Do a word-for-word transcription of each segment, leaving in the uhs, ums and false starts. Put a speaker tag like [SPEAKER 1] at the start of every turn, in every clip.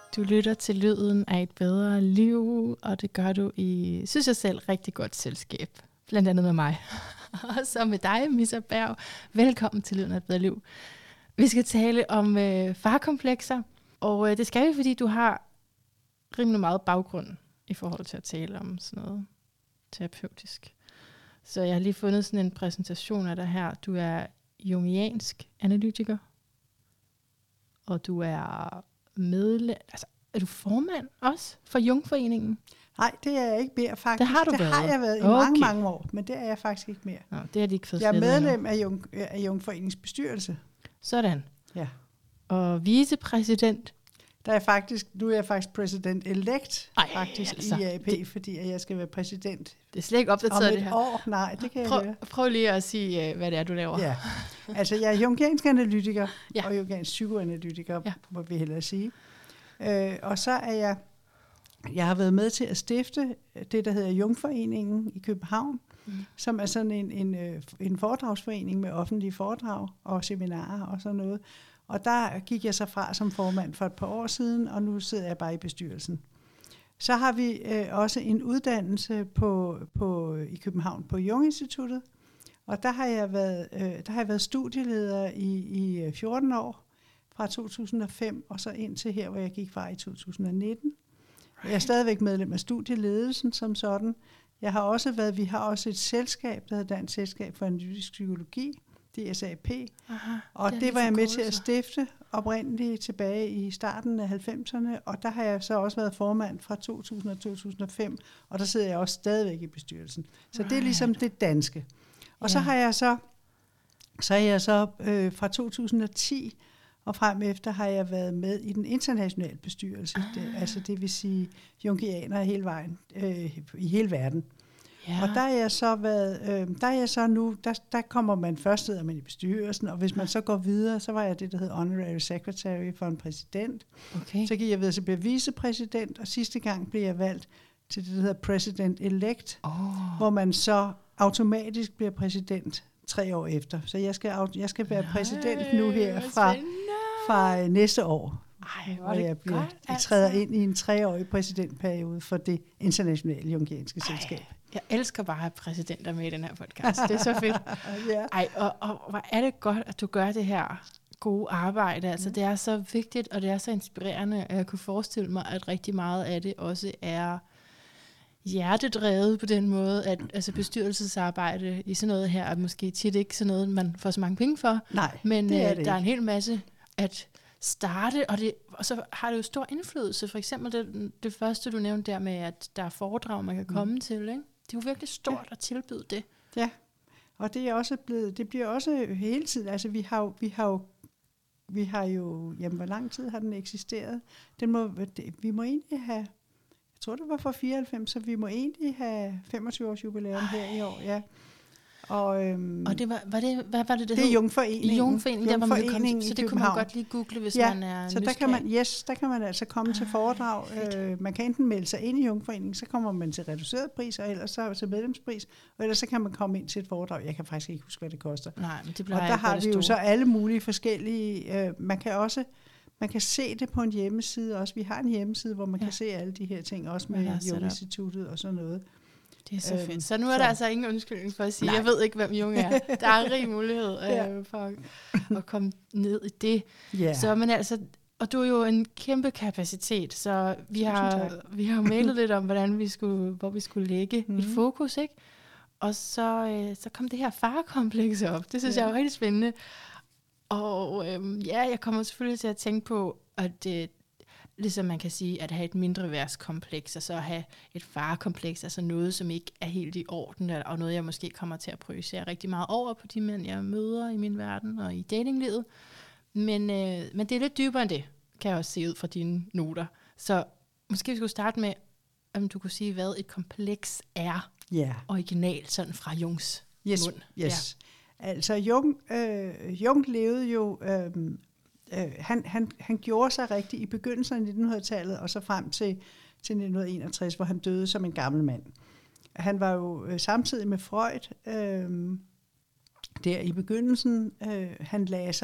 [SPEAKER 1] Du lytter til lyden af et bedre liv, og det gør du i, synes jeg selv, rigtig godt selskab. Blandt andet med mig. Og så med dig, Missa Berg. Velkommen til lyden af et bedre liv. Vi skal tale om øh, farkomplekser, og øh, det skal vi, fordi du har rimelig meget baggrund i forhold til at tale om sådan noget terapeutisk. Så jeg har lige fundet sådan en præsentation af dig her. Du er jungiansk analytiker, og du er medlem, altså er du formand også for Jungforeningen?
[SPEAKER 2] Nej, det er jeg ikke mere faktisk.
[SPEAKER 1] Det har du
[SPEAKER 2] det
[SPEAKER 1] været.
[SPEAKER 2] har jeg været i
[SPEAKER 1] okay.
[SPEAKER 2] mange, mange år, men det er jeg faktisk ikke mere.
[SPEAKER 1] Nå, det er de ikke fået
[SPEAKER 2] Jeg er
[SPEAKER 1] slettet
[SPEAKER 2] medlem
[SPEAKER 1] endnu.
[SPEAKER 2] af, Jung, af Jungforeningens bestyrelse.
[SPEAKER 1] Sådan.
[SPEAKER 2] Ja.
[SPEAKER 1] Og vicepræsident.
[SPEAKER 2] Der er faktisk, nu er jeg faktisk president-elect
[SPEAKER 1] Ej,
[SPEAKER 2] faktisk
[SPEAKER 1] altså,
[SPEAKER 2] i A A P,
[SPEAKER 1] det-
[SPEAKER 2] fordi at jeg skal være præsident
[SPEAKER 1] Det er slet ikke
[SPEAKER 2] om
[SPEAKER 1] opdateret det
[SPEAKER 2] et
[SPEAKER 1] her.
[SPEAKER 2] år. Nej, det kan jeg
[SPEAKER 1] Prøv,
[SPEAKER 2] høre.
[SPEAKER 1] prøv lige at sige, øh, hvad det er, du laver.
[SPEAKER 2] Ja. Altså, jeg er jungiansk analytiker
[SPEAKER 1] Ja.
[SPEAKER 2] og jungiansk psykoanalytiker,
[SPEAKER 1] Ja.
[SPEAKER 2] må vi hellere sige. Øh, og så er jeg, jeg har været med til at stifte det, der hedder Jungforeningen i København,
[SPEAKER 1] Mm.
[SPEAKER 2] som er sådan en, en, øh, en foredragsforening med offentlige foredrag og seminarer og sådan noget. Og der gik jeg så fra som formand for et par år siden, og nu sidder jeg bare i bestyrelsen. Så har vi øh, også en uddannelse på, på, i København på Jung-instituttet, og der har jeg været, øh, der har jeg været studieleder i, i fjorten år, fra to tusind og fem og så ind til her, hvor jeg gik fra i to tusind og nitten. Jeg er stadigvæk medlem af studieledelsen som sådan. Jeg har også været, vi har også et selskab, der hedder Dansk Selskab for Analytisk Psykologi, D S A P,
[SPEAKER 1] Aha,
[SPEAKER 2] og
[SPEAKER 1] det
[SPEAKER 2] det,
[SPEAKER 1] er
[SPEAKER 2] det var
[SPEAKER 1] lidt
[SPEAKER 2] jeg med til at
[SPEAKER 1] forkortelser.
[SPEAKER 2] stifte oprindeligt tilbage i starten af halvfemserne, og der har jeg så også været formand fra to tusind og to tusind og fem, og der sidder jeg også stadigvæk i bestyrelsen. Så det er ligesom det danske. Og så
[SPEAKER 1] Ja.
[SPEAKER 2] har jeg så, så har jeg så øh, fra to tusind og ti og frem efter har jeg været med i den internationale bestyrelse,
[SPEAKER 1] Ah.
[SPEAKER 2] det, altså det vil sige jungianere hele vejen, øh, i hele verden.
[SPEAKER 1] Ja.
[SPEAKER 2] Og der er jeg så været, øh, der er jeg så nu, der, der kommer man først, sidder man i bestyrelsen, og hvis man så går videre, så var jeg det, der hedder Honorary Secretary for en præsident.
[SPEAKER 1] Okay.
[SPEAKER 2] Så gik jeg videre til at blive vicepræsident, og sidste gang blev jeg valgt til det, der hedder President-elect,
[SPEAKER 1] Oh.
[SPEAKER 2] hvor man så automatisk bliver præsident tre år efter. Så jeg skal, au- jeg skal være præsident nu her fra, fra øh, næste år,
[SPEAKER 1] Ej, hvor
[SPEAKER 2] hvor
[SPEAKER 1] er det
[SPEAKER 2] jeg, bliver,
[SPEAKER 1] godt,
[SPEAKER 2] jeg
[SPEAKER 1] altså.
[SPEAKER 2] træder ind i en treårig præsidentperiode for det internationale jungianske selskab.
[SPEAKER 1] Jeg elsker bare at have præsidenter med i den her podcast. Det er så fedt.
[SPEAKER 2] Ja.
[SPEAKER 1] Ej, og, og hvor er det godt, at du gør det her gode arbejde. Altså,
[SPEAKER 2] Mm.
[SPEAKER 1] det er så vigtigt, og det er så inspirerende, at jeg kunne forestille mig, at rigtig meget af det også er hjertedrevet på den måde, at altså bestyrelsesarbejde i sådan noget her er måske tit ikke sådan noget, man får så mange penge for.
[SPEAKER 2] Nej,
[SPEAKER 1] Men
[SPEAKER 2] det er
[SPEAKER 1] øh,
[SPEAKER 2] det
[SPEAKER 1] der er en
[SPEAKER 2] ikke.
[SPEAKER 1] hel masse at starte, og, det, og så har det jo stor indflydelse. For eksempel det, det første, du nævnte der med, at der er foredrag, man kan
[SPEAKER 2] Mm.
[SPEAKER 1] komme til. Ikke? Det er jo virkelig stort at tilbyde det.
[SPEAKER 2] Ja, og det er også blevet, det bliver også hele tiden, altså vi har jo, vi har jo, vi har jo, jamen hvor lang tid har den eksisteret? Den må, det, vi må egentlig have, jeg tror det var fra fireoghalvfems, så vi må egentlig have femogtyve års jubilæum her i år, ja. Og, øhm,
[SPEAKER 1] Og det var, var det, hvad var det, det
[SPEAKER 2] det er
[SPEAKER 1] hed?
[SPEAKER 2] Jungforeningen.
[SPEAKER 1] Jungforeningen, der var man kan komme
[SPEAKER 2] Jungforeningen
[SPEAKER 1] til, så
[SPEAKER 2] i
[SPEAKER 1] det kunne man
[SPEAKER 2] København.
[SPEAKER 1] godt lige google, hvis
[SPEAKER 2] Ja,
[SPEAKER 1] man er
[SPEAKER 2] Så der kan man, yes, der kan man altså komme ah, til foredrag. Øh, man kan enten melde sig ind i Jungforeningen, så kommer man til reduceret pris, og ellers så til medlemspris, og ellers så kan man komme ind til et foredrag. Jeg kan faktisk ikke huske, hvad det koster.
[SPEAKER 1] Nej, men det
[SPEAKER 2] Og
[SPEAKER 1] bliver
[SPEAKER 2] der har vi jo så alle mulige forskellige, øh, man kan også, man kan se det på en hjemmeside også. Vi har en hjemmeside, hvor man
[SPEAKER 1] Ja.
[SPEAKER 2] kan se alle de her ting, også
[SPEAKER 1] Man
[SPEAKER 2] med
[SPEAKER 1] har sat op.
[SPEAKER 2] Jung-instituttet og sådan noget.
[SPEAKER 1] Det er så
[SPEAKER 2] Øhm,
[SPEAKER 1] fedt. Så nu er
[SPEAKER 2] så-
[SPEAKER 1] der altså ingen undskyldning for at sige,
[SPEAKER 2] Nej.
[SPEAKER 1] jeg ved ikke, hvem Jung er. Der er rig mulighed øh,
[SPEAKER 2] Ja.
[SPEAKER 1] for at, at komme ned i det.
[SPEAKER 2] Ja,
[SPEAKER 1] Så, men altså, og du er jo en kæmpe kapacitet, så vi
[SPEAKER 2] Tusind
[SPEAKER 1] har,
[SPEAKER 2] tak.
[SPEAKER 1] vi har mailet lidt om, hvordan vi skulle, hvor vi skulle lægge mm. et
[SPEAKER 2] Mhm.
[SPEAKER 1] fokus, ikke? Og så, øh, så kom det her farekompleks op. Det synes
[SPEAKER 2] Ja.
[SPEAKER 1] jeg er jo rigtig spændende. Og øhm, ja, jeg kommer selvfølgelig til at tænke på, at øh, ligesom man kan sige, at have et mindre værtskompleks, og så have et farekompleks, altså noget, som ikke er helt i orden, og noget, jeg måske kommer til at projicere rigtig meget over på de mænd, jeg møder i min verden og i datinglivet. Men, øh, men det er lidt dybere end det, kan jeg også se ud fra dine noter. Så måske vi skulle starte med, om du kunne sige, hvad et kompleks er
[SPEAKER 2] ja.
[SPEAKER 1] originalt, sådan fra Jungs
[SPEAKER 2] Yes,
[SPEAKER 1] mund.
[SPEAKER 2] yes. Ja. Altså Jung, øh, Jung levede jo, øh, øh, han, han, han gjorde sig rigtig i begyndelsen af nittenhundredetallet, og så frem til, til nitten enogtres, hvor han døde som en gammel mand. Han var jo øh, samtidig med Freud, øh, der i begyndelsen, øh, han lagde sig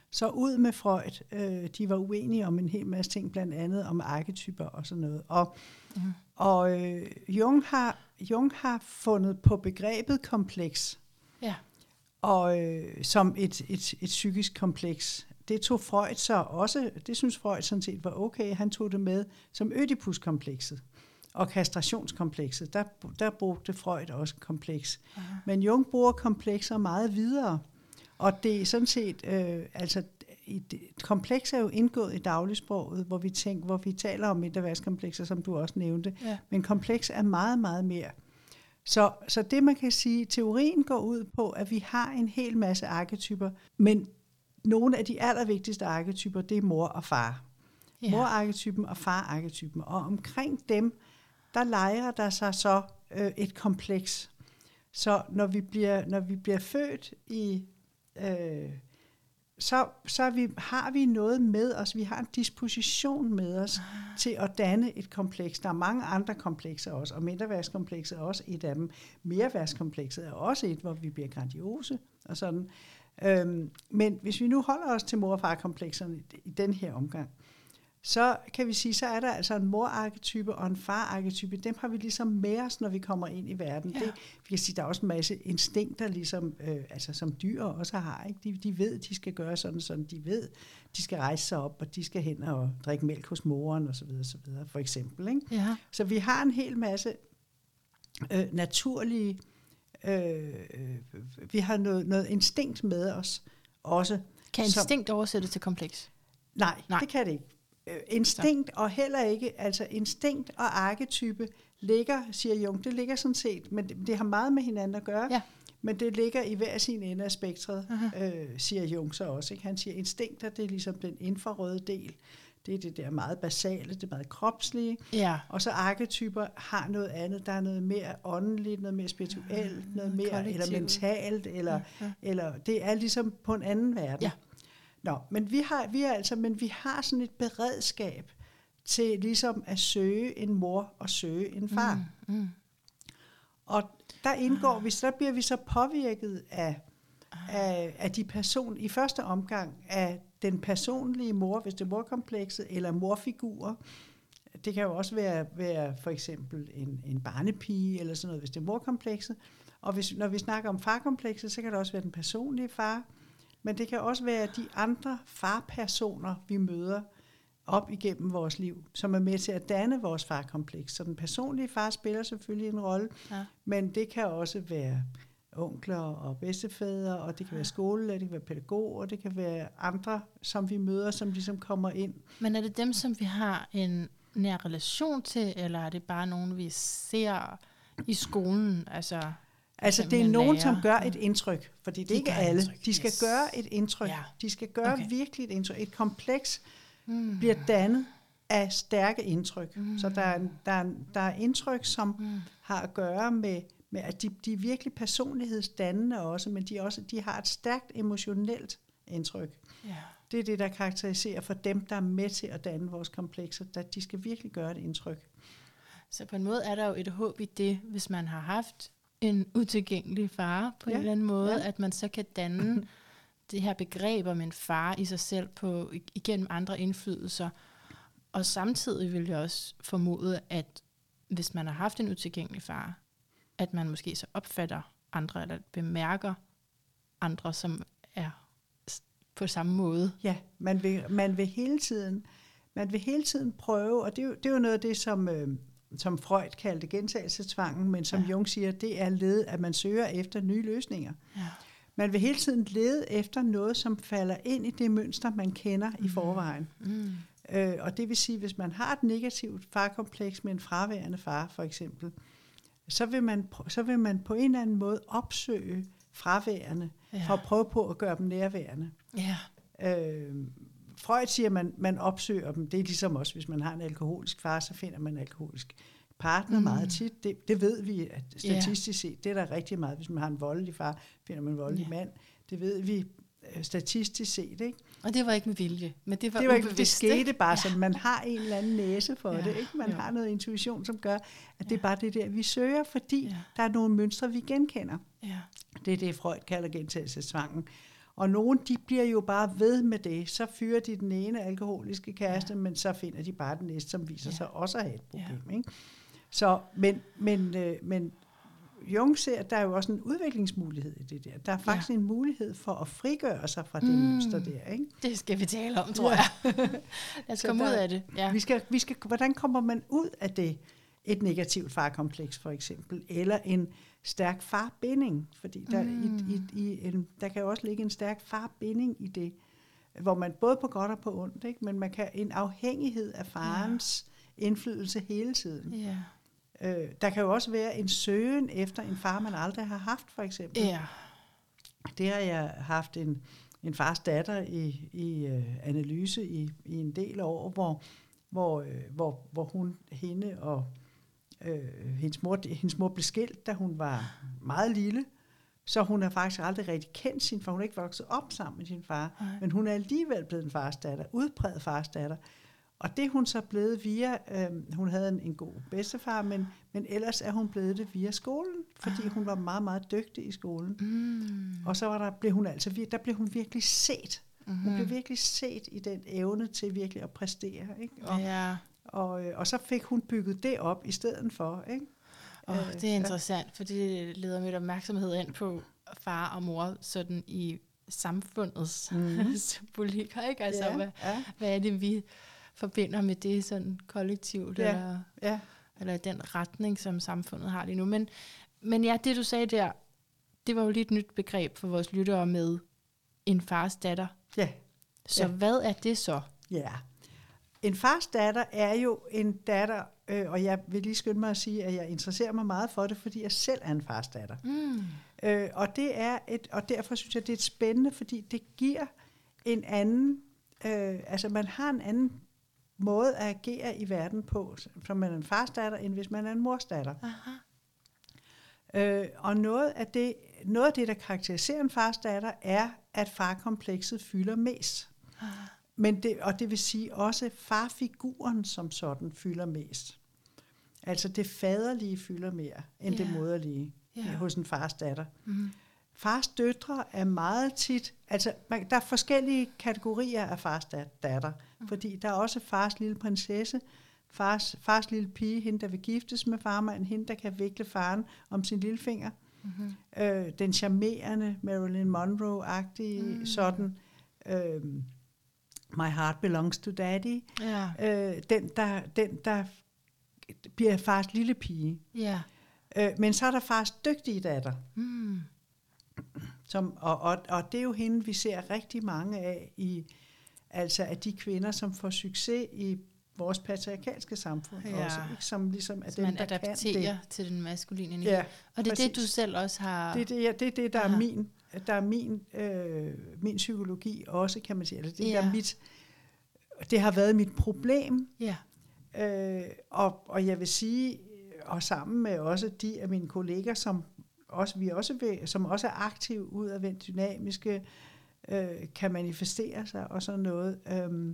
[SPEAKER 2] Så ud med Freud. Øh, de var uenige om en hel masse ting, blandt andet om arketyper og sådan noget. Og, mm. og øh, Jung, har, Jung har fundet på begrebet kompleks,
[SPEAKER 1] ja.
[SPEAKER 2] og, øh, som et, et, et psykisk kompleks. Det tog Freud så også, det synes Freud sådan set var okay, han tog det med som Ødipus-komplekset og kastrationskomplekset. Der, der brugte Freud også kompleks. Aha. Men Jung bruger komplekser meget videre, og det er sådan set, øh, altså et kompleks er jo indgået i dagligsproget, hvor vi tænker, hvor vi taler om mindreværdskomplekser, som du også nævnte, ja. Men kompleks er meget, meget mere. Så, så det man kan sige, teorien går ud på, at vi har en hel masse arketyper, men nogle af de allervigtigste arketyper, det er mor og far. Ja. Mor-arketypen og far-arketypen. Og omkring dem, der leger der sig så øh, et kompleks. Så når vi bliver, når vi bliver født i... Øh, så, så vi, har vi noget med os, vi har en disposition med os ah. til at danne et kompleks. Der er mange andre komplekser også, og mindreværdskomplekset er også et af dem. Merværdskomplekset er også et, hvor vi bliver grandiose og sådan. Øhm, men hvis vi nu holder os til mor- og far-komplekserne i, i den her omgang, så kan vi sige, så er der altså en mor-arketype og en far-arketype. Dem har vi ligesom med os, når vi kommer ind i verden. Ja. Det, vi kan sige, der er også en masse instinkter, ligesom, øh, altså, som dyr også har. Ikke? De, de ved, de skal gøre sådan, sådan. De ved, de skal rejse sig op, og de skal hen og drikke mælk hos moren, og så videre, så videre, for eksempel. Ikke?
[SPEAKER 1] Ja.
[SPEAKER 2] Så vi har en hel masse øh, naturlige... Øh, vi har noget, noget instinkt med os også.
[SPEAKER 1] Kan instinkt som, oversættes til kompleks?
[SPEAKER 2] Nej, nej, det kan det ikke. Instinkt og heller ikke, altså instinkt og arketype ligger, siger Jung, det ligger sådan set, men det, det har meget med hinanden at gøre, ja. Men det ligger i hver sin ende af spektret, øh, siger Jung så også. Ikke? Han siger, instinkter, det er ligesom den infrarøde del, det er det der meget basale, det meget kropslige,
[SPEAKER 1] ja.
[SPEAKER 2] Og så arketyper har noget andet, der er noget mere åndeligt, noget mere spirituelt, ja, noget mere kollektiv. Eller mentalt, eller, ja, ja. Eller det er ligesom på en anden verden. Ja. Nå, men vi har, vi er altså, men vi har sådan et beredskab til ligesom at søge en mor og søge en far. Mm, mm. Og der indgår ah. vi, så bliver vi så påvirket af, ah. af, af de person i første omgang af den personlige mor, hvis det er morkomplekset, eller morfigurer. Det kan jo også være, være for eksempel en, en barnepige, eller sådan noget, hvis det er morkomplekset. Og hvis, når vi snakker om farkomplekset, så kan det også være den personlige far. Men det kan også være de andre farpersoner, vi møder op igennem vores liv, som er med til at danne vores farkompleks. Så den personlige far spiller selvfølgelig en rolle, ja. Men det kan også være onkler og bedstefædre, og det kan være skolelærer, det kan være pædagoger, det kan være andre, som vi møder, som ligesom kommer ind.
[SPEAKER 1] Men er det dem, som vi har en nær relation til, eller er det bare nogen, vi ser i skolen? Altså...
[SPEAKER 2] Altså, det er nogen, lærer. Som gør et indtryk, fordi det er ikke alle.
[SPEAKER 1] Indtryk.
[SPEAKER 2] De skal yes. gøre et indtryk. Ja. De skal gøre okay. virkelig et indtryk. Et kompleks mm. bliver dannet af stærke indtryk. Mm. Så der er, der, er, der er indtryk, som mm. har at gøre med, med at de, de er virkelig personlighedsdannende også, men de, også, de har et stærkt emotionelt indtryk. Yeah. Det er det, der karakteriserer for dem, der er med til at danne vores komplekser. At de skal virkelig gøre et indtryk.
[SPEAKER 1] Så på en måde er der jo et håb i det, hvis man har haft en utilgængelig far på ja. En eller anden måde, ja. At man så kan danne det her begreb om en far i sig selv på, igennem andre indflydelser. Og samtidig vil jeg også formode, at hvis man har haft en utilgængelig far, at man måske så opfatter andre, eller bemærker andre, som er på samme måde.
[SPEAKER 2] Ja, man vil, man vil hele tiden, man vil hele tiden prøve, og det er jo, det er jo noget af det, som... Øh, som Freud kaldte gentagelsestvangen, men som ja. Jung siger, det er led, at man søger efter nye løsninger. Ja. Man vil hele tiden lede efter noget, som falder ind i det mønster, man kender mm. i forvejen. Mm. Øh, og det vil sige, hvis man har et negativt farkompleks med en fraværende far, for eksempel, så vil man, så vil man på en eller anden måde opsøge fraværende, ja. For at prøve på at gøre dem nærværende. Ja. Øh, Freud siger, at man, man opsøger dem. Det er ligesom også, hvis man har en alkoholisk far, så finder man en alkoholisk partner mm. meget tit. Det, det ved vi at statistisk set. Det er der rigtig meget. Hvis man har en voldelig far, finder man en voldelig yeah. mand. Det ved vi statistisk set. Ikke?
[SPEAKER 1] Og det var ikke med vilje, men det var
[SPEAKER 2] det, var
[SPEAKER 1] ikke,
[SPEAKER 2] det skete bare, ja. Sådan man har en eller anden næse for ja. Det. Ikke? Man ja. Har noget intuition, som gør, at ja. Det er bare det der, vi søger, fordi ja. Der er nogle mønstre, vi genkender. Ja. Det er det, Freud kalder gentagelsesvangen. Og nogen, de bliver jo bare ved med det. Så fyrer de den ene alkoholiske kæreste, ja. men så finder de bare den næste, som viser ja. sig også at have et problem. Ja. Ikke? Så, men, men, øh, men Jung ser, at der er jo også en udviklingsmulighed i det der. Der er faktisk ja. en mulighed for at frigøre sig fra det mm. mønster der. Ikke?
[SPEAKER 1] Det skal vi tale om, tror ja. jeg. Lad os komme der, ud af det. Ja.
[SPEAKER 2] Vi skal, vi skal, hvordan kommer man ud af det? Et negativt farkompleks for eksempel, eller en stærk farbinding, fordi der, mm. i, i, i en, der kan jo også ligge en stærk farbinding i det, hvor man både på godt og på ondt, ikke? Men man kan en afhængighed af farens ja. indflydelse hele tiden.
[SPEAKER 1] Ja.
[SPEAKER 2] Øh, der kan jo også være en søgen efter en far, man aldrig har haft, for eksempel.
[SPEAKER 1] Ja.
[SPEAKER 2] Det har jeg haft en, en fars datter i, i uh, analyse i, i en del år, hvor, hvor, øh, hvor, hvor hun, hende og øh, hendes, mor, hendes mor blev skilt, da hun var meget lille, så hun har faktisk aldrig rigtig kendt sin far. Hun er ikke vokset op sammen med sin far, nej. Men hun er alligevel blevet en fars datter, udpræget fars datter. Og det er hun så blevet via, øh, hun havde en, en god bedstefar, men, men ellers er hun blevet det via skolen, fordi ah. hun var meget, meget dygtig i skolen. Mm. Og så var der, blev hun altså, der blev hun virkelig set. Mm-hmm. Hun blev virkelig set i den evne til virkelig at præstere. Ikke? Og,
[SPEAKER 1] ja.
[SPEAKER 2] og, og så fik hun bygget det op i stedet for. Ikke?
[SPEAKER 1] Oh, det er interessant, ja. For det leder mit opmærksomhed ind på far og mor sådan i samfundets mm. symbolik. Ikke? Altså, ja, hvad, ja. hvad er det, vi forbinder med det sådan kollektivt, ja, eller, ja. eller den retning, som samfundet har lige nu. Men, men ja, det du sagde der, det var jo lige et nyt begreb for vores lyttere med en fars datter.
[SPEAKER 2] Ja.
[SPEAKER 1] Så
[SPEAKER 2] ja.
[SPEAKER 1] hvad er det så?
[SPEAKER 2] Ja, en fars datter er jo en datter, øh, og jeg vil lige skynde mig at sige, at jeg interesserer mig meget for det, fordi jeg selv er en fars datter. Mm. Øh, og, det er et, og derfor synes jeg, det er et spændende, fordi det giver en anden, øh, altså man har en anden måde at agere i verden på, som man er en fars datter, end hvis man er en mors datter. Aha. Øh, og noget af, det, noget af det, der karakteriserer en fars datter, er, at farkomplekset fylder mest. Aha. Men det, og det vil sige også, farfiguren som sådan fylder mest. Altså det faderlige fylder mere, end yeah. det moderlige yeah. hos en fars datter. Mm. Fars døtre er meget tit, altså man, der er forskellige kategorier af fars datter, mm. fordi der er også fars lille prinsesse, fars, fars lille pige, hende der vil giftes med farmand, hende der kan vikle faren om sin lillefinger, mm-hmm. øh, den charmerende Marilyn Monroe-agtige, mm. sådan, øh, My Heart Belongs to Daddy, ja. øh, den, der, den der bliver fars lille pige. Ja. Øh, men så er der fars dygtige datter. Mm. Som, og, og, og det er jo hende, vi ser rigtig mange af, i, altså af de kvinder, som får succes i vores patriarkalske samfund ja. også, ikke? Som ligesom er
[SPEAKER 1] så
[SPEAKER 2] dem,
[SPEAKER 1] man
[SPEAKER 2] der
[SPEAKER 1] adapterer
[SPEAKER 2] kan det.
[SPEAKER 1] Til den maskuline energi.
[SPEAKER 2] Ja,
[SPEAKER 1] og det er
[SPEAKER 2] præcis.
[SPEAKER 1] det, du selv også har...
[SPEAKER 2] Det er det, ja, det, er det der, er min, der er min, øh, min psykologi også, kan man sige. Altså, det, ja. der mit, det har været mit problem. Ja. Øh, og, og jeg vil sige, og sammen med også de af mine kolleger, som også, vi også vil, som også er aktive ud af den dynamiske, øh, kan manifestere sig og sådan noget. Øhm,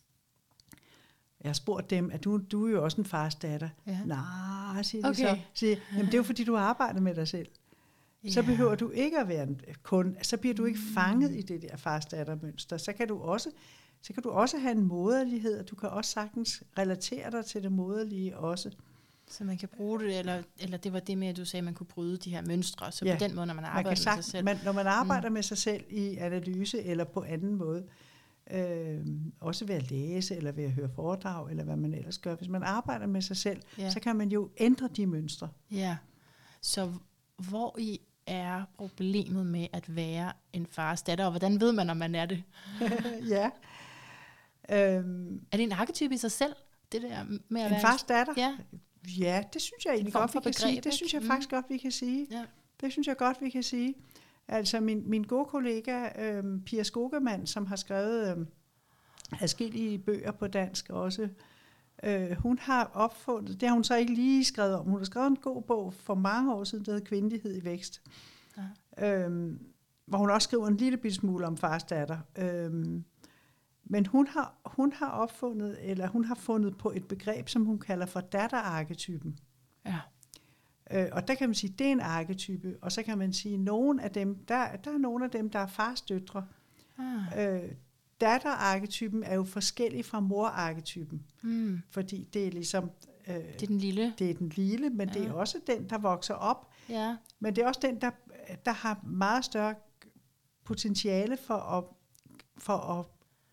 [SPEAKER 2] jeg har spurgt dem, at du, du er jo også en fars datter. Ja. Nej, siger de okay. så. Siger, jamen det er jo fordi, du arbejder med dig selv. Ja. Så behøver du ikke at være en kun, så bliver du ikke fanget mm. i det der fars datter-mønster. Så kan du også, så kan du også have en moderlighed, og du kan også sagtens relatere dig til det moderlige også.
[SPEAKER 1] Så man kan bruge det, eller, eller det var det med, at du sagde, at man kunne bryde de her mønstre, så
[SPEAKER 2] ja.
[SPEAKER 1] på den måde, når man arbejder
[SPEAKER 2] man sagt,
[SPEAKER 1] med sig selv.
[SPEAKER 2] Man, når man arbejder mm. med sig selv i analyse, eller på anden måde, øh, også ved at læse, eller ved at høre foredrag, eller hvad man ellers gør. Hvis man arbejder med sig selv, ja. så kan man jo ændre de mønstre.
[SPEAKER 1] Ja, så hvor i er problemet med at være en fars datter, og hvordan ved man, om man er det?
[SPEAKER 2] ja. Øhm,
[SPEAKER 1] er det en arketype i sig selv, det der med at
[SPEAKER 2] en
[SPEAKER 1] være
[SPEAKER 2] fars datter?
[SPEAKER 1] Ja.
[SPEAKER 2] Ja, det synes jeg egentlig godt, vi kan begreb, sige. Det ikke? synes jeg faktisk mm. godt, vi kan sige. Ja. Det synes jeg godt, vi kan sige. Altså min, min gode kollega, øhm, Pia Skogemann, som har skrevet øhm, adskillige bøger på dansk også, øh, hun har opfundet, det har hun så ikke lige skrevet om, hun har skrevet en god bog for mange år siden, der hedder Kvindelighed i vækst, ja. øhm, hvor hun også skriver en lille bitte smule om fars datter. Øhm, Men hun har, hun har opfundet, eller hun har fundet på et begreb, som hun kalder for datterarketypen. Ja. Øh, og der kan man sige, det er en arketype, og så kan man sige, nogle af dem, der, der er nogle af dem, der er fars døtre. Ah. Øh, Datterarketypen er jo forskellig fra morarketypen, mm. fordi det er ligesom... Øh,
[SPEAKER 1] det er den lille.
[SPEAKER 2] Det er den lille, men ja. Det er også den, der vokser op.
[SPEAKER 1] Ja.
[SPEAKER 2] Men det er også den, der, der har meget større potentiale for at, for at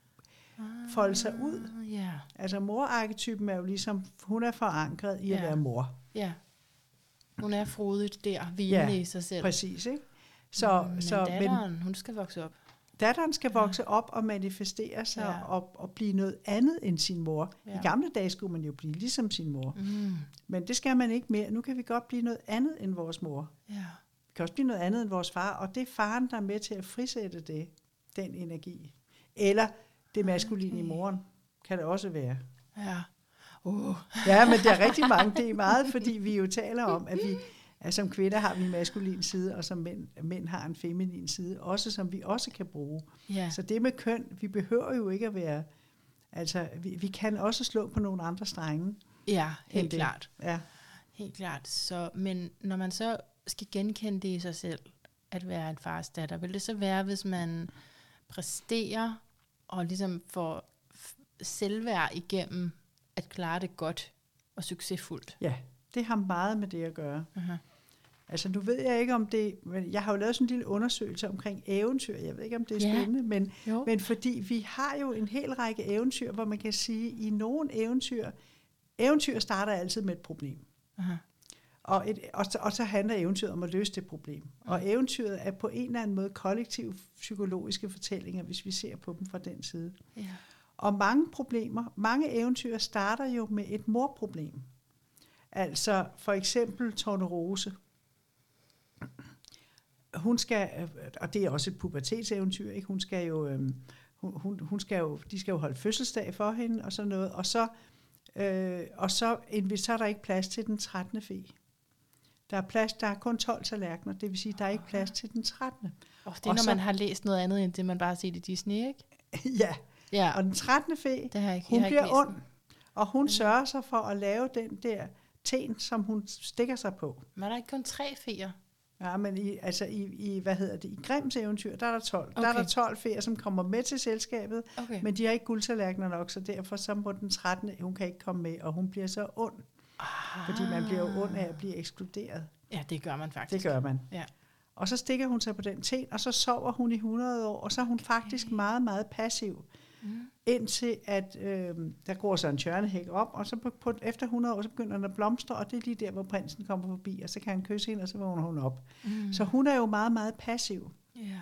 [SPEAKER 2] ah, folde sig ud.
[SPEAKER 1] Yeah.
[SPEAKER 2] Altså morarketypen er jo ligesom, hun er forankret i at
[SPEAKER 1] ja.
[SPEAKER 2] være mor.
[SPEAKER 1] Ja. Hun er frodigt der, hvilende
[SPEAKER 2] ja,
[SPEAKER 1] i sig selv.
[SPEAKER 2] Præcis, ikke? Så,
[SPEAKER 1] men
[SPEAKER 2] så,
[SPEAKER 1] datteren, men, hun skal vokse op.
[SPEAKER 2] Datteren skal vokse ja. op og manifestere sig ja. og, og blive noget andet end sin mor. Ja. I gamle dage skulle man jo blive ligesom sin mor. Mm. Men det skal man ikke mere. Nu kan vi godt blive noget andet end vores mor. Ja. Vi kan også blive noget andet end vores far, og det er faren, der er med til at frisætte det, den energi. Eller det maskuline okay. i moren, kan det også være.
[SPEAKER 1] Ja. Uh.
[SPEAKER 2] Ja, men der er rigtig mange. Det er meget, fordi vi jo taler om, at vi at som kvinder har vi en maskulin side, og som mænd, mænd har en feminin side, også som vi også kan bruge. Ja. Så det med køn, vi behøver jo ikke at være, altså vi, vi kan også slå på nogle andre strenge.
[SPEAKER 1] Ja, helt klart.
[SPEAKER 2] Ja.
[SPEAKER 1] Helt klart. Så, men når man så skal genkende det i sig selv, at være en fars datter, vil det så være, hvis man præsterer og ligesom får selvværd igennem at klare det godt og succesfuldt?
[SPEAKER 2] Ja, det har meget med det at gøre.
[SPEAKER 1] Uh-huh.
[SPEAKER 2] Altså nu ved jeg ikke om det, men jeg har jo lavet sådan en lille undersøgelse omkring eventyr, jeg ved ikke om det er spændende, yeah. men, men fordi vi har jo en hel række eventyr, hvor man kan sige, i nogle eventyr, eventyr starter altid med et problem. Uh-huh. Og, et, og, og så handler eventyret om at løse det problem. Uh-huh. Og eventyret er på en eller anden måde kollektive psykologiske fortællinger, hvis vi ser på dem fra den side. Yeah. Og mange problemer, mange eventyr starter jo med et morproblem. Altså for eksempel Tornerose. Hun skal, og det er også et pubertetseventyr, ikke? Hun skal jo, øhm, hun, hun skal jo, de skal jo holde fødselsdag for hende og sådan noget, og så, øh, og så, så er der ikke plads til den trettende fe. Der er plads, der er kun tolv tallerkener, det vil sige, der er ikke plads til den trettende.
[SPEAKER 1] Oh, det er, og når så, man har læst noget andet, end det man bare har set i Disney, ikke?
[SPEAKER 2] ja. ja, og den trettende fe,
[SPEAKER 1] ikke,
[SPEAKER 2] hun bliver ond, og hun mm. sørger sig for at lave den der ten, som hun stikker sig på.
[SPEAKER 1] Men er der ikke kun tre feer?
[SPEAKER 2] Ja, men i, altså i, i, hvad hedder det, i Grimms eventyr, der er der tolv. Okay. Der er der tolv feer, som kommer med til selskabet, okay. men de har ikke guldtallerkener nok, så derfor så må den trettende, hun kan ikke komme med, og hun bliver så ond. Ah. Fordi man bliver jo ond af at blive ekskluderet.
[SPEAKER 1] Ja, det gør man faktisk.
[SPEAKER 2] Det gør man.
[SPEAKER 1] Ja.
[SPEAKER 2] Og så stikker hun sig på den ten, og så sover hun i hundrede år, og så er hun okay. faktisk meget, meget passiv. Mm. Indtil at øh, der går så en tjørnehæk op, og så på, på, efter hundrede år, så begynder den at blomstre, og det er lige der, hvor prinsen kommer forbi, og så kan han kysse hende, og så vågner hun op. Mm. Så hun er jo meget, meget passiv. Yeah.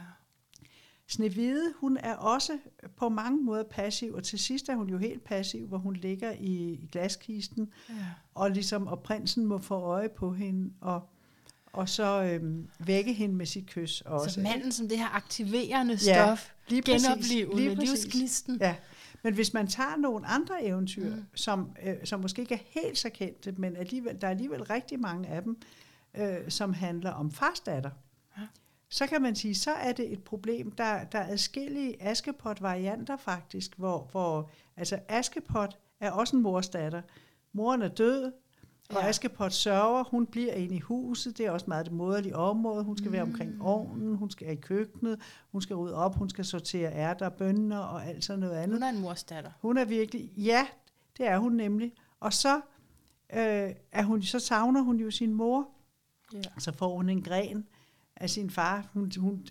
[SPEAKER 2] Snehvide, hun er også på mange måder passiv, og til sidst er hun jo helt passiv, hvor hun ligger i, i glaskisten, yeah. og ligesom, og prinsen må få øje på hende, og og så øhm, vække hende med sit kys også.
[SPEAKER 1] Så manden som det her aktiverende stof,
[SPEAKER 2] ja,
[SPEAKER 1] genoplevende, livsgnisten.
[SPEAKER 2] Ja, men hvis man tager nogle andre eventyr, mm. som, øh, som måske ikke er helt så kendte, men alligevel, der er alligevel rigtig mange af dem, øh, som handler om farsdatter, ja. så kan man sige, så er det et problem. Der, der er adskillige Askepot-varianter faktisk, hvor, hvor altså Askepot er også en morsdatter. Moren er død, og ja. Askepot sørger, hun bliver inde i huset, det er også meget det moderlige område, hun skal mm. være omkring ovnen, hun skal i køkkenet, hun skal rydde op, hun skal sortere ærter og bønner og alt sådan noget andet.
[SPEAKER 1] Hun er en morsdatter.
[SPEAKER 2] Hun er virkelig, ja, det er hun nemlig. Og så, øh, er hun, så savner hun jo sin mor, ja. Så får hun en gren af sin far, hun, hun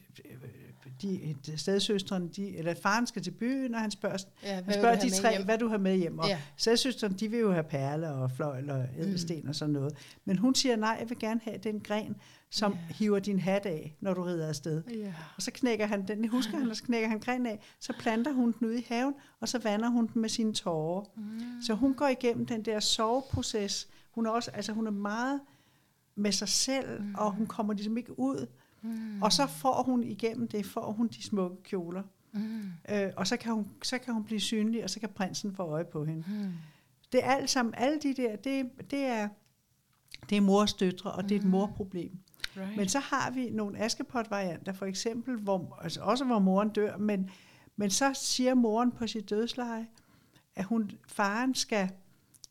[SPEAKER 2] de, de stedsøstrene, de, eller faren skal til byen, og han spørger, ja, han spørger de tre, hjem? Hvad du har med hjem. Og ja. Stedsøstrene, de vil jo have perler og fløjl og ædelsten mm. og sådan noget. Men hun siger, nej, jeg vil gerne have den gren, som yeah. hiver din hat af, når du rider afsted. Yeah. Og så knækker han den, husker han, og så knækker han grenen af, så planter hun den ude i haven, og så vander hun den med sine tårer. Mm. Så hun går igennem den der soveproces. Hun er også, altså hun er meget med sig selv, mm. og hun kommer ligesom ikke ud. Mm. Og så får hun igennem det, får hun de smukke kjoler. Mm. Øh, og så kan, hun, så kan hun blive synlig, og så kan prinsen få øje på hende. Mm. Det er alt sammen, alle de der, det, det er det er mors døtre, og mm. det er et morproblem. Right. Men så har vi nogle Askepot-varianter, for eksempel, hvor, altså også hvor moren dør, men, men så siger moren på sit dødsleje, at hun, faren skal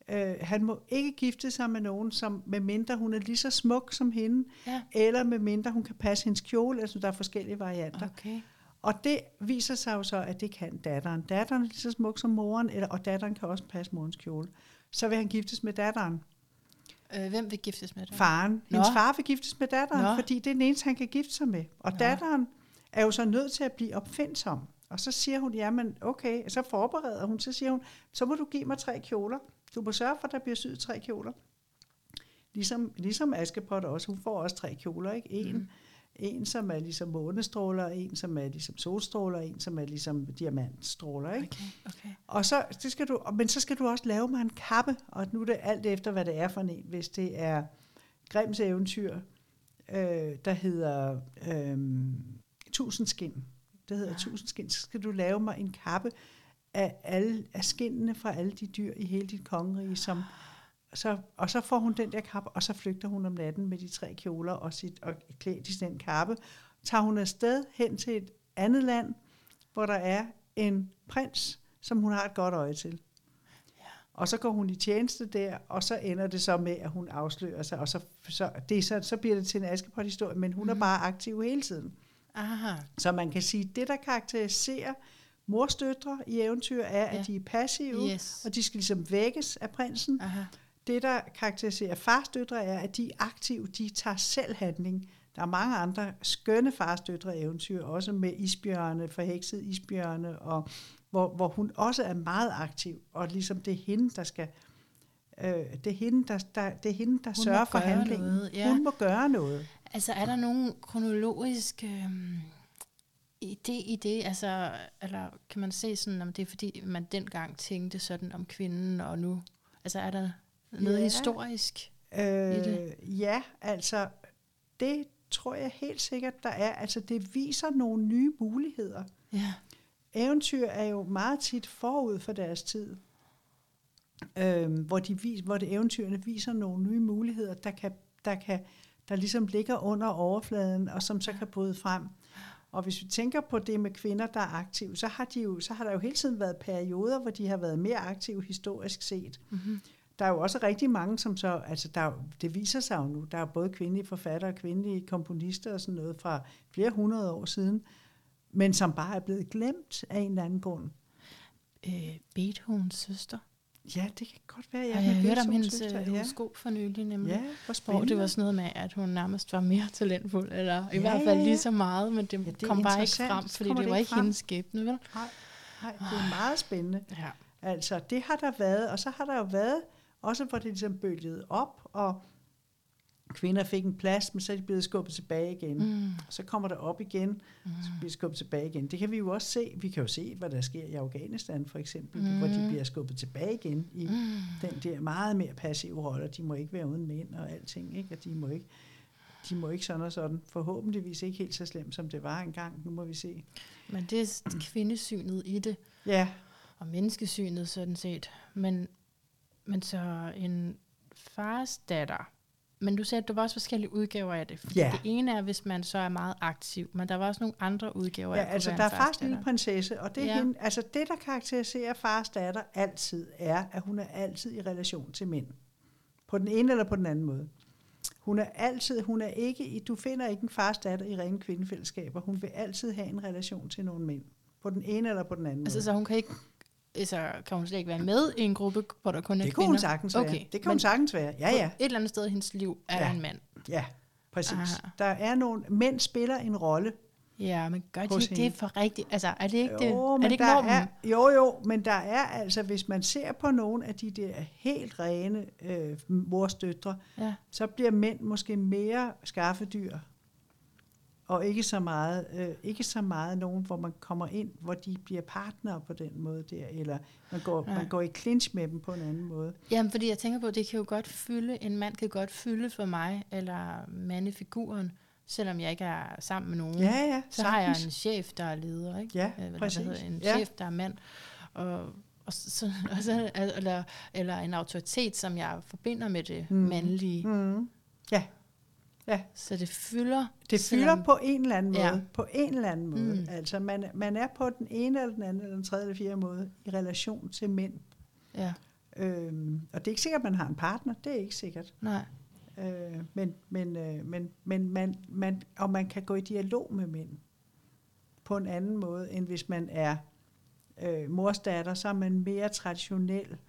[SPEAKER 2] Øh, han må ikke gifte sig med nogen, som med mindre hun er lige så smuk som hende,
[SPEAKER 1] Ja.
[SPEAKER 2] eller med mindre hun kan passe hendes kjole. Altså der er forskellige varianter.
[SPEAKER 1] Okay.
[SPEAKER 2] Og det viser sig jo så, at det kan datteren. Datteren er lige så smuk som moren, eller, og datteren kan også passe morens kjole. Så vil han giftes med datteren.
[SPEAKER 1] Øh, hvem vil giftes med det?
[SPEAKER 2] Faren. Hendes far vil giftes med datteren,
[SPEAKER 1] Nå.
[SPEAKER 2] fordi det er den eneste, han kan gifte sig med. Og
[SPEAKER 1] Nå.
[SPEAKER 2] datteren er jo så nødt til at blive opfindsom. Og så siger hun, jamen okay, så forbereder hun, så siger hun, så må du give mig tre kjoler. Du må sørge for, at der bliver syet tre kjoler. Ligesom, ligesom Askepot også, hun får også tre kjoler, ikke? En, mm. en som er ligesom månestråler, en som er ligesom solstråler, en som er ligesom diamantstråler, ikke?
[SPEAKER 1] Okay, okay.
[SPEAKER 2] Og så, det skal du, men så skal du også lave mig en kappe, og nu er det alt efter, hvad det er for en, hvis det er Grimms eventyr, øh, der hedder øh, Tusindskin. Det hedder ja. Tusindskin. Så skal du lave mig en kappe af, alle, af skindene fra alle de dyr i hele dit kongerige, som, så, og så får hun den der kappe, og så flygter hun om natten med de tre kjoler og, sit, og klædt i den kappe. Tager hun afsted hen til et andet land, hvor der er en prins, som hun har et godt øje til. Ja. Og så går hun i tjeneste der, og så ender det så med, at hun afslører sig, og så, så, det, så, så bliver det til en Askepot-historie, men hun mm. er bare aktiv hele tiden.
[SPEAKER 1] Aha.
[SPEAKER 2] Så man kan sige, at det, der karakteriserer morsdøtre i eventyr, er, ja. At de er passive,
[SPEAKER 1] yes.
[SPEAKER 2] og de skal ligesom vækkes af prinsen.
[SPEAKER 1] Aha.
[SPEAKER 2] Det, der karakteriserer farsdøtre, er, at de er aktive, de tager selv handling. Der er mange andre skønne farsdøtre eventyr, også med isbjørne, forhekset isbjørne, og hvor, hvor hun også er meget aktiv, og ligesom det er hende, der skal... Øh, det er hende, der, der, det er hende, der sørger for handlingen. Noget, ja. Hun må gøre noget.
[SPEAKER 1] Altså, er der nogen kronologisk øh, idé i det? Altså, eller kan man se sådan, om det er fordi, man dengang tænkte sådan om kvinden, og nu... Altså, er der noget ja. historisk øh, i det?
[SPEAKER 2] Ja, altså, det tror jeg helt sikkert, der er. Altså, det viser nogle nye muligheder.
[SPEAKER 1] Ja.
[SPEAKER 2] Eventyr er jo meget tit forud for deres tid. Øh, hvor, de vis, hvor det eventyrene viser nogle nye muligheder, der kan, der kan der ligesom ligger under overfladen, og som så kan bryde frem. Og hvis vi tænker på det med kvinder, der er aktive, så har, de jo, så har der jo hele tiden været perioder, hvor de har været mere aktive historisk set. Mm-hmm. Der er jo også rigtig mange, som så, altså der, det viser sig jo nu, der er både kvindelige forfattere og kvindelige komponister og sådan noget fra flere hundrede år siden, men som bare er blevet glemt af en eller anden grund.
[SPEAKER 1] Øh, Beethovens søster.
[SPEAKER 2] Ja, det kan godt være.
[SPEAKER 1] Ja, jeg har hørt om hendes horoskop for nylig, nemlig.
[SPEAKER 2] Ja, hvor spændende.
[SPEAKER 1] Hvor det var sådan noget med, at hun nærmest var mere talentfuld, eller i ja, hvert fald lige så meget, men det, ja, det kom bare ikke frem, fordi det, det var ikke frem. Hendes skæbne, vel?
[SPEAKER 2] Nej, nej, det er meget spændende.
[SPEAKER 1] Ja.
[SPEAKER 2] Altså, det har der været, og så har der jo været, også hvor det ligesom bølgede op, og kvinder fik en plads, men så er de blevet skubbet tilbage igen. Mm. Så kommer der op igen, mm. så bliver de skubbet tilbage igen. Det kan vi jo også se. Vi kan jo se, hvad der sker i Afghanistan for eksempel, mm. hvor de bliver skubbet tilbage igen i mm. den der meget mere passive rolle. De må ikke være uden mænd og alting, ikke? Og de må ikke, de må ikke sådan og sådan. Forhåbentligvis ikke helt så slemt, som det var engang. Nu må vi se.
[SPEAKER 1] Men det er kvindesynet i det.
[SPEAKER 2] Ja.
[SPEAKER 1] Og menneskesynet sådan set. Men, men så en fars datter. Men du sagde, at der var også forskellige udgaver af det.
[SPEAKER 2] Ja.
[SPEAKER 1] Det ene er, hvis man så er meget aktiv, men der var også nogle andre udgaver
[SPEAKER 2] ja,
[SPEAKER 1] af
[SPEAKER 2] altså der er fars lille prinsesse, og det,
[SPEAKER 1] ja.
[SPEAKER 2] hende, altså det, der karakteriserer fars datter altid, er, at hun er altid i relation til mænd. På den ene eller på den anden måde. Hun er altid, hun er ikke, i, du finder ikke en fars datter i rene kvindefællesskaber. Hun vil altid have en relation til nogle mænd. På den ene eller på den anden
[SPEAKER 1] altså,
[SPEAKER 2] måde.
[SPEAKER 1] Så hun kan ikke... Så kan hun slet ikke være med i en gruppe, hvor der kun er kvinder?
[SPEAKER 2] Det kan hun sagtens være. Okay. Det kan hun sagtens være. Ja, ja.
[SPEAKER 1] Et eller andet sted i hendes liv er
[SPEAKER 2] ja.
[SPEAKER 1] en mand.
[SPEAKER 2] Ja, præcis. Aha. Der er nogle... Mænd spiller en rolle.
[SPEAKER 1] Ja, men gør de ikke det for rigtigt? Altså, er det ikke
[SPEAKER 2] jo,
[SPEAKER 1] det? Er det ikke
[SPEAKER 2] der
[SPEAKER 1] normen?
[SPEAKER 2] Er, jo, jo, men der er altså, hvis man ser på nogle af de der helt rene øh, morsdøtre, ja. så bliver mænd måske mere skaffedyr. Og ikke så meget, øh, ikke så meget nogen, hvor man kommer ind, hvor de bliver partnere på den måde der, eller man går, ja. man går i clinch med dem på en anden måde.
[SPEAKER 1] Jamen, fordi jeg tænker på, at det kan jo godt fylde, en mand kan godt fylde for mig, eller mandefiguren, selvom jeg ikke er sammen med nogen.
[SPEAKER 2] Ja, ja,
[SPEAKER 1] så har jeg en chef, der er leder, ikke?
[SPEAKER 2] Ja,
[SPEAKER 1] eller,
[SPEAKER 2] præcis.
[SPEAKER 1] Hedder, en
[SPEAKER 2] ja.
[SPEAKER 1] chef, der er mand, og, og så, og så, eller, eller en autoritet, som jeg forbinder med det mm. mandlige.
[SPEAKER 2] Mm. Ja. Ja.
[SPEAKER 1] Så det fylder.
[SPEAKER 2] Det fylder selvom, på en eller anden måde.
[SPEAKER 1] Ja.
[SPEAKER 2] På en eller anden måde.
[SPEAKER 1] Mm.
[SPEAKER 2] Altså man, man er på den ene eller den anden eller den tredje eller fjerde måde i relation til mænd.
[SPEAKER 1] Ja.
[SPEAKER 2] Øhm, og det er ikke sikkert, at man har en partner. Det er ikke sikkert.
[SPEAKER 1] Nej.
[SPEAKER 2] Øh, men, men, øh, men, men man, man, og man kan gå i dialog med mænd på en anden måde, end hvis man er øh, mors datter, så er man mere traditionel.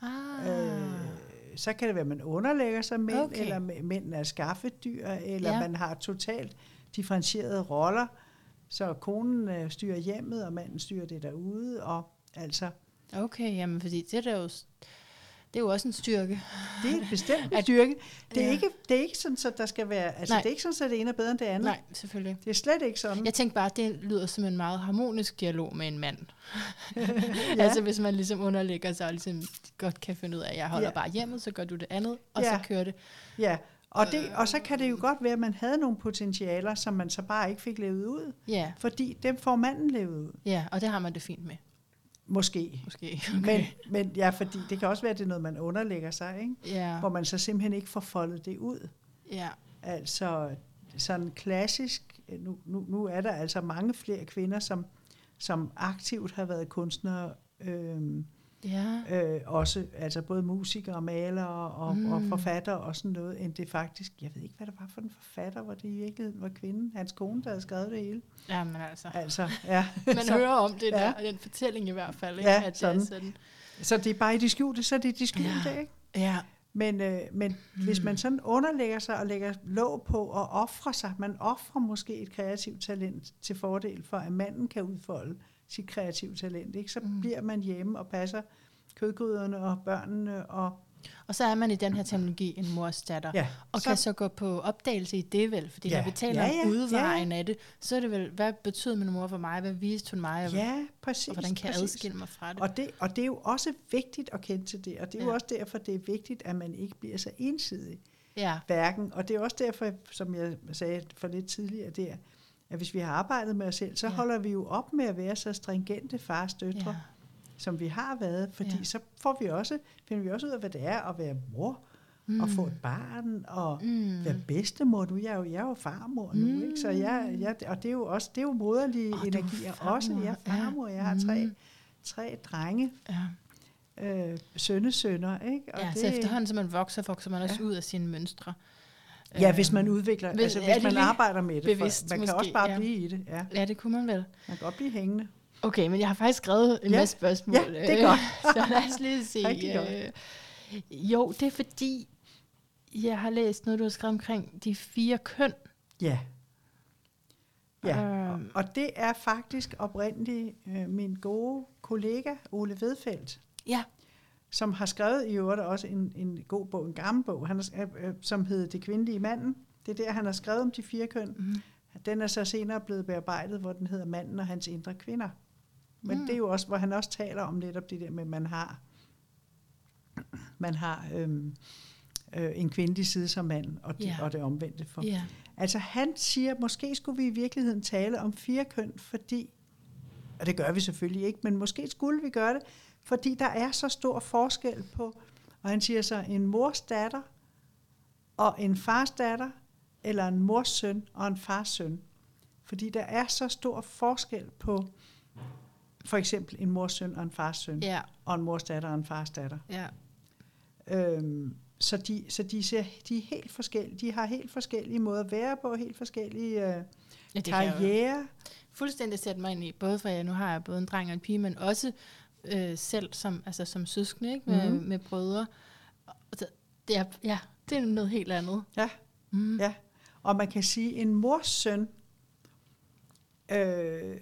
[SPEAKER 1] Ah.
[SPEAKER 2] Øh, så kan det være, at man underlægger sig mænd,
[SPEAKER 1] Okay.
[SPEAKER 2] eller mænd er skaffedyr, eller
[SPEAKER 1] Ja.
[SPEAKER 2] man har totalt differentierede roller, så konen øh, styrer hjemmet, og manden styrer det derude, og altså...
[SPEAKER 1] Okay, jamen fordi det er jo, det er jo også en styrke.
[SPEAKER 2] Det er et bestemt en styrke. Det er,
[SPEAKER 1] Ja.
[SPEAKER 2] ikke, det er ikke sådan, at der skal være... Altså,
[SPEAKER 1] Nej.
[SPEAKER 2] det er ikke sådan, at det ene er bedre end det andet.
[SPEAKER 1] Nej, selvfølgelig.
[SPEAKER 2] Det er slet ikke sådan.
[SPEAKER 1] Jeg tænkte bare, at det lyder som en meget harmonisk dialog med en mand.
[SPEAKER 2] Ja.
[SPEAKER 1] Altså hvis man ligesom underlægger sig og ligesom godt kan finde ud af, at jeg holder
[SPEAKER 2] Ja.
[SPEAKER 1] bare hjemmet, så gør du det andet, og
[SPEAKER 2] Ja.
[SPEAKER 1] så kører det.
[SPEAKER 2] Ja, og, det, og så kan det jo godt være, at man havde nogle potentialer, som man så bare ikke fik levet ud.
[SPEAKER 1] Ja,
[SPEAKER 2] Fordi dem får manden levet ud.
[SPEAKER 1] ja, og det har man det fint med.
[SPEAKER 2] Måske.
[SPEAKER 1] Måske.
[SPEAKER 2] Okay. Men, men ja, fordi det kan også være, at det er noget, man underlægger sig, ikke?
[SPEAKER 1] Ja,
[SPEAKER 2] Hvor man så simpelthen ikke får foldet det ud.
[SPEAKER 1] ja,
[SPEAKER 2] Altså sådan klassisk, nu, nu, nu er der altså mange flere kvinder, som, som aktivt har været kunstnere, øhm,
[SPEAKER 1] ja.
[SPEAKER 2] øh, også altså både musikere, malere og,
[SPEAKER 1] Mm.
[SPEAKER 2] mm. og forfattere og sådan noget, end det faktisk, jeg ved ikke, hvad det var for en forfatter, hvor det i virkeligheden var kvinden, hans kone, der havde skrevet det hele.
[SPEAKER 1] Ja, men altså.
[SPEAKER 2] Altså, ja.
[SPEAKER 1] Man
[SPEAKER 2] så,
[SPEAKER 1] hører om det der,
[SPEAKER 2] ja.
[SPEAKER 1] og den fortælling i hvert fald, ikke?
[SPEAKER 2] Ja,
[SPEAKER 1] at
[SPEAKER 2] sådan.
[SPEAKER 1] det er sådan.
[SPEAKER 2] så det er bare i de skjulte, så er det i de skjulte,
[SPEAKER 1] Ja.
[SPEAKER 2] ikke?
[SPEAKER 1] Ja,
[SPEAKER 2] Men, øh, men mm. hvis man sådan underlægger sig og lægger låg på og offrer sig, man offrer måske et kreativt talent til fordel for, at manden kan udfolde sit kreative talent, ikke? Så
[SPEAKER 1] Mm.
[SPEAKER 2] mm. bliver man hjemme og passer kødgryderne og børnene og
[SPEAKER 1] og så er man i den her terminologi en mors datter,
[SPEAKER 2] ja,
[SPEAKER 1] og
[SPEAKER 2] så,
[SPEAKER 1] kan så gå på opdagelse i det vel, fordi
[SPEAKER 2] Ja.
[SPEAKER 1] når vi taler
[SPEAKER 2] Ja,
[SPEAKER 1] om
[SPEAKER 2] ja,
[SPEAKER 1] udvejen af det, så er det vel, hvad betød min mor for mig, hvad viste hun mig, og,
[SPEAKER 2] ja, præcis.
[SPEAKER 1] og hvordan kan jeg
[SPEAKER 2] præcis.
[SPEAKER 1] adskille mig fra det?
[SPEAKER 2] Og det, og det er jo også vigtigt at kende til det, og det er
[SPEAKER 1] Ja.
[SPEAKER 2] jo også derfor, det er vigtigt, at man ikke bliver så ensidig.
[SPEAKER 1] Ja,
[SPEAKER 2] Hverken, og det er også derfor, som jeg sagde for lidt tidligere, det er, at hvis vi har arbejdet med os selv, så
[SPEAKER 1] Ja.
[SPEAKER 2] ja. holder vi jo op med at være så stringente fars døtre,
[SPEAKER 1] ja,
[SPEAKER 2] som vi har været, fordi
[SPEAKER 1] Ja.
[SPEAKER 2] ja. så får vi også, finder vi også ud af, hvad det er at være mor,
[SPEAKER 1] mm.
[SPEAKER 2] mm. og få et barn, og
[SPEAKER 1] mm.
[SPEAKER 2] være bedstemor. Nu jeg er jo, jeg er jo farmor nu,
[SPEAKER 1] Mm.
[SPEAKER 2] ikke? Så jeg, jeg, og det er jo også, det er jo moderlige
[SPEAKER 1] Åh, du er
[SPEAKER 2] energier
[SPEAKER 1] farmor.
[SPEAKER 2] også. Jeg er farmor, jeg har
[SPEAKER 1] Ja.
[SPEAKER 2] tre,
[SPEAKER 1] Mm.
[SPEAKER 2] tre drenge,
[SPEAKER 1] Ja.
[SPEAKER 2] øh, sønnesønner, ikke? Og
[SPEAKER 1] Ja,
[SPEAKER 2] det,
[SPEAKER 1] så efterhånden, som man vokser, vokser man også
[SPEAKER 2] Ja.
[SPEAKER 1] ud af sine mønstre.
[SPEAKER 2] Ja, hvis man udvikler,
[SPEAKER 1] hvis-
[SPEAKER 2] altså
[SPEAKER 1] er
[SPEAKER 2] hvis
[SPEAKER 1] det
[SPEAKER 2] man
[SPEAKER 1] lige
[SPEAKER 2] arbejder med det.
[SPEAKER 1] bevidst
[SPEAKER 2] For, man kan
[SPEAKER 1] måske,
[SPEAKER 2] også bare
[SPEAKER 1] ja.
[SPEAKER 2] blive i det, ja.
[SPEAKER 1] Ja, det kunne man vel.
[SPEAKER 2] Man kan godt blive hængende.
[SPEAKER 1] Okay, men jeg har faktisk skrevet en
[SPEAKER 2] Ja.
[SPEAKER 1] masse spørgsmål.
[SPEAKER 2] Ja, det er godt.
[SPEAKER 1] Så lad os lige se.
[SPEAKER 2] Rigtig godt.
[SPEAKER 1] Øh, jo, det er fordi, jeg har læst noget, du har skrevet omkring de fire køn.
[SPEAKER 2] Ja. Ja, og,
[SPEAKER 1] Øhm.
[SPEAKER 2] og det er faktisk oprindeligt øh, min gode kollega, Ole Vedfeldt,
[SPEAKER 1] Ja.
[SPEAKER 2] som har skrevet i øvrigt også en, en god bog, en gammel bog, han har, øh, som hedder Det kvindelige manden. Det er der, han har skrevet om de fire køn.
[SPEAKER 1] Mm.
[SPEAKER 2] Den er så senere blevet bearbejdet, hvor den hedder Manden og hans indre kvinder. Men
[SPEAKER 1] Mm.
[SPEAKER 2] mm. det er jo også, hvor han også taler om netop det der med, at man har, man har øhm, øh, en kvindelig side som mand, og det,
[SPEAKER 1] Ja.
[SPEAKER 2] og det omvendte. For.
[SPEAKER 1] Ja.
[SPEAKER 2] Altså han siger, måske skulle vi i virkeligheden tale om fire køn, fordi, og det gør vi selvfølgelig ikke, men måske skulle vi gøre det, fordi der er så stor forskel på, og han siger så, en mors datter og en fars datter, eller en mors søn og en fars søn. Fordi der er så stor forskel på for eksempel en mors søn og en fars søn,
[SPEAKER 1] Ja.
[SPEAKER 2] og en mors datter og en fars datter.
[SPEAKER 1] Ja.
[SPEAKER 2] Øhm, så de, så de, ser, de er helt forskellige. De har helt forskellige måder at være på, helt forskellige øh,
[SPEAKER 1] Ja, det kan jeg jo
[SPEAKER 2] karriere.
[SPEAKER 1] fuldstændig sætte mig ind i, både for jeg nu har jeg både en dreng og en pige, men også øh, selv som, altså som søskende, ikke? Med,
[SPEAKER 2] Mhm.
[SPEAKER 1] med brødre. Og så, det er, ja, det er noget helt andet.
[SPEAKER 2] Ja.
[SPEAKER 1] Mm.
[SPEAKER 2] Ja. Og man kan sige, en mors søn, øh,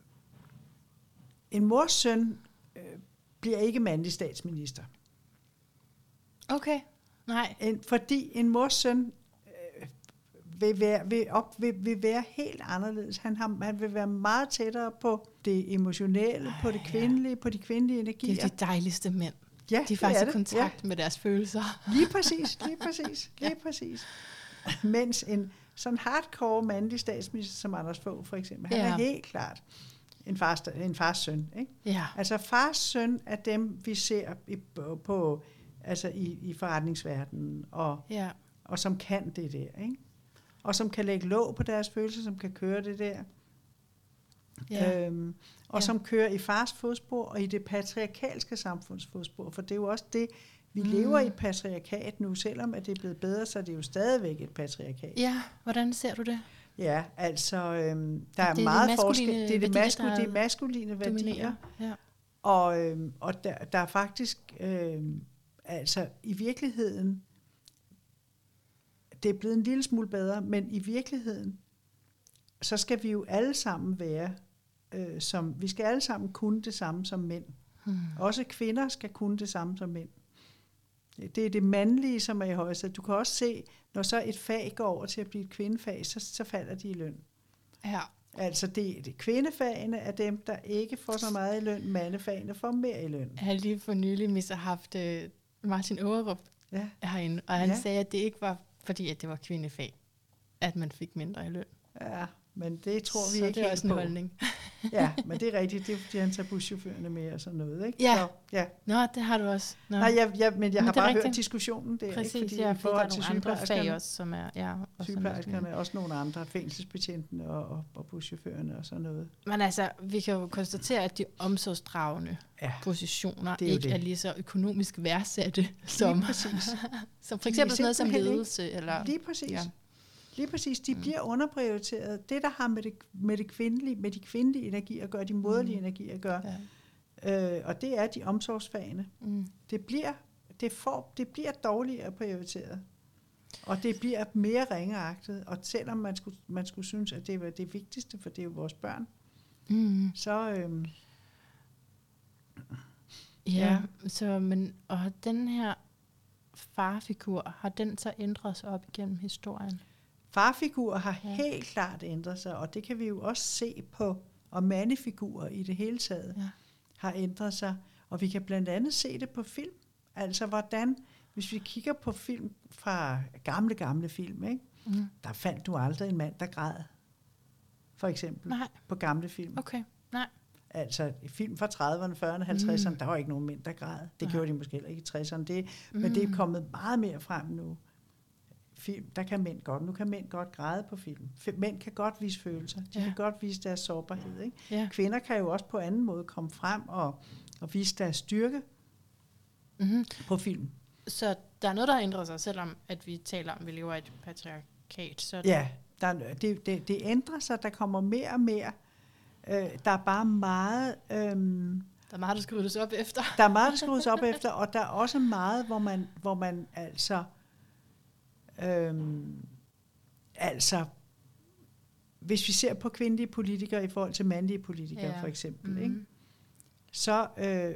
[SPEAKER 2] en mors søn øh, bliver ikke mandlig statsminister.
[SPEAKER 1] Okay, nej.
[SPEAKER 2] En, fordi en mors søn øh, vil, være, vil, op, vil, vil være helt anderledes. Han, har, han vil være meget tættere på det emotionelle, på det kvindelige, på de kvindelige energier.
[SPEAKER 1] Det er de dejligste mænd.
[SPEAKER 2] Ja,
[SPEAKER 1] De er
[SPEAKER 2] det
[SPEAKER 1] faktisk
[SPEAKER 2] er
[SPEAKER 1] i
[SPEAKER 2] det.
[SPEAKER 1] kontakt med deres følelser.
[SPEAKER 2] Ja, lige præcis, lige præcis, lige præcis. Mens en sådan hardcore mandlig statsminister som Anders Fogh for eksempel, han
[SPEAKER 1] Ja.
[SPEAKER 2] er helt klart en fars, en fars søn. Ikke?
[SPEAKER 1] Ja.
[SPEAKER 2] Altså fars søn er dem, vi ser i, på, på, altså i, i forretningsverdenen, og,
[SPEAKER 1] Ja.
[SPEAKER 2] og som kan det der. Ikke? Og som kan lægge låg på deres følelser, som kan køre det der.
[SPEAKER 1] Ja.
[SPEAKER 2] Øhm, og
[SPEAKER 1] Ja.
[SPEAKER 2] som kører i fars fodspor og i det patriarkalske samfunds fodspor. For det er jo også det, vi
[SPEAKER 1] Mm.
[SPEAKER 2] lever i patriarkat nu, selvom at det er blevet bedre, så er det jo stadigvæk et patriarkat.
[SPEAKER 1] Ja, hvordan ser du det?
[SPEAKER 2] Ja, altså øhm, der er,
[SPEAKER 1] Det er
[SPEAKER 2] meget
[SPEAKER 1] de
[SPEAKER 2] forskel.
[SPEAKER 1] maskuline
[SPEAKER 2] Det er det,
[SPEAKER 1] værdier,
[SPEAKER 2] masku,
[SPEAKER 1] der
[SPEAKER 2] det er maskuline værdier.
[SPEAKER 1] Dominerer. Ja.
[SPEAKER 2] Og, øhm, og der, der er faktisk, øhm, altså i virkeligheden, det er blevet en lille smule bedre, men i virkeligheden, så skal vi jo alle sammen være, øh, som, vi skal alle sammen kunne det samme som mænd.
[SPEAKER 1] Hmm.
[SPEAKER 2] Også kvinder skal kunne det samme som mænd. Det er det mandlige, som er i højeste. Du kan også se, når så et fag går over til at blive et kvindefag, så, så falder de i løn.
[SPEAKER 1] Ja.
[SPEAKER 2] Altså det, det kvindefagene er dem, der ikke får så meget i løn, mandefagene får mere i løn.
[SPEAKER 1] Jeg har lige for nylig mis haft uh, Martin Ågerup
[SPEAKER 2] Ja.
[SPEAKER 1] herinde, og han
[SPEAKER 2] Ja.
[SPEAKER 1] ja. sagde, at det ikke var fordi, at det var kvindefag, at man fik mindre i løn.
[SPEAKER 2] Ja, men det tror vi
[SPEAKER 1] så
[SPEAKER 2] ikke
[SPEAKER 1] det er
[SPEAKER 2] helt
[SPEAKER 1] også en
[SPEAKER 2] på.
[SPEAKER 1] holdning.
[SPEAKER 2] Ja, men det er rigtigt. Det er fordi, han tager buschaufførerne med og sådan noget. Ikke?
[SPEAKER 1] Ja.
[SPEAKER 2] Så, ja.
[SPEAKER 1] Nå, det har du også. Nå.
[SPEAKER 2] Nej, jeg, jeg, men jeg
[SPEAKER 1] Men
[SPEAKER 2] har
[SPEAKER 1] det er
[SPEAKER 2] bare
[SPEAKER 1] rigtigt.
[SPEAKER 2] hørt diskussionen der.
[SPEAKER 1] Præcis,
[SPEAKER 2] ikke? Fordi
[SPEAKER 1] ja,
[SPEAKER 2] i
[SPEAKER 1] fordi der er
[SPEAKER 2] forhold til
[SPEAKER 1] nogle andre fag
[SPEAKER 2] sygeplejerskerne,
[SPEAKER 1] også, som er... Ja, og
[SPEAKER 2] sygeplejerskerne og også nogle andre, fængselsbetjentene og, og, og buschaufførerne og sådan noget.
[SPEAKER 1] Men altså, vi kan jo konstatere, at de omsorgsdragende
[SPEAKER 2] Ja,
[SPEAKER 1] positioner
[SPEAKER 2] det er jo
[SPEAKER 1] ikke
[SPEAKER 2] det.
[SPEAKER 1] er lige så økonomisk værdsatte, som,
[SPEAKER 2] lige præcis.
[SPEAKER 1] som for
[SPEAKER 2] De er
[SPEAKER 1] eksempel sådan noget som
[SPEAKER 2] simpelthen ikke-
[SPEAKER 1] ledelse. Eller,
[SPEAKER 2] Lige præcis.
[SPEAKER 1] Ja.
[SPEAKER 2] Lige præcis. De
[SPEAKER 1] Mm.
[SPEAKER 2] bliver underprioriteret. Det, der har med det, med det kvindelige, med de kvindelige energier at gøre, de moderlige
[SPEAKER 1] Mm.
[SPEAKER 2] energier at gøre,
[SPEAKER 1] ja.
[SPEAKER 2] øh, og det er de omsorgsfagene.
[SPEAKER 1] Mm.
[SPEAKER 2] Det bliver, det, får, det bliver dårligere prioriteret. Og det bliver mere ringeagtet. Og selvom man skulle, man skulle synes, at det var det vigtigste, for det er jo vores børn,
[SPEAKER 1] Mm.
[SPEAKER 2] så... Øhm,
[SPEAKER 1] Ja,
[SPEAKER 2] Ja.
[SPEAKER 1] så, men, og har den her farfigur, har den så ændret sig op igennem historien?
[SPEAKER 2] farfigurer har
[SPEAKER 1] Ja.
[SPEAKER 2] helt klart ændret sig, og det kan vi jo også se på, og mandefigurer i det hele taget
[SPEAKER 1] Ja.
[SPEAKER 2] har ændret sig. Og vi kan blandt andet se det på film. Altså hvordan, hvis vi kigger på film fra gamle, gamle film, ikke?
[SPEAKER 1] Mm.
[SPEAKER 2] Der fandt du aldrig en mand, der græd. For eksempel
[SPEAKER 1] Nej,
[SPEAKER 2] på gamle film.
[SPEAKER 1] okay. Nej.
[SPEAKER 2] Altså i film fra trediverne, fyrrerne, halvtredserne, mm. der var ikke nogen mænd, der græd. Det
[SPEAKER 1] Nej.
[SPEAKER 2] gjorde de måske heller ikke i tresserne. Det,
[SPEAKER 1] Mm.
[SPEAKER 2] Men det er kommet meget mere frem nu. Film, der kan mænd godt. Nu kan mænd godt græde på film. F- Mænd kan godt vise følelser. De
[SPEAKER 1] Ja.
[SPEAKER 2] ja. kan godt vise deres sårbarhed. Ikke?
[SPEAKER 1] Ja.
[SPEAKER 2] Kvinder kan jo også på anden måde komme frem og, og vise deres styrke
[SPEAKER 1] Mm-hmm.
[SPEAKER 2] på film.
[SPEAKER 1] Så der er noget, der har ændret sig, selvom at vi taler om, at vi lever i et patriarkat. Så
[SPEAKER 2] Ja, der, er- det, det, det ændrer sig. Der kommer mere og mere. Øh, der er bare meget... Øhm,
[SPEAKER 1] der er meget, der skal ryddes op efter.
[SPEAKER 2] Der er meget, der skrues op efter, og der er også meget, hvor man, hvor man altså, øhm, altså, hvis vi ser på kvindelige politikere i forhold til mandlige politikere,
[SPEAKER 1] Ja.
[SPEAKER 2] ja. for eksempel,
[SPEAKER 1] Mhm.
[SPEAKER 2] ikke? så øh,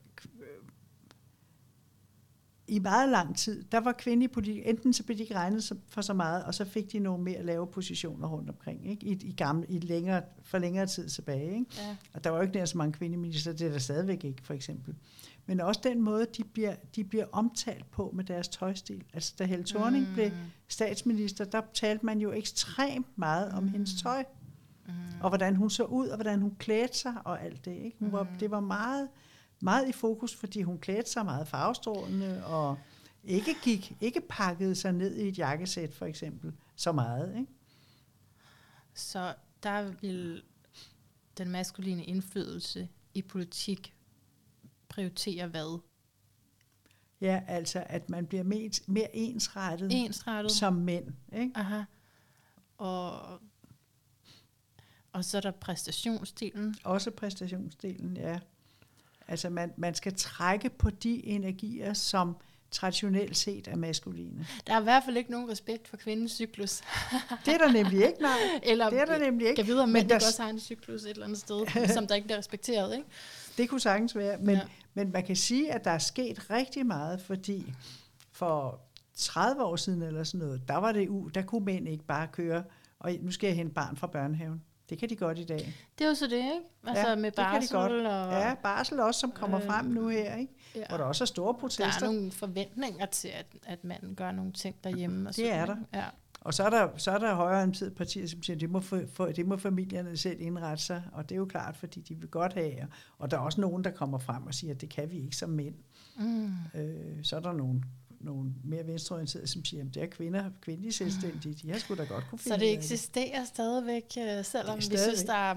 [SPEAKER 2] i meget lang tid, der var kvindelige politikere, enten så blev de ikke regnet så- for så meget, og så fik de nogle mere lave positioner rundt omkring, ikke? I, i, gamle, i længere, for længere tid tilbage. Ikke?
[SPEAKER 1] Ja.
[SPEAKER 2] Og der var jo ikke nær så mange kvindeminister, det er der stadigvæk ikke, for eksempel. Men også den måde, de bliver, de bliver omtalt på med deres tøjstil. Altså, da Helle Thorning mm. blev statsminister, der talte man jo ekstremt meget om
[SPEAKER 1] Mm.
[SPEAKER 2] hendes tøj,
[SPEAKER 1] Mm.
[SPEAKER 2] og hvordan hun så ud, og hvordan hun klædte sig, og alt det. Ikke? Hun var,
[SPEAKER 1] Mm.
[SPEAKER 2] det var meget, meget i fokus, fordi hun klædte sig meget farvestrålende, og ikke, gik, ikke pakkede sig ned i et jakkesæt, for eksempel, så meget. Ikke?
[SPEAKER 1] Så der vil den maskuline indflydelse i politik prioritere hvad?
[SPEAKER 2] Ja, altså, at man bliver mere, mere ensrettet
[SPEAKER 1] Ensrettet?
[SPEAKER 2] som mænd. Ikke?
[SPEAKER 1] Aha. Og, og så er der præstationsdelen.
[SPEAKER 2] Også præstationsdelen, ja. Altså man, man skal trække på de energier, som traditionelt set er maskuline.
[SPEAKER 1] Der er i hvert fald ikke nogen respekt for kvindens cyklus.
[SPEAKER 2] Det er der nemlig ikke, nej.
[SPEAKER 1] Eller
[SPEAKER 2] Det er der nemlig ikke.
[SPEAKER 1] kan vide, om
[SPEAKER 2] Men
[SPEAKER 1] mænd
[SPEAKER 2] der-
[SPEAKER 1] ikke også har en cyklus et eller andet sted, som der ikke bliver respekteret, ikke?
[SPEAKER 2] Det kunne sagtens være, men,
[SPEAKER 1] Ja.
[SPEAKER 2] ja. men man kan sige, at der er sket rigtig meget, fordi for tredive år siden eller sådan noget, der var det u, der kunne mænd ikke bare køre, og nu skal jeg hente barn fra børnehaven. Det kan de godt i dag.
[SPEAKER 1] Det er jo så det, ikke? Altså
[SPEAKER 2] Ja,
[SPEAKER 1] med
[SPEAKER 2] det kan de
[SPEAKER 1] barsel
[SPEAKER 2] godt.
[SPEAKER 1] og...
[SPEAKER 2] Ja, barsel også, som kommer
[SPEAKER 1] Øh,
[SPEAKER 2] frem nu her, ikke?
[SPEAKER 1] ja.
[SPEAKER 2] Hvor der også er store
[SPEAKER 1] Der
[SPEAKER 2] protester.
[SPEAKER 1] er nogle forventninger til, at, at manden gør nogle ting derhjemme. Og
[SPEAKER 2] Det er
[SPEAKER 1] sådan, ikke? Ja.
[SPEAKER 2] Og så er der, så er der højreorienterede partier, som siger, at det må, for, for, det må familierne selv indrette sig, og det er jo klart, fordi de vil godt have, og der er også nogen, der kommer frem og siger, at det kan vi ikke som mænd.
[SPEAKER 1] Mm.
[SPEAKER 2] Øh, så er der nogle, nogle mere venstreorienterede, som siger, at det er kvinder, kvindelige selvstændige, de har sgu da godt kunne finde
[SPEAKER 1] Så det
[SPEAKER 2] ud af
[SPEAKER 1] eksisterer stadigvæk, øh, selvom vi
[SPEAKER 2] stadigvæk.
[SPEAKER 1] synes, der er,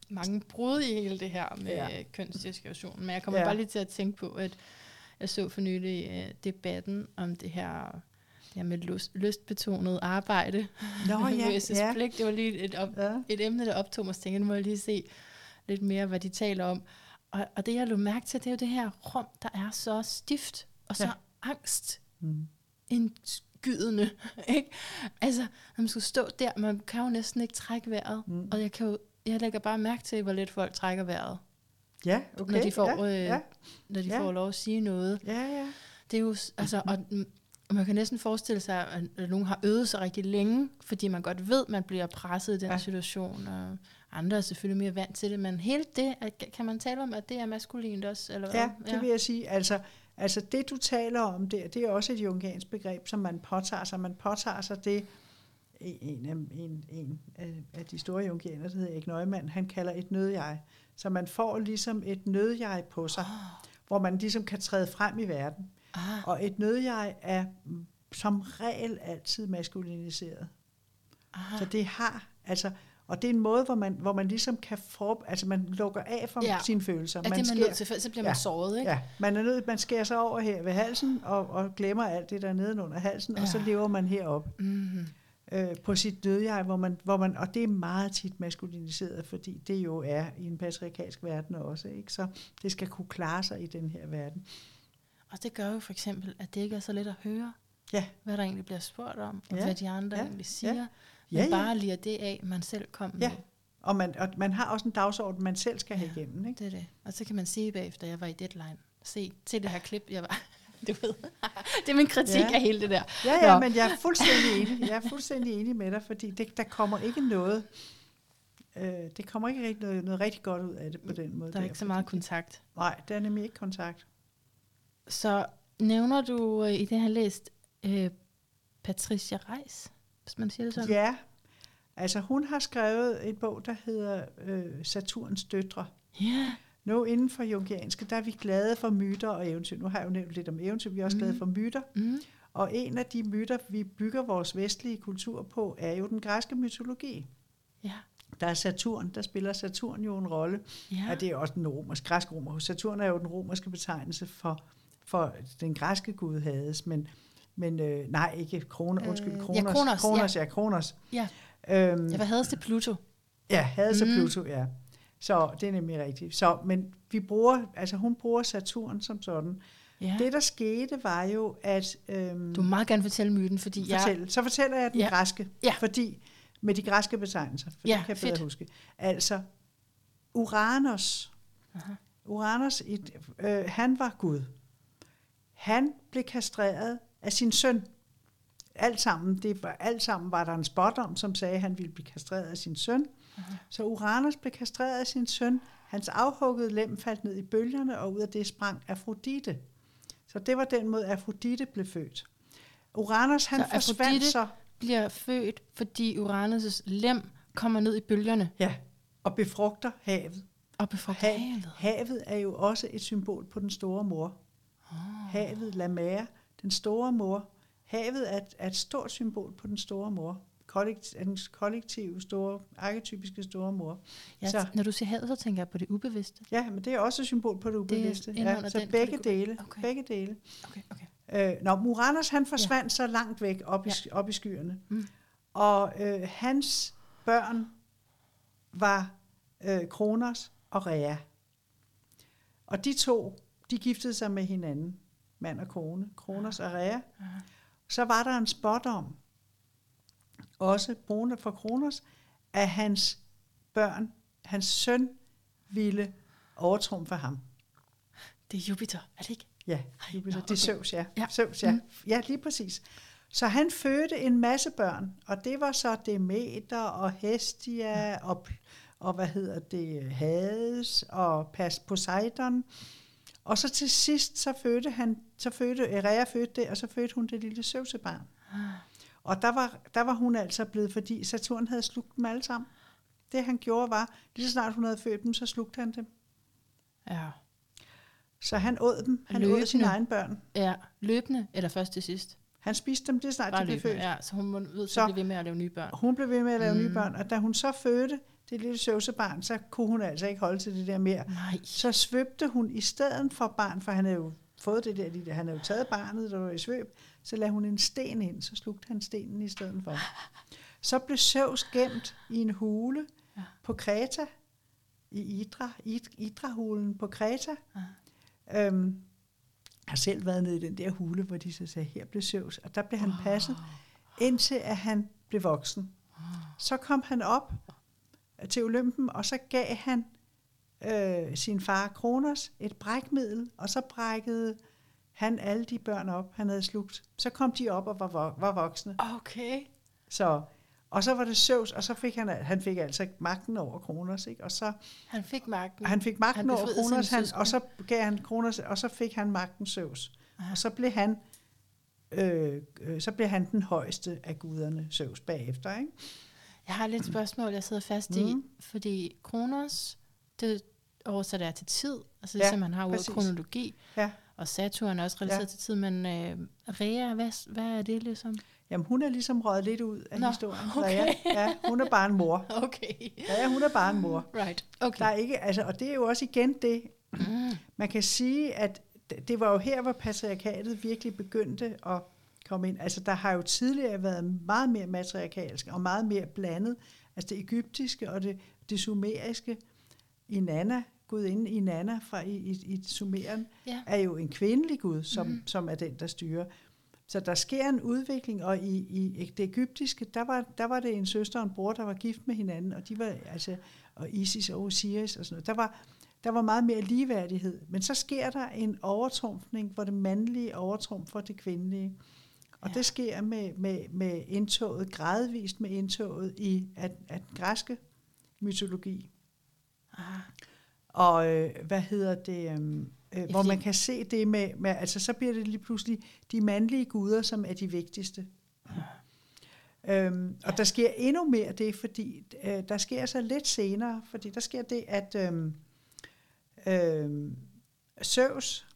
[SPEAKER 1] mange brud i hele det her med
[SPEAKER 2] Ja.
[SPEAKER 1] kønsdiskrimination. Men jeg kommer
[SPEAKER 2] Ja.
[SPEAKER 1] bare lige til at tænke på, at jeg så for nylig uh, debatten om det her, det her med lyst, lystbetonet arbejde.
[SPEAKER 2] Nå ja,
[SPEAKER 1] versus
[SPEAKER 2] ja.
[SPEAKER 1] pligt. Det var lige et, op,
[SPEAKER 2] Ja.
[SPEAKER 1] et emne, der optog mig, så tænkte jeg, nu må jeg lige se lidt mere, hvad de taler om. Og, og det, jeg lå mærke til, det er jo det her rum, der er så stift og så
[SPEAKER 2] Ja.
[SPEAKER 1] angst
[SPEAKER 2] Mm.
[SPEAKER 1] indskydende, ikke? Altså, når man skulle stå der, man kan jo næsten ikke trække vejret,
[SPEAKER 2] Mm.
[SPEAKER 1] og jeg kan jo, jeg lægger bare mærke til, hvor lidt folk trækker vejret,
[SPEAKER 2] Ja, okay.
[SPEAKER 1] når de får,
[SPEAKER 2] ja,
[SPEAKER 1] øh,
[SPEAKER 2] ja,
[SPEAKER 1] når de
[SPEAKER 2] Ja.
[SPEAKER 1] får lov at sige noget.
[SPEAKER 2] ja, ja.
[SPEAKER 1] Det er jo, s- altså, og, og man kan næsten forestille sig, at, at nogen har øvet sig rigtig længe, fordi man godt ved, at man bliver presset i den
[SPEAKER 2] Ja.
[SPEAKER 1] situation, og andre er selvfølgelig mere vant til det, men hele det, at- kan man tale om, at det er maskulint også, eller hvad?
[SPEAKER 2] Ja, det vil jeg sige. Altså, altså det, du taler om der, det er også et jungiansk begreb, som man påtager sig. Man påtager sig det, en af, en, en af- af de store jungianer, der hedder Erik Neumann, han kalder et nødjeg. Så man får ligesom et nødjeg på sig,
[SPEAKER 1] Oh,
[SPEAKER 2] hvor man ligesom kan træde frem i verden.
[SPEAKER 1] ah,
[SPEAKER 2] Og et nødjeg er mm, som regel altid maskuliniseret.
[SPEAKER 1] ah.
[SPEAKER 2] Så det har, altså, og det er en måde, hvor man, hvor man ligesom kan få, altså man lukker af for
[SPEAKER 1] Ja.
[SPEAKER 2] ja. sine følelser.
[SPEAKER 1] Er det, man
[SPEAKER 2] skærer-
[SPEAKER 1] nødt til, for så bliver man
[SPEAKER 2] Ja.
[SPEAKER 1] såret, ikke?
[SPEAKER 2] Ja, man er nødt, man skærer sig over her ved halsen, og, og glemmer alt det der nedenunder halsen, ja. og så
[SPEAKER 1] Ja.
[SPEAKER 2] lever man heroppe
[SPEAKER 1] Mm-hmm.
[SPEAKER 2] øh, på sit nødjeg, hvor man, hvor man, og det er meget tit maskuliniseret, fordi det jo er i en patriarkalsk verden også, ikke? Så det skal kunne klare sig i den her verden.
[SPEAKER 1] Og det gør jo for eksempel, at det ikke er så let at høre,
[SPEAKER 2] Ja.
[SPEAKER 1] hvad der egentlig bliver spurgt om, og
[SPEAKER 2] Ja.
[SPEAKER 1] hvad de andre
[SPEAKER 2] Ja.
[SPEAKER 1] egentlig siger.
[SPEAKER 2] Ja.
[SPEAKER 1] Men
[SPEAKER 2] Ja, ja.
[SPEAKER 1] bare lige det af, man selv kom
[SPEAKER 2] Ja.
[SPEAKER 1] med.
[SPEAKER 2] Og man, og man har også en dagsorden, man selv skal have
[SPEAKER 1] Ja.
[SPEAKER 2] igennem, ikke?
[SPEAKER 1] Det er det. Og så kan man sige bagefter, jeg var i Deadline. Se til det her klip, jeg var. Du ved. Det er min kritik
[SPEAKER 2] Ja.
[SPEAKER 1] af hele det der.
[SPEAKER 2] Ja, ja,
[SPEAKER 1] Nå.
[SPEAKER 2] men jeg er fuldstændig enig. Jeg er fuldstændig enig med dig, fordi det, der kommer ikke noget, øh, det kommer ikke rigtig noget, noget rigtig godt ud af det på den måde.
[SPEAKER 1] Der er ikke så meget kontakt.
[SPEAKER 2] Nej, der er nemlig ikke kontakt.
[SPEAKER 1] Så nævner du øh, i det her læst øh, Patricia Reiss, hvis man siger det sådan?
[SPEAKER 2] Ja, altså hun har skrevet en bog, der hedder øh, Saturns døtre.
[SPEAKER 1] Ja.
[SPEAKER 2] Nu inden for jungianske, der er vi glade for myter og eventyr. Nu har jeg jo nævnt lidt om eventyr, vi er også
[SPEAKER 1] Mm.
[SPEAKER 2] glade for myter.
[SPEAKER 1] Mm.
[SPEAKER 2] Og en af de myter, vi bygger vores vestlige kultur på, er jo den græske mytologi.
[SPEAKER 1] Ja.
[SPEAKER 2] Der er Saturn, der spiller Saturn jo en rolle.
[SPEAKER 1] Ja.
[SPEAKER 2] Ja, det er også den romerske, græsk romer. Saturn er jo den romerske betegnelse for, for den græske gud Hades, men, men øh, nej, ikke Kronos,
[SPEAKER 1] Øh,
[SPEAKER 2] undskyld,
[SPEAKER 1] ja,
[SPEAKER 2] Kronos,
[SPEAKER 1] Kronos,
[SPEAKER 2] Kronos, ja, Kronos.
[SPEAKER 1] Ja.
[SPEAKER 2] Øhm,
[SPEAKER 1] Ja, hvad havde det Pluto?
[SPEAKER 2] ja, Hades og
[SPEAKER 1] Mm.
[SPEAKER 2] Pluto, ja. Så det er nemlig rigtigt. Så, men vi bruger, altså hun bruger Saturn som sådan.
[SPEAKER 1] Ja.
[SPEAKER 2] Det, der skete, var jo, at... Øhm,
[SPEAKER 1] Du må meget gerne fortælle myten, fordi jeg...
[SPEAKER 2] fortælle. Så fortæller jeg den
[SPEAKER 1] Ja.
[SPEAKER 2] græske,
[SPEAKER 1] Ja.
[SPEAKER 2] fordi med de græske betegnelser, for
[SPEAKER 1] Ja,
[SPEAKER 2] det kan jeg bedre
[SPEAKER 1] fedt.
[SPEAKER 2] huske. Altså, Uranus,
[SPEAKER 1] Aha.
[SPEAKER 2] Uranus, et, øh, han var Gud. Han blev kastreret af sin søn. Alt sammen, det var, alt sammen var der en spot om, som sagde, at han ville blive kastreret af sin søn.
[SPEAKER 1] Aha.
[SPEAKER 2] Så Uranus blev kastreret af sin søn. Hans afhuggede lem faldt ned i bølgerne, og ud af det sprang Afrodite. Så det var den måde, Afrodite blev født. Uranus, han
[SPEAKER 1] Så
[SPEAKER 2] forsvandt
[SPEAKER 1] Afrodite-
[SPEAKER 2] så...
[SPEAKER 1] bliver født, fordi Uranus' lem kommer ned i bølgerne
[SPEAKER 2] Ja, og befrugter havet.
[SPEAKER 1] og befrugter
[SPEAKER 2] Ha-
[SPEAKER 1] havet.
[SPEAKER 2] havet er jo også et symbol på den store mor.
[SPEAKER 1] Oh.
[SPEAKER 2] Havet, la mer, den store mor. Havet er et, er et stort symbol på den store mor. Kollekt, den kollektive, store, arketypiske store mor.
[SPEAKER 1] Ja,
[SPEAKER 2] Så-
[SPEAKER 1] når du siger havet, så tænker jeg på det ubevidste.
[SPEAKER 2] Ja, men det er også et symbol på det ubevidste.
[SPEAKER 1] inde
[SPEAKER 2] Ja,
[SPEAKER 1] under
[SPEAKER 2] så
[SPEAKER 1] den
[SPEAKER 2] begge
[SPEAKER 1] kategori.
[SPEAKER 2] dele.
[SPEAKER 1] Okay.
[SPEAKER 2] Begge dele.
[SPEAKER 1] Okay, okay.
[SPEAKER 2] Øh, når Uranus, han forsvandt ja. så langt væk op i,
[SPEAKER 1] Ja.
[SPEAKER 2] op i skyerne.
[SPEAKER 1] Mm.
[SPEAKER 2] Og øh, hans børn var øh, Kronos og Rhea. Og de to, de giftede sig med hinanden, mand og kone, Kronos og Rhea.
[SPEAKER 1] Aha.
[SPEAKER 2] Så var der en spot om, også brune for Kronos, at hans børn, hans søn, ville overtrumfe ham.
[SPEAKER 1] Det er Jupiter, er det ikke?
[SPEAKER 2] Ja, Jupiter.
[SPEAKER 1] nå,
[SPEAKER 2] Det er Zeus, ja.
[SPEAKER 1] Ja.
[SPEAKER 2] Zeus, ja.
[SPEAKER 1] Mm.
[SPEAKER 2] Ja, lige præcis. Så han fødte en masse børn, og det var så Demeter og Hestia og, og hvad hedder det, Hades og Pas Poseidon. Og så til sidst, så fødte han, så fødte, Rhea fødte det, og så fødte hun det lille Zeusebarn.
[SPEAKER 1] Ah.
[SPEAKER 2] Og der var, der var hun altså blevet, fordi Saturn havde slugt dem alle sammen. Det han gjorde var, lige så snart hun havde født dem, så slugte han dem.
[SPEAKER 1] Ja.
[SPEAKER 2] Så han åd dem. Han
[SPEAKER 1] Løbende.
[SPEAKER 2] åd sine egne børn.
[SPEAKER 1] Ja, løbende eller først til sidst?
[SPEAKER 2] Han spiste dem, lige så snart
[SPEAKER 1] Bare
[SPEAKER 2] de blev
[SPEAKER 1] løbende,
[SPEAKER 2] født.
[SPEAKER 1] ja. Så hun må ved, så
[SPEAKER 2] Så-
[SPEAKER 1] blive ved med at lave nye børn.
[SPEAKER 2] Hun blev ved med at lave
[SPEAKER 1] Mm.
[SPEAKER 2] mm. nye børn, og da hun så fødte det lille søvsebarn, så kunne hun altså ikke holde til det der mere.
[SPEAKER 1] Nej.
[SPEAKER 2] Så svøbte hun i stedet for barn, for han havde jo fået det der, de, han havde jo taget barnet, der var i svøb, så lagde hun en sten ind, så slugte han stenen i stedet for. Så blev Zeus gemt i en hule ja. på Kreta, i Idra, Idra-hulen på Kreta. Ja. Øhm, jeg har selv været nede i den der hule, hvor de så sagde, her blev Zeus, og der blev han passet, oh. indtil at han blev voksen. Oh. Så kom han op til Olympen, og så gav han øh, sin far Kronos et brækmiddel, og så brækkede han alle de børn op, han havde slugt. Så kom de op og var, var voksne.
[SPEAKER 1] Okay.
[SPEAKER 2] Så, og så var det Zeus, og så fik han, han fik altså magten over Kronos, ikke? Og så
[SPEAKER 1] han fik magten.
[SPEAKER 2] Han fik magten han over Kronos, han, og så gav han Kronos, og så fik han magten Zeus. Aha. Og så blev han øh, øh, så blev han den højeste af guderne, Zeus, bagefter, ikke?
[SPEAKER 1] Jeg har lidt spørgsmål, jeg sidder fast i, mm. fordi Kronos, det oversætter jeg til tid, altså ligesom ja, man har ordet kronologi, ja. Og Saturn er også relateret ja. til tid, men øh, Rhea, hvad, hvad er det ligesom?
[SPEAKER 2] Jamen, hun er ligesom røget lidt ud af
[SPEAKER 1] Nå,
[SPEAKER 2] historien.
[SPEAKER 1] Okay.
[SPEAKER 2] Ja, hun er bare en mor.
[SPEAKER 1] Okay.
[SPEAKER 2] Ja, hun er bare en mor.
[SPEAKER 1] Right. Okay.
[SPEAKER 2] Der er ikke, altså, og det er jo også igen det, mm. man kan sige, at det var jo her, hvor patriarkatet virkelig begyndte at komme ind. Altså, der har jo tidligere været meget mere matriarkalsk og meget mere blandet. Altså det egyptiske og det, det sumeriske. Inanna, gudinden Inanna fra i, i, i Sumeren, ja. er jo en kvindelig gud, som, mm. som er den, der styrer. Så der sker en udvikling, og i, i det egyptiske, der var, der var det en søster og en bror, der var gift med hinanden, og de var altså, og Isis og Osiris og sådan noget. Der var, der var meget mere ligeværdighed. Men så sker der en overtrumfning, hvor det mandlige overtrumfer det kvindelige. Og ja. det sker med, med, med indtoget, gradvist med indtoget i at, at græske mytologi. Aha. Og øh, hvad hedder det, øh, hvor man kan se det med, med, altså så bliver det lige pludselig de mandlige guder, som er de vigtigste. Ja. Øhm, og ja. der sker endnu mere det, fordi øh, der sker så lidt senere, fordi der sker det, at øh, øh, Zeus,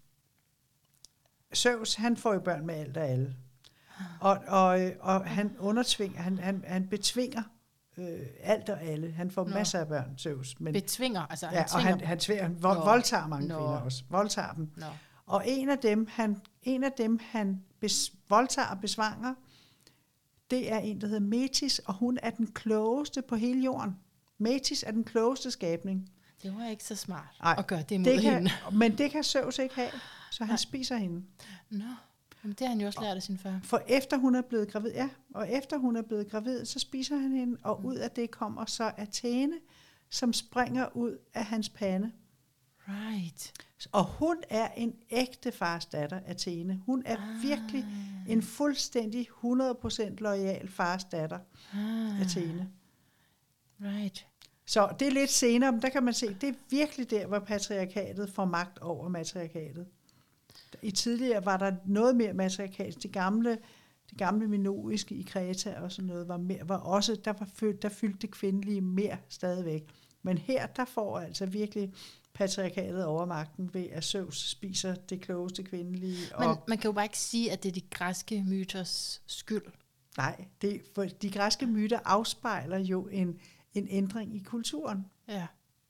[SPEAKER 2] Zeus, han får jo børn med alt og alle. Og, og, og han undertvinger, han, han, han betvinger øh, alt og alle. Han får Nå. masser af børn, Zeus. Men,
[SPEAKER 1] betvinger? Altså han
[SPEAKER 2] ja, og han, han, tvinger, han vold, voldtager mange
[SPEAKER 1] Nå.
[SPEAKER 2] kvinder også. Voldtager dem.
[SPEAKER 1] Nå.
[SPEAKER 2] Og en af dem, han, en af dem, han bes, voldtager og besvanger, det er en, der hedder Metis, og hun er den klogeste på hele jorden. Metis er den klogeste skabning.
[SPEAKER 1] Det var ikke så smart
[SPEAKER 2] Ej,
[SPEAKER 1] at gøre det mod
[SPEAKER 2] det kan,
[SPEAKER 1] hende.
[SPEAKER 2] Men det kan Zeus ikke have, så han Nej. spiser hende.
[SPEAKER 1] Nå. Jamen, det har han jo også lært af sin far.
[SPEAKER 2] For efter hun er blevet gravid, ja, og efter hun er blevet gravid, så spiser han hende, og mm. ud af det kommer så Athene, som springer ud af hans pande.
[SPEAKER 1] Right.
[SPEAKER 2] Og hun er en ægte fars datter, Athene. Hun er ah. virkelig en fuldstændig hundrede procent loyal fars datter, ah. Athene.
[SPEAKER 1] Right.
[SPEAKER 2] Så det er lidt senere, men der kan man se, det er virkelig der, hvor patriarkatet får magt over matriarkatet. I tidligere var der noget mere matriarkalsk. Det gamle, det gamle minoiske i Kreta og sådan noget var mere, var også der var fyldt, der fyldte det kvindelige mere stadigvæk. Men her der får altså virkelig patriarkatet overmagten ved at Zeus spiser det klogeste kvindelige.
[SPEAKER 1] Men
[SPEAKER 2] og
[SPEAKER 1] man kan jo bare ikke sige, at det er de græske myters skyld.
[SPEAKER 2] Nej, det, for de græske myter afspejler jo en en ændring i kulturen.
[SPEAKER 1] Ja.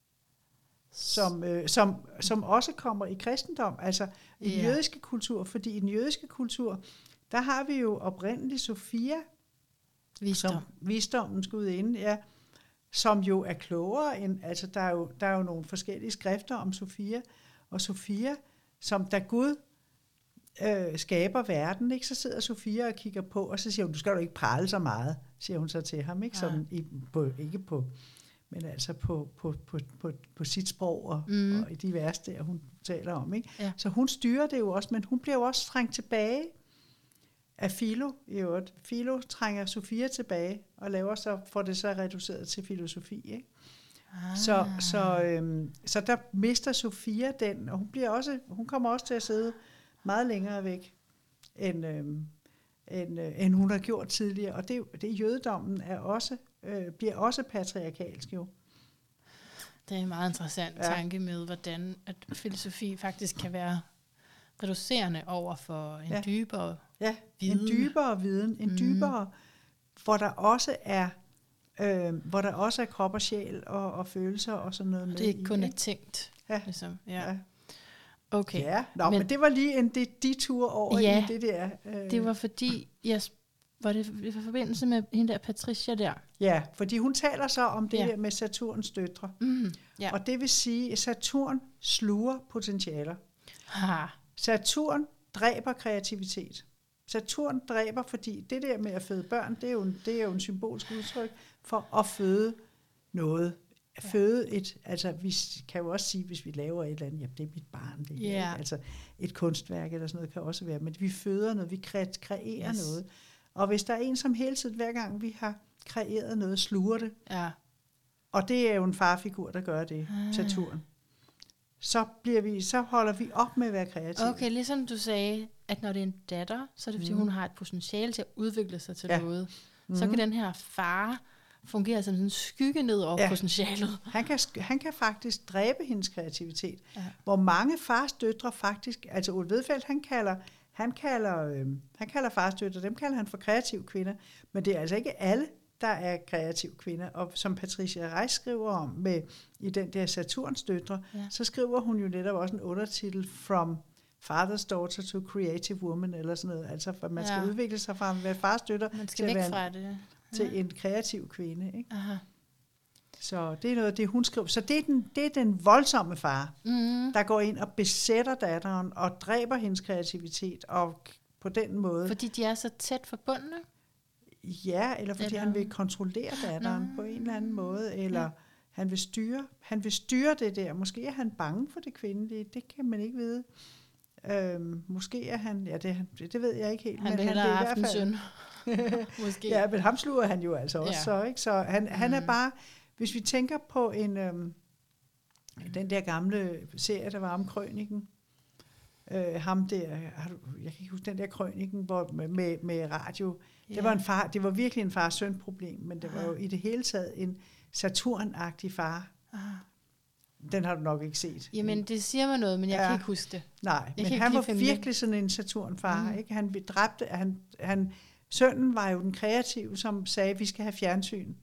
[SPEAKER 2] Som, øh, som, som også kommer i kristendom, altså i den ja. jødiske kultur, fordi i den jødiske kultur, der har vi jo oprindeligt Sofia,
[SPEAKER 1] Visdom.
[SPEAKER 2] som visdommens gudinde, ja, som jo er klogere end, altså der er jo, der er jo nogle forskellige skrifter om Sofia, og Sofia, som da Gud øh, skaber verden, ikke, så sidder Sofia og kigger på, og så siger hun, du skal jo ikke prale så meget, siger hun så til ham, ikke, sådan, ja. i, på, ikke på men altså på, på, på, på, på sit sprog og, mm. og i de vers der, hun taler om. Ikke? Ja. Så hun styrer det jo også, men hun bliver jo også trængt tilbage af Philo i øvrigt. Philo trænger Sofia tilbage og laver så, får det så reduceret til filosofi. Ikke? Ah. Så, så, øhm, så der mister Sofia den, og hun, bliver også, hun kommer også til at sidde meget længere væk, end, øhm, end, øh, end hun har gjort tidligere. Og det, det jødedommen er også Øh, bliver også patriarkalsk jo.
[SPEAKER 1] Det er en meget interessant ja. tanke med, hvordan at filosofi faktisk kan være reducerende over for en
[SPEAKER 2] ja.
[SPEAKER 1] dybere
[SPEAKER 2] ja,
[SPEAKER 1] viden.
[SPEAKER 2] en dybere viden, en mm. dybere, hvor der også er øh, hvor der også er krop og sjæl og, og følelser og sådan noget med.
[SPEAKER 1] Det er ikke kun
[SPEAKER 2] i,
[SPEAKER 1] er tænkt.
[SPEAKER 2] Ja.
[SPEAKER 1] Ligesom. Ja.
[SPEAKER 2] Ja.
[SPEAKER 1] Okay.
[SPEAKER 2] Ja, Nå, men, men det var lige en detur over
[SPEAKER 1] ja,
[SPEAKER 2] i det der. Øh.
[SPEAKER 1] Det var fordi, jeg, var det i forbindelse med hende der Patricia der?
[SPEAKER 2] Ja, fordi hun taler så om det
[SPEAKER 1] ja.
[SPEAKER 2] her med Saturns døtre.
[SPEAKER 1] Mm, ja.
[SPEAKER 2] Og det vil sige, at Saturn sluger potentialer.
[SPEAKER 1] Ha.
[SPEAKER 2] Saturn dræber kreativitet. Saturn dræber, fordi det der med at føde børn, det er jo en, det er jo en symbolsk udtryk for at føde noget. At føde et, altså vi kan jo også sige, hvis vi laver et eller andet, jamen det er mit barn, det er
[SPEAKER 1] yeah.
[SPEAKER 2] altså et kunstværk eller sådan noget kan også være, men vi føder noget, vi kreerer
[SPEAKER 1] yes.
[SPEAKER 2] noget. Og hvis der er en, som hele tiden, hver gang vi har kreeret noget, sluger det,
[SPEAKER 1] ja.
[SPEAKER 2] og det er jo en farfigur, der gør det, ah. Saturn, så, bliver vi, så holder vi op med at være kreative.
[SPEAKER 1] Okay, ligesom du sagde, at når det er en datter, så er det fordi, mm. hun har et potentiale til at udvikle sig til ja. noget. Så mm. kan den her far fungere som en skygge ned over ja. potentialet.
[SPEAKER 2] Han kan, han kan faktisk dræbe hendes kreativitet.
[SPEAKER 1] Ja.
[SPEAKER 2] Hvor mange fars døtre faktisk, altså Ole Vedfeldt, han kalder, han kalder, øh, han kalder fars døtre, dem kalder han for kreative kvinder, men det er altså ikke alle, der er kreative kvinder. Og som Patricia Reiss skriver om med, i den der Saturns døtre, ja. så skriver hun jo netop også en undertitel From Father's Daughter to Creative Woman, eller sådan noget. Altså, for man skal ja. udvikle sig fra at være fars døtre
[SPEAKER 1] til, at være en, det.
[SPEAKER 2] til ja. en kreativ kvinde. Ikke?
[SPEAKER 1] Aha.
[SPEAKER 2] Så det er noget, det hun skriver. Så det er den, det er den voldsomme far, mm. der går ind og besætter datteren og dræber hendes kreativitet, og på den måde...
[SPEAKER 1] Fordi de er så tæt forbundne?
[SPEAKER 2] Ja, eller fordi eller... han vil kontrollere datteren Nå. på en eller anden måde, eller ja. han vil styre, han vil styre det der. Måske er han bange for det kvindelige, det kan man ikke vide. Øhm, måske er han, ja det, det ved jeg ikke helt.
[SPEAKER 1] Han
[SPEAKER 2] men
[SPEAKER 1] vil
[SPEAKER 2] han
[SPEAKER 1] hellere have aftensøn.
[SPEAKER 2] Måske. Ja, men ham sluger han jo altså også, ja. så, ikke? Så han, mm. han er bare, hvis vi tænker på en, øhm, den der gamle serie, der var om Krøniken, øh, ham der, har du, jeg kan ikke huske den der Krøniken, hvor, med, med radio, yeah. det var en far, det var virkelig en far-søn problem, men det var jo i det hele taget en Saturn-agtig far. Aha. Den har du nok ikke set.
[SPEAKER 1] Jamen, det siger mig noget, men jeg ja. kan ikke huske det.
[SPEAKER 2] Nej, jeg men han var virkelig det. sådan en Saturn-far. Mm. Ikke? Han dræbte, han, han, sønnen var jo den kreative, som sagde, vi skal have fjernsyn.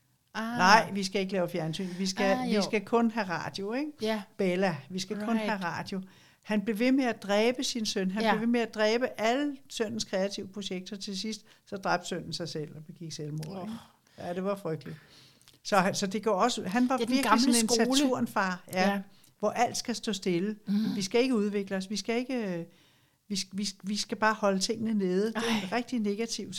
[SPEAKER 2] Ah. Nej, vi skal ikke lave fjernsyn. Vi skal, ah, vi skal kun have radio, ikke?
[SPEAKER 1] Yeah.
[SPEAKER 2] Bella, vi skal right. kun have radio. Han blev ved med at dræbe sin søn. Han ja. blev ved med at dræbe alle sønnens kreative projekter. Til sidst, så dræbte sønnen sig selv og begik selvmord. Oh. Ja, det var frygteligt. Så, så det går også, han var virkelig sådan en Saturnfar, ja, ja. hvor alt skal stå stille. Mm. Vi skal ikke udvikle os, vi skal ikke, vi, vi, vi skal bare holde tingene nede. Ej. Det er en rigtig negativ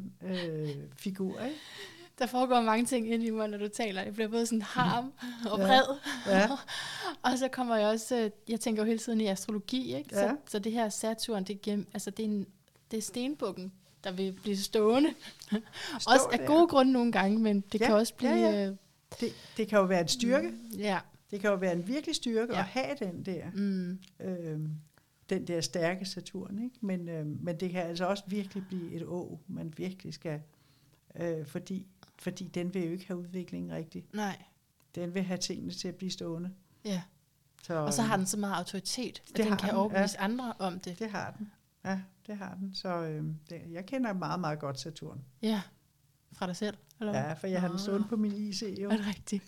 [SPEAKER 2] Saturn-figur, øh, ikke?
[SPEAKER 1] Der foregår mange ting ind i mig, når du taler. Jeg bliver både sådan harm og vred. Ja. Ja. Og så kommer jeg også, jeg tænker jo hele tiden i astrologi, ikke? Ja. Så, så det her Saturn, det er, gennem, altså det er, en, det er stenbukken, der vil blive stående. Stå også af gode grunde nogle gange, men det ja, kan også blive... Ja, ja.
[SPEAKER 2] Det, det kan jo være en styrke.
[SPEAKER 1] Mm, ja.
[SPEAKER 2] Det kan jo være en virkelig styrke ja. at have den der. Mm. Øhm, den der stærke Saturn, ikke? Men, øhm, men det kan altså også virkelig blive et å, man virkelig skal... Øh, fordi, fordi den vil jo ikke have udvikling rigtigt.
[SPEAKER 1] Nej. Den
[SPEAKER 2] vil have tingene til at blive stående.
[SPEAKER 1] Ja. Så, og så har den så meget autoritet, at den kan den. overbevise ja. andre om det.
[SPEAKER 2] Det har den. Ja, det har den. Så øh, det, jeg kender meget, meget godt Saturn.
[SPEAKER 1] Ja, fra dig selv? Eller?
[SPEAKER 2] Ja, for jeg har den stående på min I C. Jo.
[SPEAKER 1] Er det rigtigt?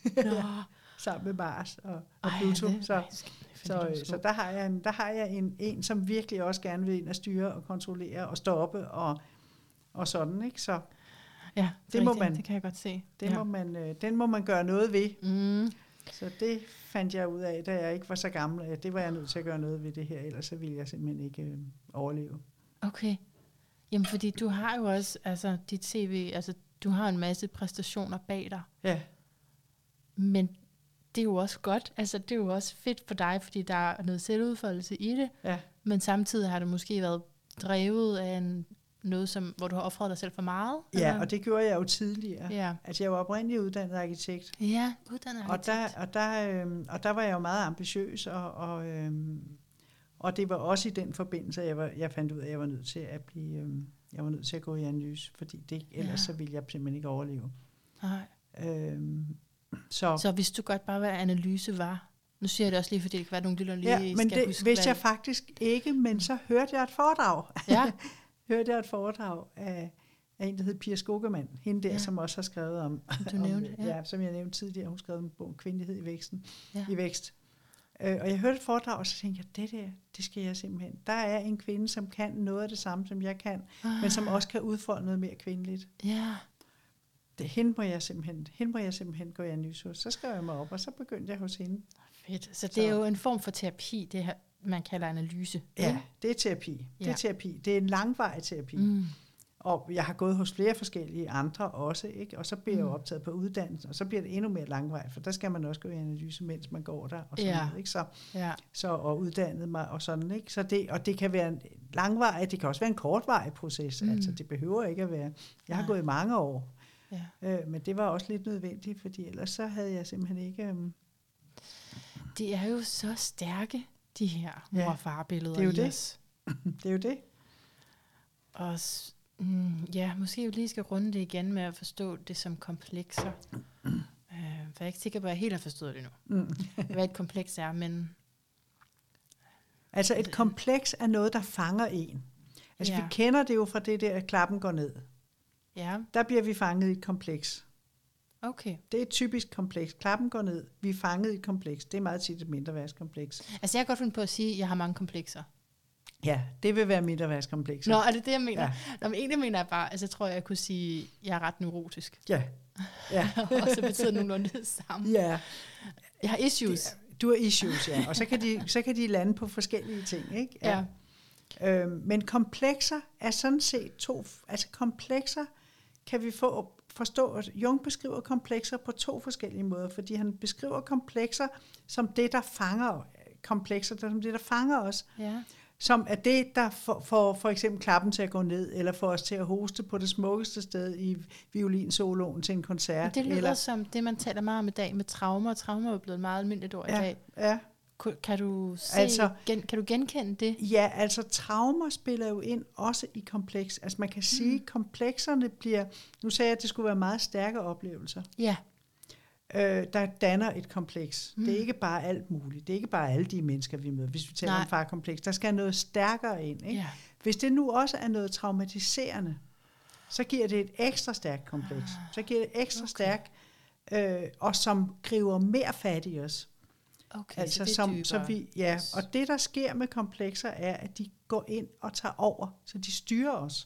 [SPEAKER 2] Sammen med Mars og, og Pluto. Ej, så, så, så, så der har jeg, en, der har jeg en, en, som virkelig også gerne vil ind og styre og kontrollere og stoppe og, og sådan, ikke? Så
[SPEAKER 1] ja, det, det må man. Det kan jeg godt se.
[SPEAKER 2] Det ja. må man, øh, den må man gøre noget ved. Mm. Så det fandt jeg ud af, da jeg ikke var så gammel. Det var jeg nødt til at gøre noget ved det her, ellers så ville jeg simpelthen ikke øh, overleve.
[SPEAKER 1] Okay. Jamen, fordi du har jo også, altså dit C V, altså du har en masse præstationer bag dig.
[SPEAKER 2] Ja.
[SPEAKER 1] Men det er jo også godt, altså det er jo også fedt for dig, fordi der er noget selvudfoldelse i det.
[SPEAKER 2] Ja.
[SPEAKER 1] Men samtidig har det måske været drevet af en, noget, som, hvor du har offret dig selv for meget.
[SPEAKER 2] Ja, eller? Og det gjorde jeg jo tidligere.
[SPEAKER 1] Ja.
[SPEAKER 2] Altså jeg var oprindeligt uddannet arkitekt.
[SPEAKER 1] Ja, uddannet arkitekt.
[SPEAKER 2] Og der, og der, øhm, og der var jeg jo meget ambitiøs, og, og, øhm, og det var også i den forbindelse, at jeg, var, jeg fandt ud af, at jeg var nødt til at blive, øhm, jeg var nødt til at gå i analyse, fordi det, ellers ja. så ville jeg simpelthen ikke overleve.
[SPEAKER 1] Nej.
[SPEAKER 2] Øhm, så.
[SPEAKER 1] så hvis du godt bare, hvad analyse var? Nu siger jeg det også lige, fordi det kan være nogle lytter lige
[SPEAKER 2] ja, men
[SPEAKER 1] skal
[SPEAKER 2] det
[SPEAKER 1] huske.
[SPEAKER 2] vidste jeg faktisk ikke, men så hørte jeg et foredrag.
[SPEAKER 1] Ja.
[SPEAKER 2] hørte jeg et foredrag af af en, der hedder Pia Skogemann. Hende der,
[SPEAKER 1] Ja.
[SPEAKER 2] som også har skrevet om,
[SPEAKER 1] Du
[SPEAKER 2] om
[SPEAKER 1] nævnte, ja.
[SPEAKER 2] ja, som jeg nævnte tidligere, hun skrev en bog, Kvindelighed i væksten,
[SPEAKER 1] Ja.
[SPEAKER 2] i vækst. Øh, og jeg hørte et foredrag, og så tænkte jeg, det der, det skal jeg simpelthen. Der er en kvinde, som kan noget af det samme, som jeg kan,
[SPEAKER 1] Ah.
[SPEAKER 2] men som også kan udfolde noget mere kvindeligt.
[SPEAKER 1] Ja.
[SPEAKER 2] Det, hende, må jeg simpelthen, hende må jeg simpelthen gå i analyse hos. Så skrev jeg mig op, og så begyndte jeg hos hende.
[SPEAKER 1] Fedt. Så det
[SPEAKER 2] Så-
[SPEAKER 1] er jo en form for terapi, det her, man kalder analyse.
[SPEAKER 2] Ja,
[SPEAKER 1] ikke?
[SPEAKER 2] det er terapi. Det
[SPEAKER 1] Ja.
[SPEAKER 2] er terapi. Det er en langvarig terapi.
[SPEAKER 1] Mm.
[SPEAKER 2] Og jeg har gået hos flere forskellige andre også, ikke? Og så bliver jeg jo
[SPEAKER 1] Mm.
[SPEAKER 2] optaget på uddannelsen, og så bliver det endnu mere langvejt, for der skal man også gå i analyse, mens man går der, og sådan
[SPEAKER 1] Ja.
[SPEAKER 2] noget, ikke? Så,
[SPEAKER 1] Ja.
[SPEAKER 2] så og uddannet mig, og sådan, ikke? Så det, og det kan være en langvarig, det kan også være en kortvarig proces,
[SPEAKER 1] Mm.
[SPEAKER 2] mm. altså det behøver ikke at være, jeg har
[SPEAKER 1] Nej.
[SPEAKER 2] gået i mange år,
[SPEAKER 1] Ja.
[SPEAKER 2] øh, men det var også lidt nødvendigt, fordi ellers så havde jeg simpelthen ikke, øhm,
[SPEAKER 1] Det er jo så stærke, de her mor-
[SPEAKER 2] Ja,
[SPEAKER 1] og farbilleder
[SPEAKER 2] det er jo
[SPEAKER 1] i
[SPEAKER 2] det.
[SPEAKER 1] os.
[SPEAKER 2] det er jo det.
[SPEAKER 1] Og s- mm, ja, måske vi lige skal runde det igen med at forstå det som komplekser. Uh, for jeg er ikke sikker på, at jeg helt har forstået det nu.
[SPEAKER 2] Mm.
[SPEAKER 1] Hvad et kompleks er, men
[SPEAKER 2] Altså et kompleks er noget, der fanger en. Altså
[SPEAKER 1] Ja.
[SPEAKER 2] vi kender det jo fra det der, at klappen går ned.
[SPEAKER 1] ja,
[SPEAKER 2] Der bliver vi fanget i et kompleks.
[SPEAKER 1] okay.
[SPEAKER 2] Det er et typisk kompleks. Klappen går ned. Vi er fanget i et kompleks. Det er meget tit et mindreværdskompleks.
[SPEAKER 1] Altså jeg kan godt finde på at sige, at jeg har mange komplekser.
[SPEAKER 2] Ja, det vil være mindreværdskompleks.
[SPEAKER 1] Nå, er det det, jeg mener?
[SPEAKER 2] Ja.
[SPEAKER 1] Nå, men egentlig mener jeg bare, altså jeg tror, jeg kunne sige, at jeg er ret neurotisk.
[SPEAKER 2] Ja. Ja.
[SPEAKER 1] Og så betyder det nogenlunde det samme.
[SPEAKER 2] Ja.
[SPEAKER 1] Jeg har issues.
[SPEAKER 2] Du har issues, ja. Og så kan, de, så kan de lande på forskellige ting, ikke?
[SPEAKER 1] Ja.
[SPEAKER 2] Øhm, men komplekser er sådan set to... Altså komplekser kan vi få forstå, at Jung beskriver komplekser på to forskellige måder, fordi han beskriver komplekser som det, der fanger komplekser, som det, der fanger os.
[SPEAKER 1] Ja.
[SPEAKER 2] Som er det, der får for, for eksempel klappen til at gå ned, eller får os til at hoste på det smukkeste sted i violinsoloen til en koncert.
[SPEAKER 1] Det lyder
[SPEAKER 2] eller,
[SPEAKER 1] som det, man taler meget om i dag med traumer. Traumer er jo blevet et meget almindeligt ord i
[SPEAKER 2] ja,
[SPEAKER 1] dag.
[SPEAKER 2] ja.
[SPEAKER 1] Ku- Kan du, se,
[SPEAKER 2] Altså-
[SPEAKER 1] gen, kan du genkende det?
[SPEAKER 2] Ja, altså traumer spiller jo ind også i kompleks. Altså man kan sige, at komplekserne bliver... Nu sagde jeg, at det skulle være meget stærke oplevelser,
[SPEAKER 1] Ja.
[SPEAKER 2] øh, der danner et kompleks.
[SPEAKER 1] Mm.
[SPEAKER 2] Det er ikke bare alt muligt. Det er ikke bare alle de mennesker, vi møder. Hvis vi taler
[SPEAKER 1] Nej.
[SPEAKER 2] om farkompleks, der skal noget stærkere ind. Ikke?
[SPEAKER 1] Ja.
[SPEAKER 2] Hvis det nu også er noget traumatiserende, så giver det et ekstra stærkt kompleks. Så giver det ekstra
[SPEAKER 1] Okay.
[SPEAKER 2] stærkt, øh, og som griber mere fat i os.
[SPEAKER 1] Okay,
[SPEAKER 2] Altså,
[SPEAKER 1] så det er
[SPEAKER 2] som,
[SPEAKER 1] dybere.
[SPEAKER 2] så vi, ja, og det der sker med komplekser er, at de går ind og tager over, så de styrer os.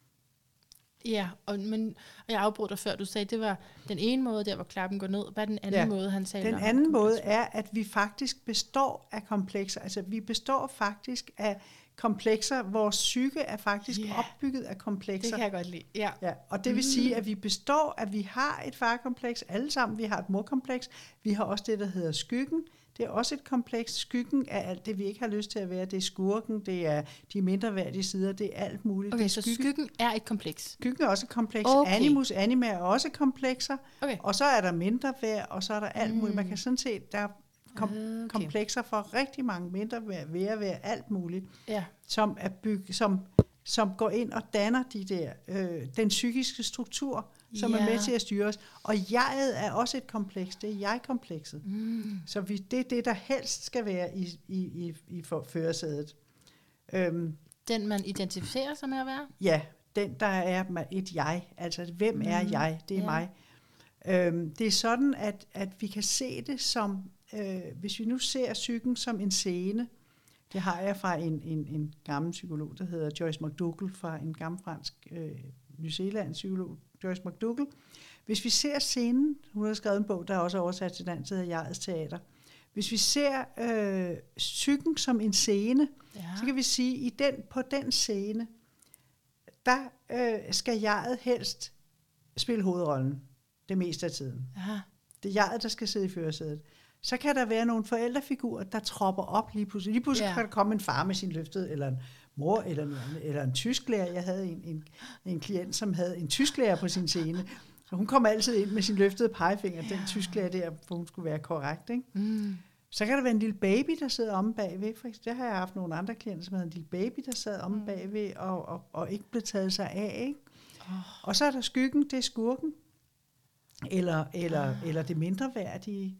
[SPEAKER 1] Ja, og, men, og jeg afbrød dig før, du sagde, det var den ene måde, der hvor klappen går ned. Hvad er den anden
[SPEAKER 2] Ja.
[SPEAKER 1] måde, han talte
[SPEAKER 2] Den
[SPEAKER 1] om?
[SPEAKER 2] anden måde er, at vi faktisk består af komplekser. Altså vi består faktisk af komplekser. Vores psyke er faktisk
[SPEAKER 1] Ja.
[SPEAKER 2] opbygget af
[SPEAKER 1] Det
[SPEAKER 2] komplekser.
[SPEAKER 1] kan jeg godt lide. Ja.
[SPEAKER 2] Ja, og det vil
[SPEAKER 1] Mm.
[SPEAKER 2] sige, at vi består, at vi har et farkompleks, alle sammen. Vi har et morkompleks. Vi har også det, der hedder skyggen. Det er også et kompleks. Skyggen er alt det, vi ikke har lyst til at være. Det er skurken, det er de mindreværdige sider, det er alt muligt.
[SPEAKER 1] Okay,
[SPEAKER 2] det
[SPEAKER 1] så
[SPEAKER 2] er skygge.
[SPEAKER 1] skyggen er et kompleks.
[SPEAKER 2] Skyggen er også et kompleks.
[SPEAKER 1] Okay.
[SPEAKER 2] Animus anima er også komplekser.
[SPEAKER 1] Okay.
[SPEAKER 2] Og så er der mindre værd, og så er der alt muligt. Man
[SPEAKER 1] Mm.
[SPEAKER 2] kan sådan set, der er kom-
[SPEAKER 1] Okay.
[SPEAKER 2] komplekser for rigtig mange mindre værd, værd, værd, alt muligt,
[SPEAKER 1] Ja.
[SPEAKER 2] som, er byg, som, som går ind og danner de der, øh, den psykiske struktur, som
[SPEAKER 1] Ja.
[SPEAKER 2] er med til at styre os. Og jeget er også et kompleks, det er jeg-komplekset.
[SPEAKER 1] Mm.
[SPEAKER 2] Så vi, det er det, der helst skal være i, i, i, i for- førersædet. Øhm,
[SPEAKER 1] Den, man identificerer sig med at være?
[SPEAKER 2] Ja, den der er ma- et jeg, altså hvem er
[SPEAKER 1] Mm,
[SPEAKER 2] jeg, det er
[SPEAKER 1] ja.
[SPEAKER 2] mig. Øhm, det er sådan, at, at vi kan se det som, øh, hvis vi nu ser psyken som en scene, det har jeg fra en, en, en gammel psykolog, der hedder Joyce McDougall, fra en gammel fransk øh, New Zealand psykolog, Joyce McDougall. Hvis vi ser scenen, hun har skrevet en bog, der er også oversat til dansk, der hedder Jegets Teater. Hvis vi ser øh, psyken som en scene,
[SPEAKER 1] Ja.
[SPEAKER 2] så kan vi sige, i den, på den scene, der øh, skal jeget helst spille hovedrollen det meste af tiden.
[SPEAKER 1] Ja.
[SPEAKER 2] Det er jeget, der skal sidde i førersædet. Så kan der være nogle forældrefigurer, der tropper op lige pludselig. Lige pludselig
[SPEAKER 1] Ja.
[SPEAKER 2] kan der komme en far med sin løftede, eller en mor, eller en, eller en tysklærer. Jeg havde en, en, en klient, som havde en tysklærer på sin scene. Så hun kom altid ind med sin løftede pegefinger, ja. Den tysklærer der, hvor hun skulle være korrekt, ikke?
[SPEAKER 1] Mm.
[SPEAKER 2] Så kan der være en lille baby, der sidder omme bagved. For eksempel, det har jeg haft nogle andre klienter, som havde en lille baby, der sad omme
[SPEAKER 1] Mm.
[SPEAKER 2] bagved og, og, og ikke blev taget sig af. Ikke?
[SPEAKER 1] Oh.
[SPEAKER 2] Og så er der skyggen, det er skurken. Eller, eller,
[SPEAKER 1] Ah.
[SPEAKER 2] eller det mindreværdige.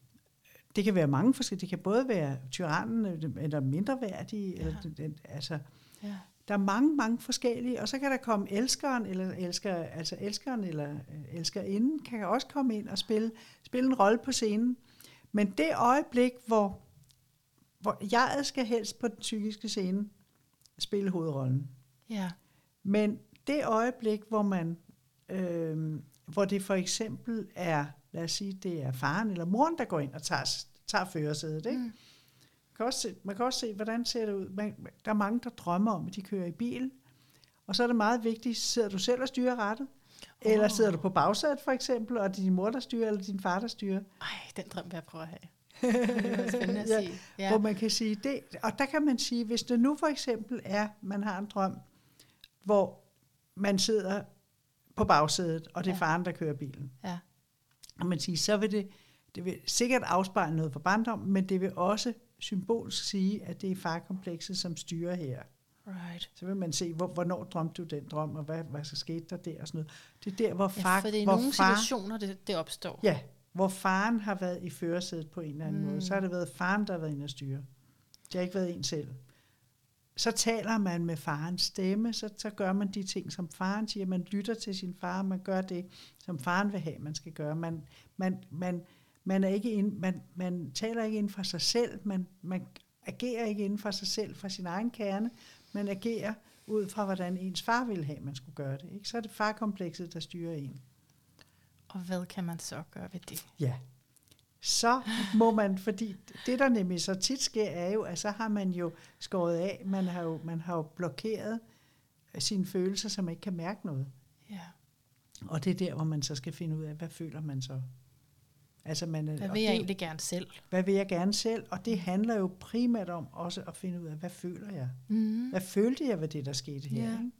[SPEAKER 2] Det kan være mange forskellige. Det kan både være tyrannen eller mindreværdige. Ja. Eller, den, den, altså,
[SPEAKER 1] Ja.
[SPEAKER 2] Der er mange, mange forskellige, og så kan der komme elskeren, eller elsker, altså elskeren eller øh, elskerinden, kan også komme ind og spille, spille en rolle på scenen. Men det øjeblik, hvor, hvor jeg skal helst på den psykiske scene spille hovedrollen.
[SPEAKER 1] Ja.
[SPEAKER 2] Men det øjeblik, hvor man, øh, hvor det for eksempel er, lad os sige, det er faren eller moren, der går ind og tager, tager førersædet, ikke? Mm. Man kan, også se, man kan også se, hvordan ser det ud. Man, der er mange, der drømmer om, at de kører i bil. Og så er det meget vigtigt, sidder du selv og styrer rattet? Oh. Eller sidder du på bagsædet for eksempel, og er det din mor, der styrer, eller din far, der styrer?
[SPEAKER 1] Ej, den drøm vil jeg prøve at have. Det er spændende at
[SPEAKER 2] ja,
[SPEAKER 1] sige. Ja.
[SPEAKER 2] Hvor man kan sige det. Og der kan man sige, hvis det nu for eksempel er, man har en drøm, hvor man sidder på bagsædet, og det er ja. faren, der kører bilen.
[SPEAKER 1] Ja.
[SPEAKER 2] Og man siger, så vil det, det vil sikkert afspejle noget for barndommen, men det vil også symbolsk sige, at det er farkomplekset, som styrer her.
[SPEAKER 1] Right.
[SPEAKER 2] Så vil man se, hvor, hvornår drømte du den drøm, og hvad, hvad så skete der der og sådan noget. Det er der, hvor far...
[SPEAKER 1] Ja, for det er i
[SPEAKER 2] hvor
[SPEAKER 1] nogle
[SPEAKER 2] far,
[SPEAKER 1] situationer, det, det opstår.
[SPEAKER 2] Ja, hvor faren har været i førersædet på en eller anden mm. måde. Så har det været faren, der har været inde og styre. Det har ikke været en selv. Så taler man med farens stemme, så, så gør man de ting, som faren siger. Man lytter til sin far, man gør det, som faren vil have, man skal gøre. Man, man, man, man, er ikke ind, man, man taler ikke inden for sig selv, man, man agerer ikke inden for sig selv, fra sin egen kerne, man agerer ud fra, hvordan ens far ville have, man skulle gøre det. Ikke? Så er det farkomplekset, der styrer en.
[SPEAKER 1] Og hvad kan man så gøre ved det?
[SPEAKER 2] Ja, så må man, fordi det der nemlig så tit sker, er jo, at så har man jo skåret af, man har jo, man har jo blokeret sine følelser, så man ikke kan mærke noget.
[SPEAKER 1] Ja.
[SPEAKER 2] Og det er der, hvor man så skal finde ud af, hvad føler man så? Altså man,
[SPEAKER 1] hvad vil jeg
[SPEAKER 2] det,
[SPEAKER 1] egentlig gerne selv?
[SPEAKER 2] Hvad vil jeg gerne selv? Og det handler jo primært om også at finde ud af, hvad føler jeg? Mm. Hvad følte jeg ved det, der skete her? Yeah.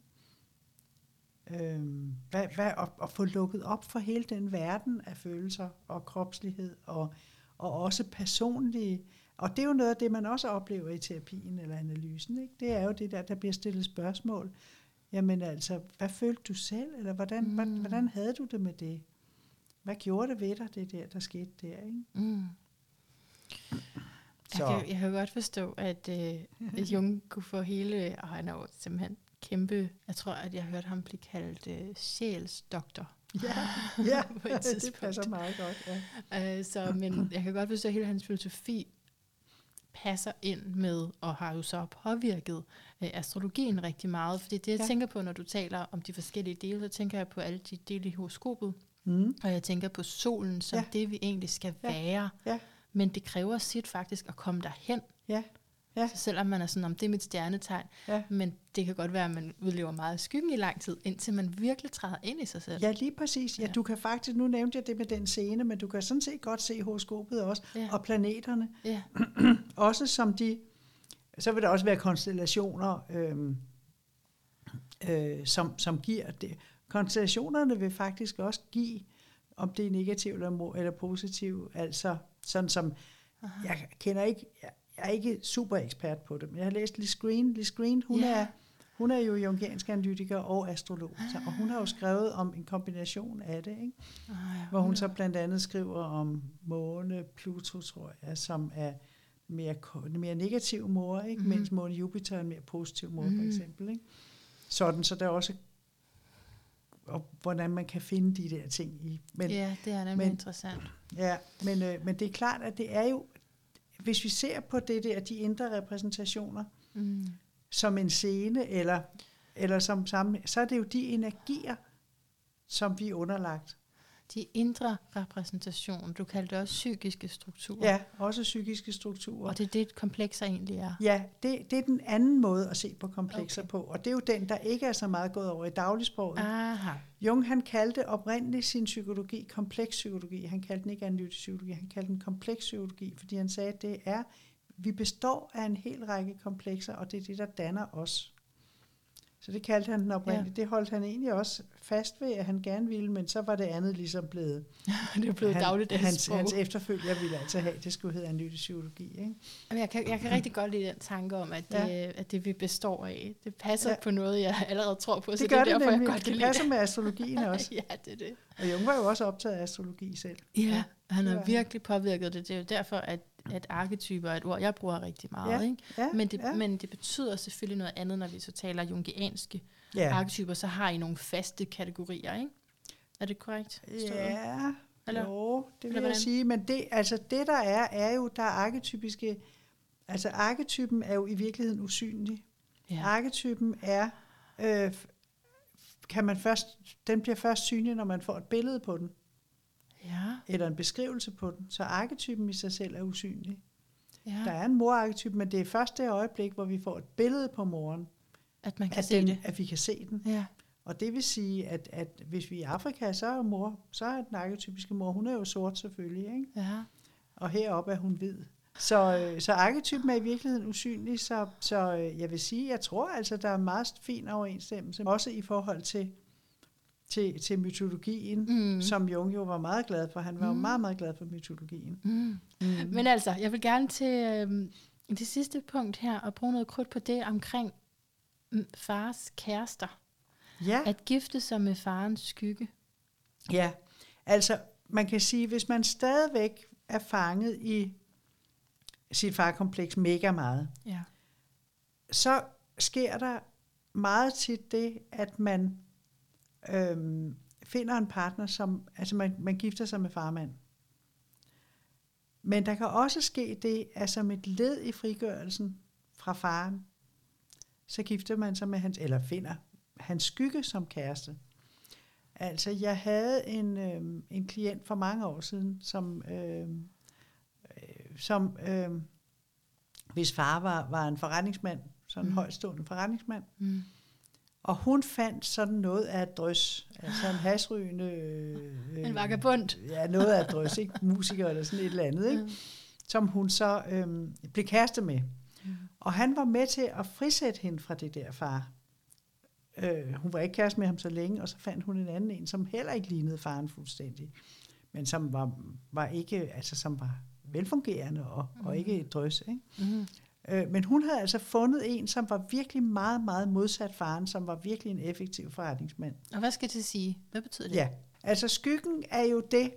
[SPEAKER 2] Ikke? Øhm, hvad, hvad, at, at få lukket op for hele den verden af følelser og kropslighed og, og også personlige. Og det er jo noget af det, man også oplever i terapien eller analysen. Ikke? Det er jo det der, der bliver stillet spørgsmål. Jamen altså, hvad følte du selv? Eller hvordan, mm. hvordan, hvordan havde du det med det? Hvad gjorde det ved dig, det der, der skete der? Ikke? Mm.
[SPEAKER 1] Jeg, kan, jeg kan godt forstå, at øh, Jung kunne få hele, og han er jo simpelthen kæmpe, jeg tror, at jeg hørte ham blive kaldt øh, sjælsdoktor.
[SPEAKER 2] Ja, ja det passer meget godt. Ja.
[SPEAKER 1] Øh, så, men jeg kan godt forstå, at hele hans filosofi passer ind med, og har jo så påvirket øh, astrologien rigtig meget. Fordi det, jeg ja. tænker på, når du taler om de forskellige dele, så tænker jeg på alle de dele i horoskopet. Mm. Og jeg tænker på solen som ja. det, vi egentlig skal ja. være. Ja. Men det kræver sit faktisk at komme derhen. Ja. Ja. Så selvom man er sådan, om det er mit stjernetegn, ja. men det kan godt være, at man udlever meget skyggen i lang tid, indtil man virkelig træder ind i sig selv.
[SPEAKER 2] Ja, lige præcis. Ja, ja. Du kan faktisk, nu nævnte jeg det med den scene, men du kan sådan set godt se horoskopet også, ja. og planeterne. Ja. Også som de, så vil der også være konstellationer, øhm, øh, som, som giver det. Konstellationerne vil faktisk også give, om det er negativt eller, eller positivt, altså sådan som, aha. jeg kender ikke, jeg, jeg er ikke super ekspert på det, men jeg har læst Liz Green. Liz Green, hun, yeah. er, hun er jo jungiansk analytiker og astrolog, ah. og hun har jo skrevet om en kombination af det, ikke? Ah, ja, hvor hun så blandt andet skriver om måne, Pluto, tror jeg, som er mere, mere negativ mor, ikke? Mm-hmm. Mens måne Jupiter er en mere positiv mor, mm. for eksempel. Ikke? Sådan, så der er også og hvordan man kan finde de der ting i. Men,
[SPEAKER 1] ja, det er nemlig men, interessant.
[SPEAKER 2] Ja, men, øh, men det er klart, at det er jo, hvis vi ser på det der, de indre repræsentationer, mm. som en scene, eller, eller som sammen, så er det jo de energier, som vi er underlagt.
[SPEAKER 1] De indre repræsentationer, du kalder det også psykiske strukturer.
[SPEAKER 2] Ja, også psykiske strukturer.
[SPEAKER 1] Og det er det, komplekser egentlig er.
[SPEAKER 2] Ja, det, det er den anden måde at se på komplekser okay. på, og det er jo den, der ikke er så meget gået over i dagligsproget.
[SPEAKER 1] Aha.
[SPEAKER 2] Jung, han kaldte oprindeligt sin psykologi kompleks psykologi. Han kaldte den ikke analytisk psykologi, han kaldte den kompleks psykologi, fordi han sagde, at det er, vi består af en hel række komplekser, og det er det, der danner os. Så det kaldte han den oprindeligt. Ja. Det holdt han egentlig også fast ved, at han gerne ville, men så var det andet ligesom blevet...
[SPEAKER 1] det er blevet dagligdags
[SPEAKER 2] hans, hans efterfølger ville altså have, det skulle hedde analytisk psykologi. Ikke?
[SPEAKER 1] Jeg kan, jeg kan rigtig godt lide den tanke om, at det, ja. at det vi består af, det passer ja. på noget, jeg allerede tror på, så det, det er derfor, det, jeg godt kan
[SPEAKER 2] det passer med astrologien også.
[SPEAKER 1] Ja, det er det.
[SPEAKER 2] Og Jung var jo også optaget af astrologi selv.
[SPEAKER 1] Ja, han har ja. virkelig påvirket det. Det er jo derfor, at at arketyper er et ord, jeg bruger rigtig meget.
[SPEAKER 2] Ja,
[SPEAKER 1] Ikke?
[SPEAKER 2] ja,
[SPEAKER 1] men, det,
[SPEAKER 2] ja.
[SPEAKER 1] men det betyder selvfølgelig noget andet, når vi så taler jungianske
[SPEAKER 2] Ja.
[SPEAKER 1] arketyper, så har I nogle faste kategorier, ikke? Er det korrekt? forstået?
[SPEAKER 2] Ja,
[SPEAKER 1] Eller?
[SPEAKER 2] jo, det vil
[SPEAKER 1] Eller
[SPEAKER 2] jeg
[SPEAKER 1] hvordan?
[SPEAKER 2] sige. Men det, altså det, der er, er jo, der er arketypiske... Altså arketypen er jo i virkeligheden usynlig.
[SPEAKER 1] Ja.
[SPEAKER 2] Arketypen er... Øh, kan man først, den bliver først synlig, når man får et billede på den,
[SPEAKER 1] Ja.
[SPEAKER 2] eller en beskrivelse på den. Så arketypen i sig selv er usynlig.
[SPEAKER 1] Ja.
[SPEAKER 2] Der er en morarketype, men det er først det øjeblik, hvor vi får et billede på moren,
[SPEAKER 1] At man kan
[SPEAKER 2] at,
[SPEAKER 1] se
[SPEAKER 2] den,
[SPEAKER 1] det.
[SPEAKER 2] at vi kan se den.
[SPEAKER 1] Ja.
[SPEAKER 2] Og det vil sige, at, at hvis vi er i Afrika, så er mor, så er den arketypiske mor, hun er jo sort selvfølgelig, ikke?
[SPEAKER 1] Ja.
[SPEAKER 2] Og heroppe er hun hvid. Så, øh, så arketypen er i virkeligheden usynlig, så, så øh, jeg vil sige, jeg tror altså, der er meget fin overensstemmelse, også i forhold til, til, til mytologien,
[SPEAKER 1] Mm.
[SPEAKER 2] som Jung jo var meget glad for. Han var jo
[SPEAKER 1] Mm.
[SPEAKER 2] meget, meget glad for mytologien.
[SPEAKER 1] Mm.
[SPEAKER 2] Mm.
[SPEAKER 1] Men altså, jeg vil gerne til øhm, det sidste punkt her, og bruge noget krudt på det omkring mm, fars kærester.
[SPEAKER 2] Ja,
[SPEAKER 1] At gifte sig med farens skygge.
[SPEAKER 2] ja, altså man kan sige, hvis man stadigvæk er fanget i sit farkompleks mega meget,
[SPEAKER 1] Ja.
[SPEAKER 2] så sker der meget tit det, at man øhm, finder en partner, som, altså man, man gifter sig med farmand. Men der kan også ske det, at som et led i frigørelsen fra faren, så gifter man sig med hans, eller finder hans skygge som kæreste. Altså, jeg havde en, øhm, en klient for mange år siden, som, øhm, øh, som øhm, hvis far var, var en forretningsmand, sådan en
[SPEAKER 1] Mm.
[SPEAKER 2] højtstående forretningsmand,
[SPEAKER 1] Mm.
[SPEAKER 2] og hun fandt sådan noget af et drøs, altså en hasrygende... Øh,
[SPEAKER 1] En vagabond.
[SPEAKER 2] Ja, noget af et drøs, ikke? Musiker eller sådan et eller andet, ikke?
[SPEAKER 1] Mm.
[SPEAKER 2] Som hun så øhm, blev kæreste med.
[SPEAKER 1] Mm.
[SPEAKER 2] Og han var med til at frisætte hende fra det der far. Øh, hun var ikke kæreste med ham så længe, og så fandt hun en anden en, som heller ikke lignede faren fuldstændig, men som var, var ikke, altså som var velfungerende og, mm. og ikke et drøs, ikke?
[SPEAKER 1] Mm.
[SPEAKER 2] Øh, men hun havde altså fundet en, som var virkelig meget, meget modsat faren, som var virkelig en effektiv forretningsmand.
[SPEAKER 1] Og hvad skal det sige? Hvad betyder det?
[SPEAKER 2] Ja, altså skyggen er jo det,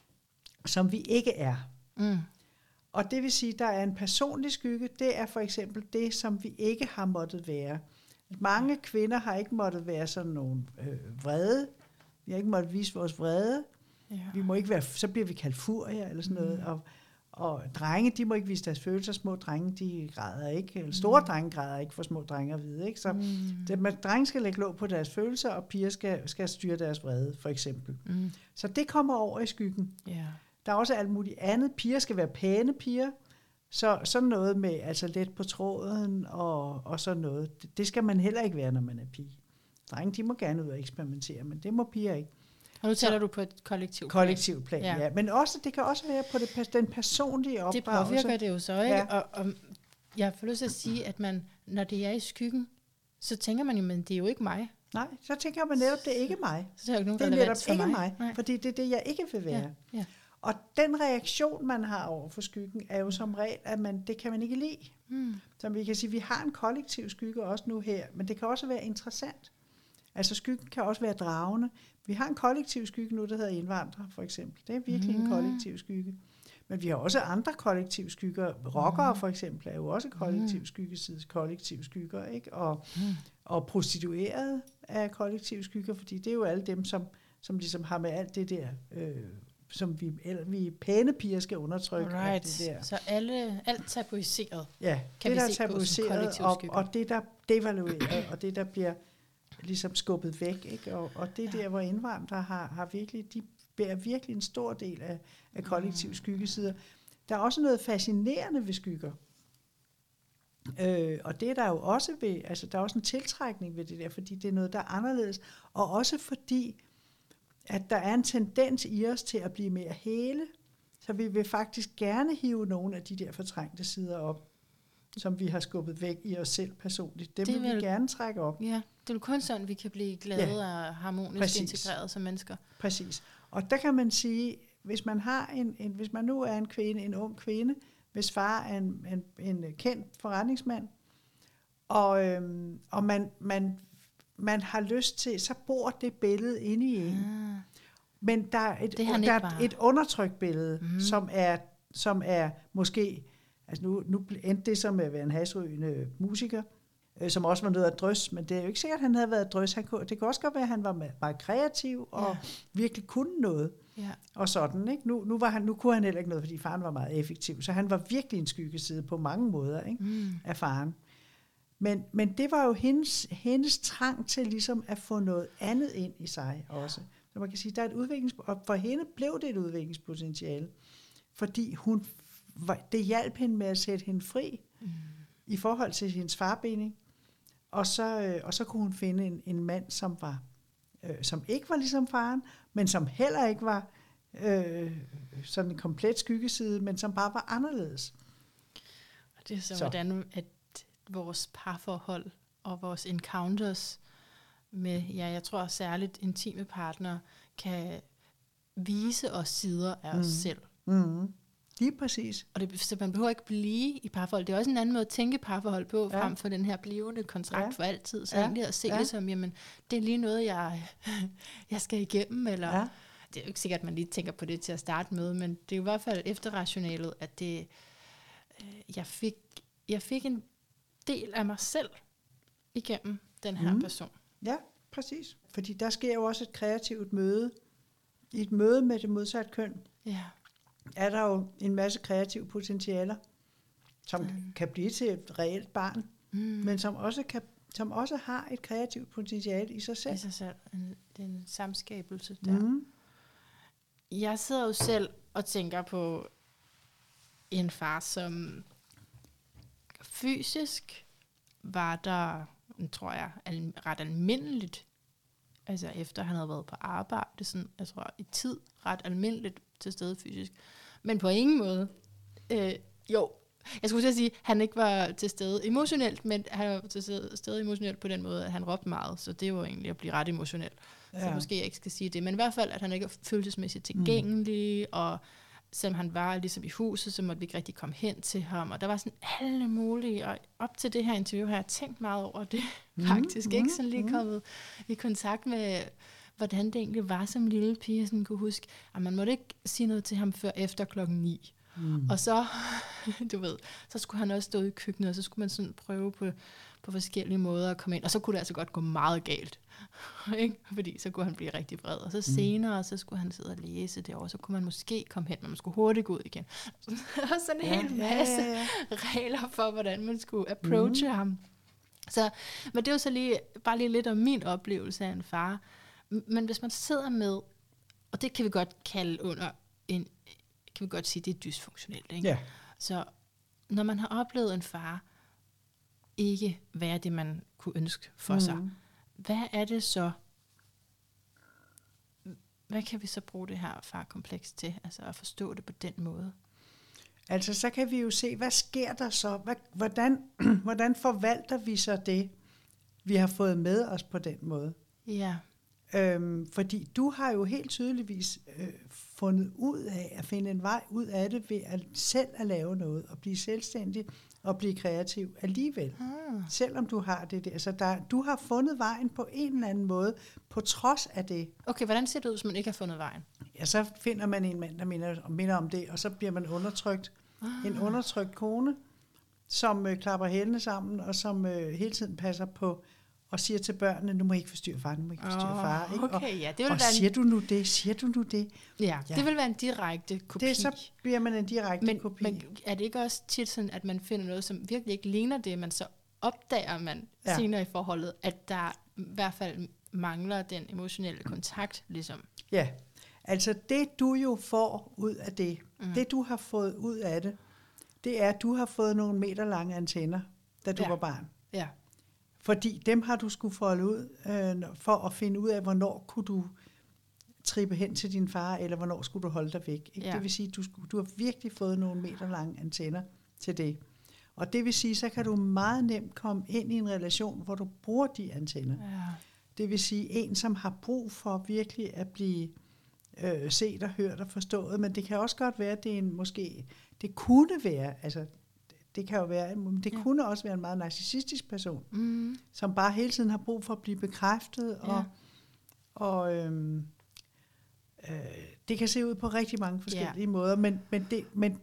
[SPEAKER 2] som vi ikke er.
[SPEAKER 1] Mm.
[SPEAKER 2] Og det vil sige, at der er en personlig skygge. Det er for eksempel det, som vi ikke har måttet være. Mange kvinder har ikke måttet være sådan nogle øh, vrede. Vi har ikke måttet vise vores vrede.
[SPEAKER 1] Ja.
[SPEAKER 2] Vi må ikke være, så bliver vi kaldt furier eller sådan noget.
[SPEAKER 1] Mm.
[SPEAKER 2] Og, og drenge, de må ikke vise deres følelser. Små drenge, de græder ikke. Eller store
[SPEAKER 1] Mm.
[SPEAKER 2] drenge græder ikke, for små drenge at vide. Ikke? Så
[SPEAKER 1] Mm.
[SPEAKER 2] det, man, drenge skal lægge låg på deres følelser, og piger skal, skal styre deres vrede, for eksempel.
[SPEAKER 1] Mm.
[SPEAKER 2] Så det kommer over i skyggen.
[SPEAKER 1] Ja.
[SPEAKER 2] Der er også alt muligt andet. Piger skal være pæne piger. Så sådan noget med altså let på tråden og, og sådan noget. Det, det skal man heller ikke være, når man er pige. Drenge, de må gerne ud og eksperimentere, men det må piger ikke.
[SPEAKER 1] Og nu taler du på et kollektivt plan.
[SPEAKER 2] Kollektivt plan, ja.
[SPEAKER 1] Ja.
[SPEAKER 2] ja. Men også, det kan også være på det, den personlige
[SPEAKER 1] Det
[SPEAKER 2] opdragelse.
[SPEAKER 1] påvirker det jo så, ikke?
[SPEAKER 2] Ja.
[SPEAKER 1] Ja. Og, og jeg får lyst til at sige, at man, når det er i skyggen, så tænker man jo, men det er jo ikke mig.
[SPEAKER 2] Nej, så tænker man netop, det er ikke mig.
[SPEAKER 1] Så det er jo ikke nogen
[SPEAKER 2] Det er netop
[SPEAKER 1] relevans for
[SPEAKER 2] ikke
[SPEAKER 1] mig.
[SPEAKER 2] mig, fordi det er det, jeg ikke vil være.
[SPEAKER 1] Ja. Ja.
[SPEAKER 2] Og den reaktion, man har over for skyggen, er jo som regel, at man, det kan man ikke lide.
[SPEAKER 1] Mm.
[SPEAKER 2] Så vi kan sige, vi har en kollektiv skygge også nu her, men det kan også være interessant. Altså skyggen kan også være dragende. Vi har en kollektiv skygge nu, der hedder indvandrere, for eksempel. Det er virkelig mm. en kollektiv skygge. Men vi har også andre kollektive skygger. Rockere for eksempel er jo også kollektiv skyggeside, kollektive skygger, ikke? Og,
[SPEAKER 1] Mm.
[SPEAKER 2] og prostituerede er kollektive skygger, fordi det er jo alle dem, som, som ligesom har med alt det der, øh, som vi, eller, vi pæne piger skal undertrykke. alt
[SPEAKER 1] Right.
[SPEAKER 2] Det der.
[SPEAKER 1] Så alle, alt tabuiseret.
[SPEAKER 2] Ja,
[SPEAKER 1] Kan
[SPEAKER 2] det
[SPEAKER 1] vi
[SPEAKER 2] der er
[SPEAKER 1] se på som
[SPEAKER 2] tabuiseret,
[SPEAKER 1] kollektiv
[SPEAKER 2] og,
[SPEAKER 1] skygge.
[SPEAKER 2] og det der devalueret, og det der bliver ligesom skubbet væk, ikke? Og, og det er
[SPEAKER 1] Ja.
[SPEAKER 2] der, hvor indvandrere har, har virkelig, de bærer virkelig en stor del af, af kollektiv skyggesider. Der er også noget fascinerende ved skygger. Øh, og det er der jo også ved, altså der er også en tiltrækning ved det der, fordi det er noget, der er anderledes, og også fordi, at der er en tendens i os til at blive mere hele, så vi vil faktisk gerne hive nogle af de der fortrængte sider op, som vi har skubbet væk i os selv personligt. Dem
[SPEAKER 1] Det
[SPEAKER 2] vil vi
[SPEAKER 1] vil-
[SPEAKER 2] gerne trække op.
[SPEAKER 1] Ja, det er jo kun sådan, vi kan blive glade ja. og harmonisk
[SPEAKER 2] Præcis.
[SPEAKER 1] integreret som mennesker.
[SPEAKER 2] Præcis. Og der kan man sige, hvis man har en, en hvis man nu er en kvinde, en ung kvinde, hvis far er en, en, en kendt forretningsmand, og, øhm, og man, man, man har lyst til, så bor det billede inde i en.
[SPEAKER 1] Ah.
[SPEAKER 2] Men der er et,
[SPEAKER 1] Det er han
[SPEAKER 2] der
[SPEAKER 1] ikke
[SPEAKER 2] er
[SPEAKER 1] bare.
[SPEAKER 2] et undertrykt billede,
[SPEAKER 1] Mhm.
[SPEAKER 2] mm. som, er, som er måske, altså nu, nu endte det som at være en hasrygende musiker, øh, som også var noget af drøs, men det er jo ikke sikkert, at han havde været drøs. Han kunne, det kan også godt være, at han var meget kreativ og ja. virkelig kunne noget. Ja. Og sådan, ikke? Nu, nu, var han, nu kunne han heller ikke noget, fordi faren var meget effektiv, så han var virkelig en skyggeside på mange måder, ikke? Mm. Af faren. Men, men det var jo hendes, hendes trang til ligesom at få noget andet ind i sig også. Så man kan sige, der er et udviklings, og for hende blev det et udviklingspotentiale, fordi hun, det hjalp hende med at sætte hende fri mm. i forhold til hendes farbinding, og så, og så kunne hun finde en, en mand, som var, øh, som ikke var ligesom faren, men som heller ikke var øh, sådan en komplet skyggeside, men som bare var anderledes.
[SPEAKER 1] Og det er så, så. hvordan at vores parforhold og vores encounters med, ja, jeg tror særligt intime partnere, kan vise os sider af os mm. selv.
[SPEAKER 2] Mm. Lige præcis.
[SPEAKER 1] Og det, så man behøver ikke blive i parforhold. Det er også en anden måde at tænke parforhold på, ja. frem for den her blivende kontrakt ja. for altid. Så ja. egentlig at se ja. det som, jamen, det er lige noget, jeg, jeg skal igennem, eller ja. det er jo ikke sikkert, at man lige tænker på det til at starte med, men det er jo i hvert fald efterrationalet, at det, øh, jeg, fik, jeg fik en del af mig selv igennem den her mm. person.
[SPEAKER 2] Ja, præcis. Fordi der sker jo også et kreativt møde. I et møde med det modsatte køn, ja. er der jo en masse kreative potentialer, som mm. kan blive til et reelt barn, mm. men som også, kan, som også har et kreativt potentiale i sig selv.
[SPEAKER 1] I sig selv. En, det er en samskabelse der. Mm. Jeg sidder jo selv og tænker på en far, som fysisk var der, tror jeg, al- ret almindeligt, altså efter han havde været på arbejde, sådan, jeg tror i tid ret almindeligt til stede fysisk, men på ingen måde, øh, jo, jeg skulle sige, at han ikke var til stede emotionelt, men han var til stede emotionelt på den måde, at han råbte meget, så det var egentlig at blive ret emotionel. Ja. Så måske jeg ikke skal sige det, men i hvert fald, at han ikke er følelsesmæssigt tilgængelig, mm. og selvom han var ligesom i huset, så måtte vi ikke rigtig komme hen til ham, og der var sådan alle mulige, og op til det her interview har jeg tænkt meget over det, mm, faktisk, mm, ikke sådan lige kommet mm. i kontakt med, hvordan det egentlig var som lille pige, sådan kunne huske, at man måtte ikke sige noget til ham før efter klokken ni. Mm. Og så, du ved, så skulle han også stå i køkkenet, og så skulle man sådan prøve på, på forskellige måder at komme ind, og så kunne det altså godt gå meget galt, ikke? Fordi så kunne han blive rigtig vred, og så senere, så skulle han sidde og læse derovre, så kunne man måske komme hen, men man skulle hurtigt gå ud igen. Og sådan en ja, hel masse ja, ja, ja. regler for, hvordan man skulle approache mm. ham. Så, men det er jo så lige, bare lige lidt om min oplevelse af en far. Men hvis man sidder med, og det kan vi godt kalde under en, kan vi godt sige, det er dysfunktionelt, ikke? Ja. Så når man har oplevet en far ikke være det, man kunne ønske for mm. sig, hvad er det så, hvad kan vi så bruge det her farkompleks til, altså at forstå det på den måde?
[SPEAKER 2] Altså så kan vi jo se, hvad sker der så, hvad, hvordan, hvordan forvalter vi så det, vi har fået med os på den måde? Ja. Øhm, fordi du har jo helt tydeligvis øh, fundet ud af at finde en vej ud af det ved at selv at lave noget og blive selvstændig og blive kreativ alligevel. Ah. Selvom du har det der. Så der, du har fundet vejen på en eller anden måde på trods af det.
[SPEAKER 1] Okay, hvordan ser det ud, hvis man ikke har fundet vejen?
[SPEAKER 2] Ja, så finder man en mand, der minder, minder om det, og så bliver man undertrykt. Ah. En undertrykt kone, som øh, klapper hælene sammen og som øh, hele tiden passer på og siger til børnene, nu må I ikke forstyrre far, nu må I ikke forstyrre oh, far. Ikke?
[SPEAKER 1] Okay,
[SPEAKER 2] og
[SPEAKER 1] ja, det vil
[SPEAKER 2] og
[SPEAKER 1] være
[SPEAKER 2] siger du nu det, siger du nu det?
[SPEAKER 1] Ja, ja, det vil være en direkte kopi.
[SPEAKER 2] Det, så bliver man en direkte
[SPEAKER 1] men,
[SPEAKER 2] kopi.
[SPEAKER 1] Men er det ikke også tit sådan, at man finder noget, som virkelig ikke ligner det, man så opdager man ja. senere i forholdet, at der i hvert fald mangler den emotionelle kontakt, ligesom?
[SPEAKER 2] Ja, altså det du jo får ud af det, mm. det du har fået ud af det, det er, at du har fået nogle meter lange antenner, da du ja. var barn. Ja. Fordi dem har du skulle folde ud, øh, for at finde ud af, hvornår kunne du trippe hen til din far, eller hvornår skulle du holde dig væk. Ikke? Ja. Det vil sige, du, skulle, du har virkelig fået nogle meter lange antenner til det. Og det vil sige, så kan du meget nemt komme ind i en relation, hvor du bruger de antenner. Ja. Det vil sige, en, som har brug for virkelig at blive øh, set og hørt og forstået, men det kan også godt være, at det er en, måske, det kunne være, altså det kan jo være, det ja. kunne også være en meget narcissistisk person, mm. som bare hele tiden har brug for at blive bekræftet, og, ja. og øhm, øh, det kan se ud på rigtig mange forskellige ja. måder, men, men, det, men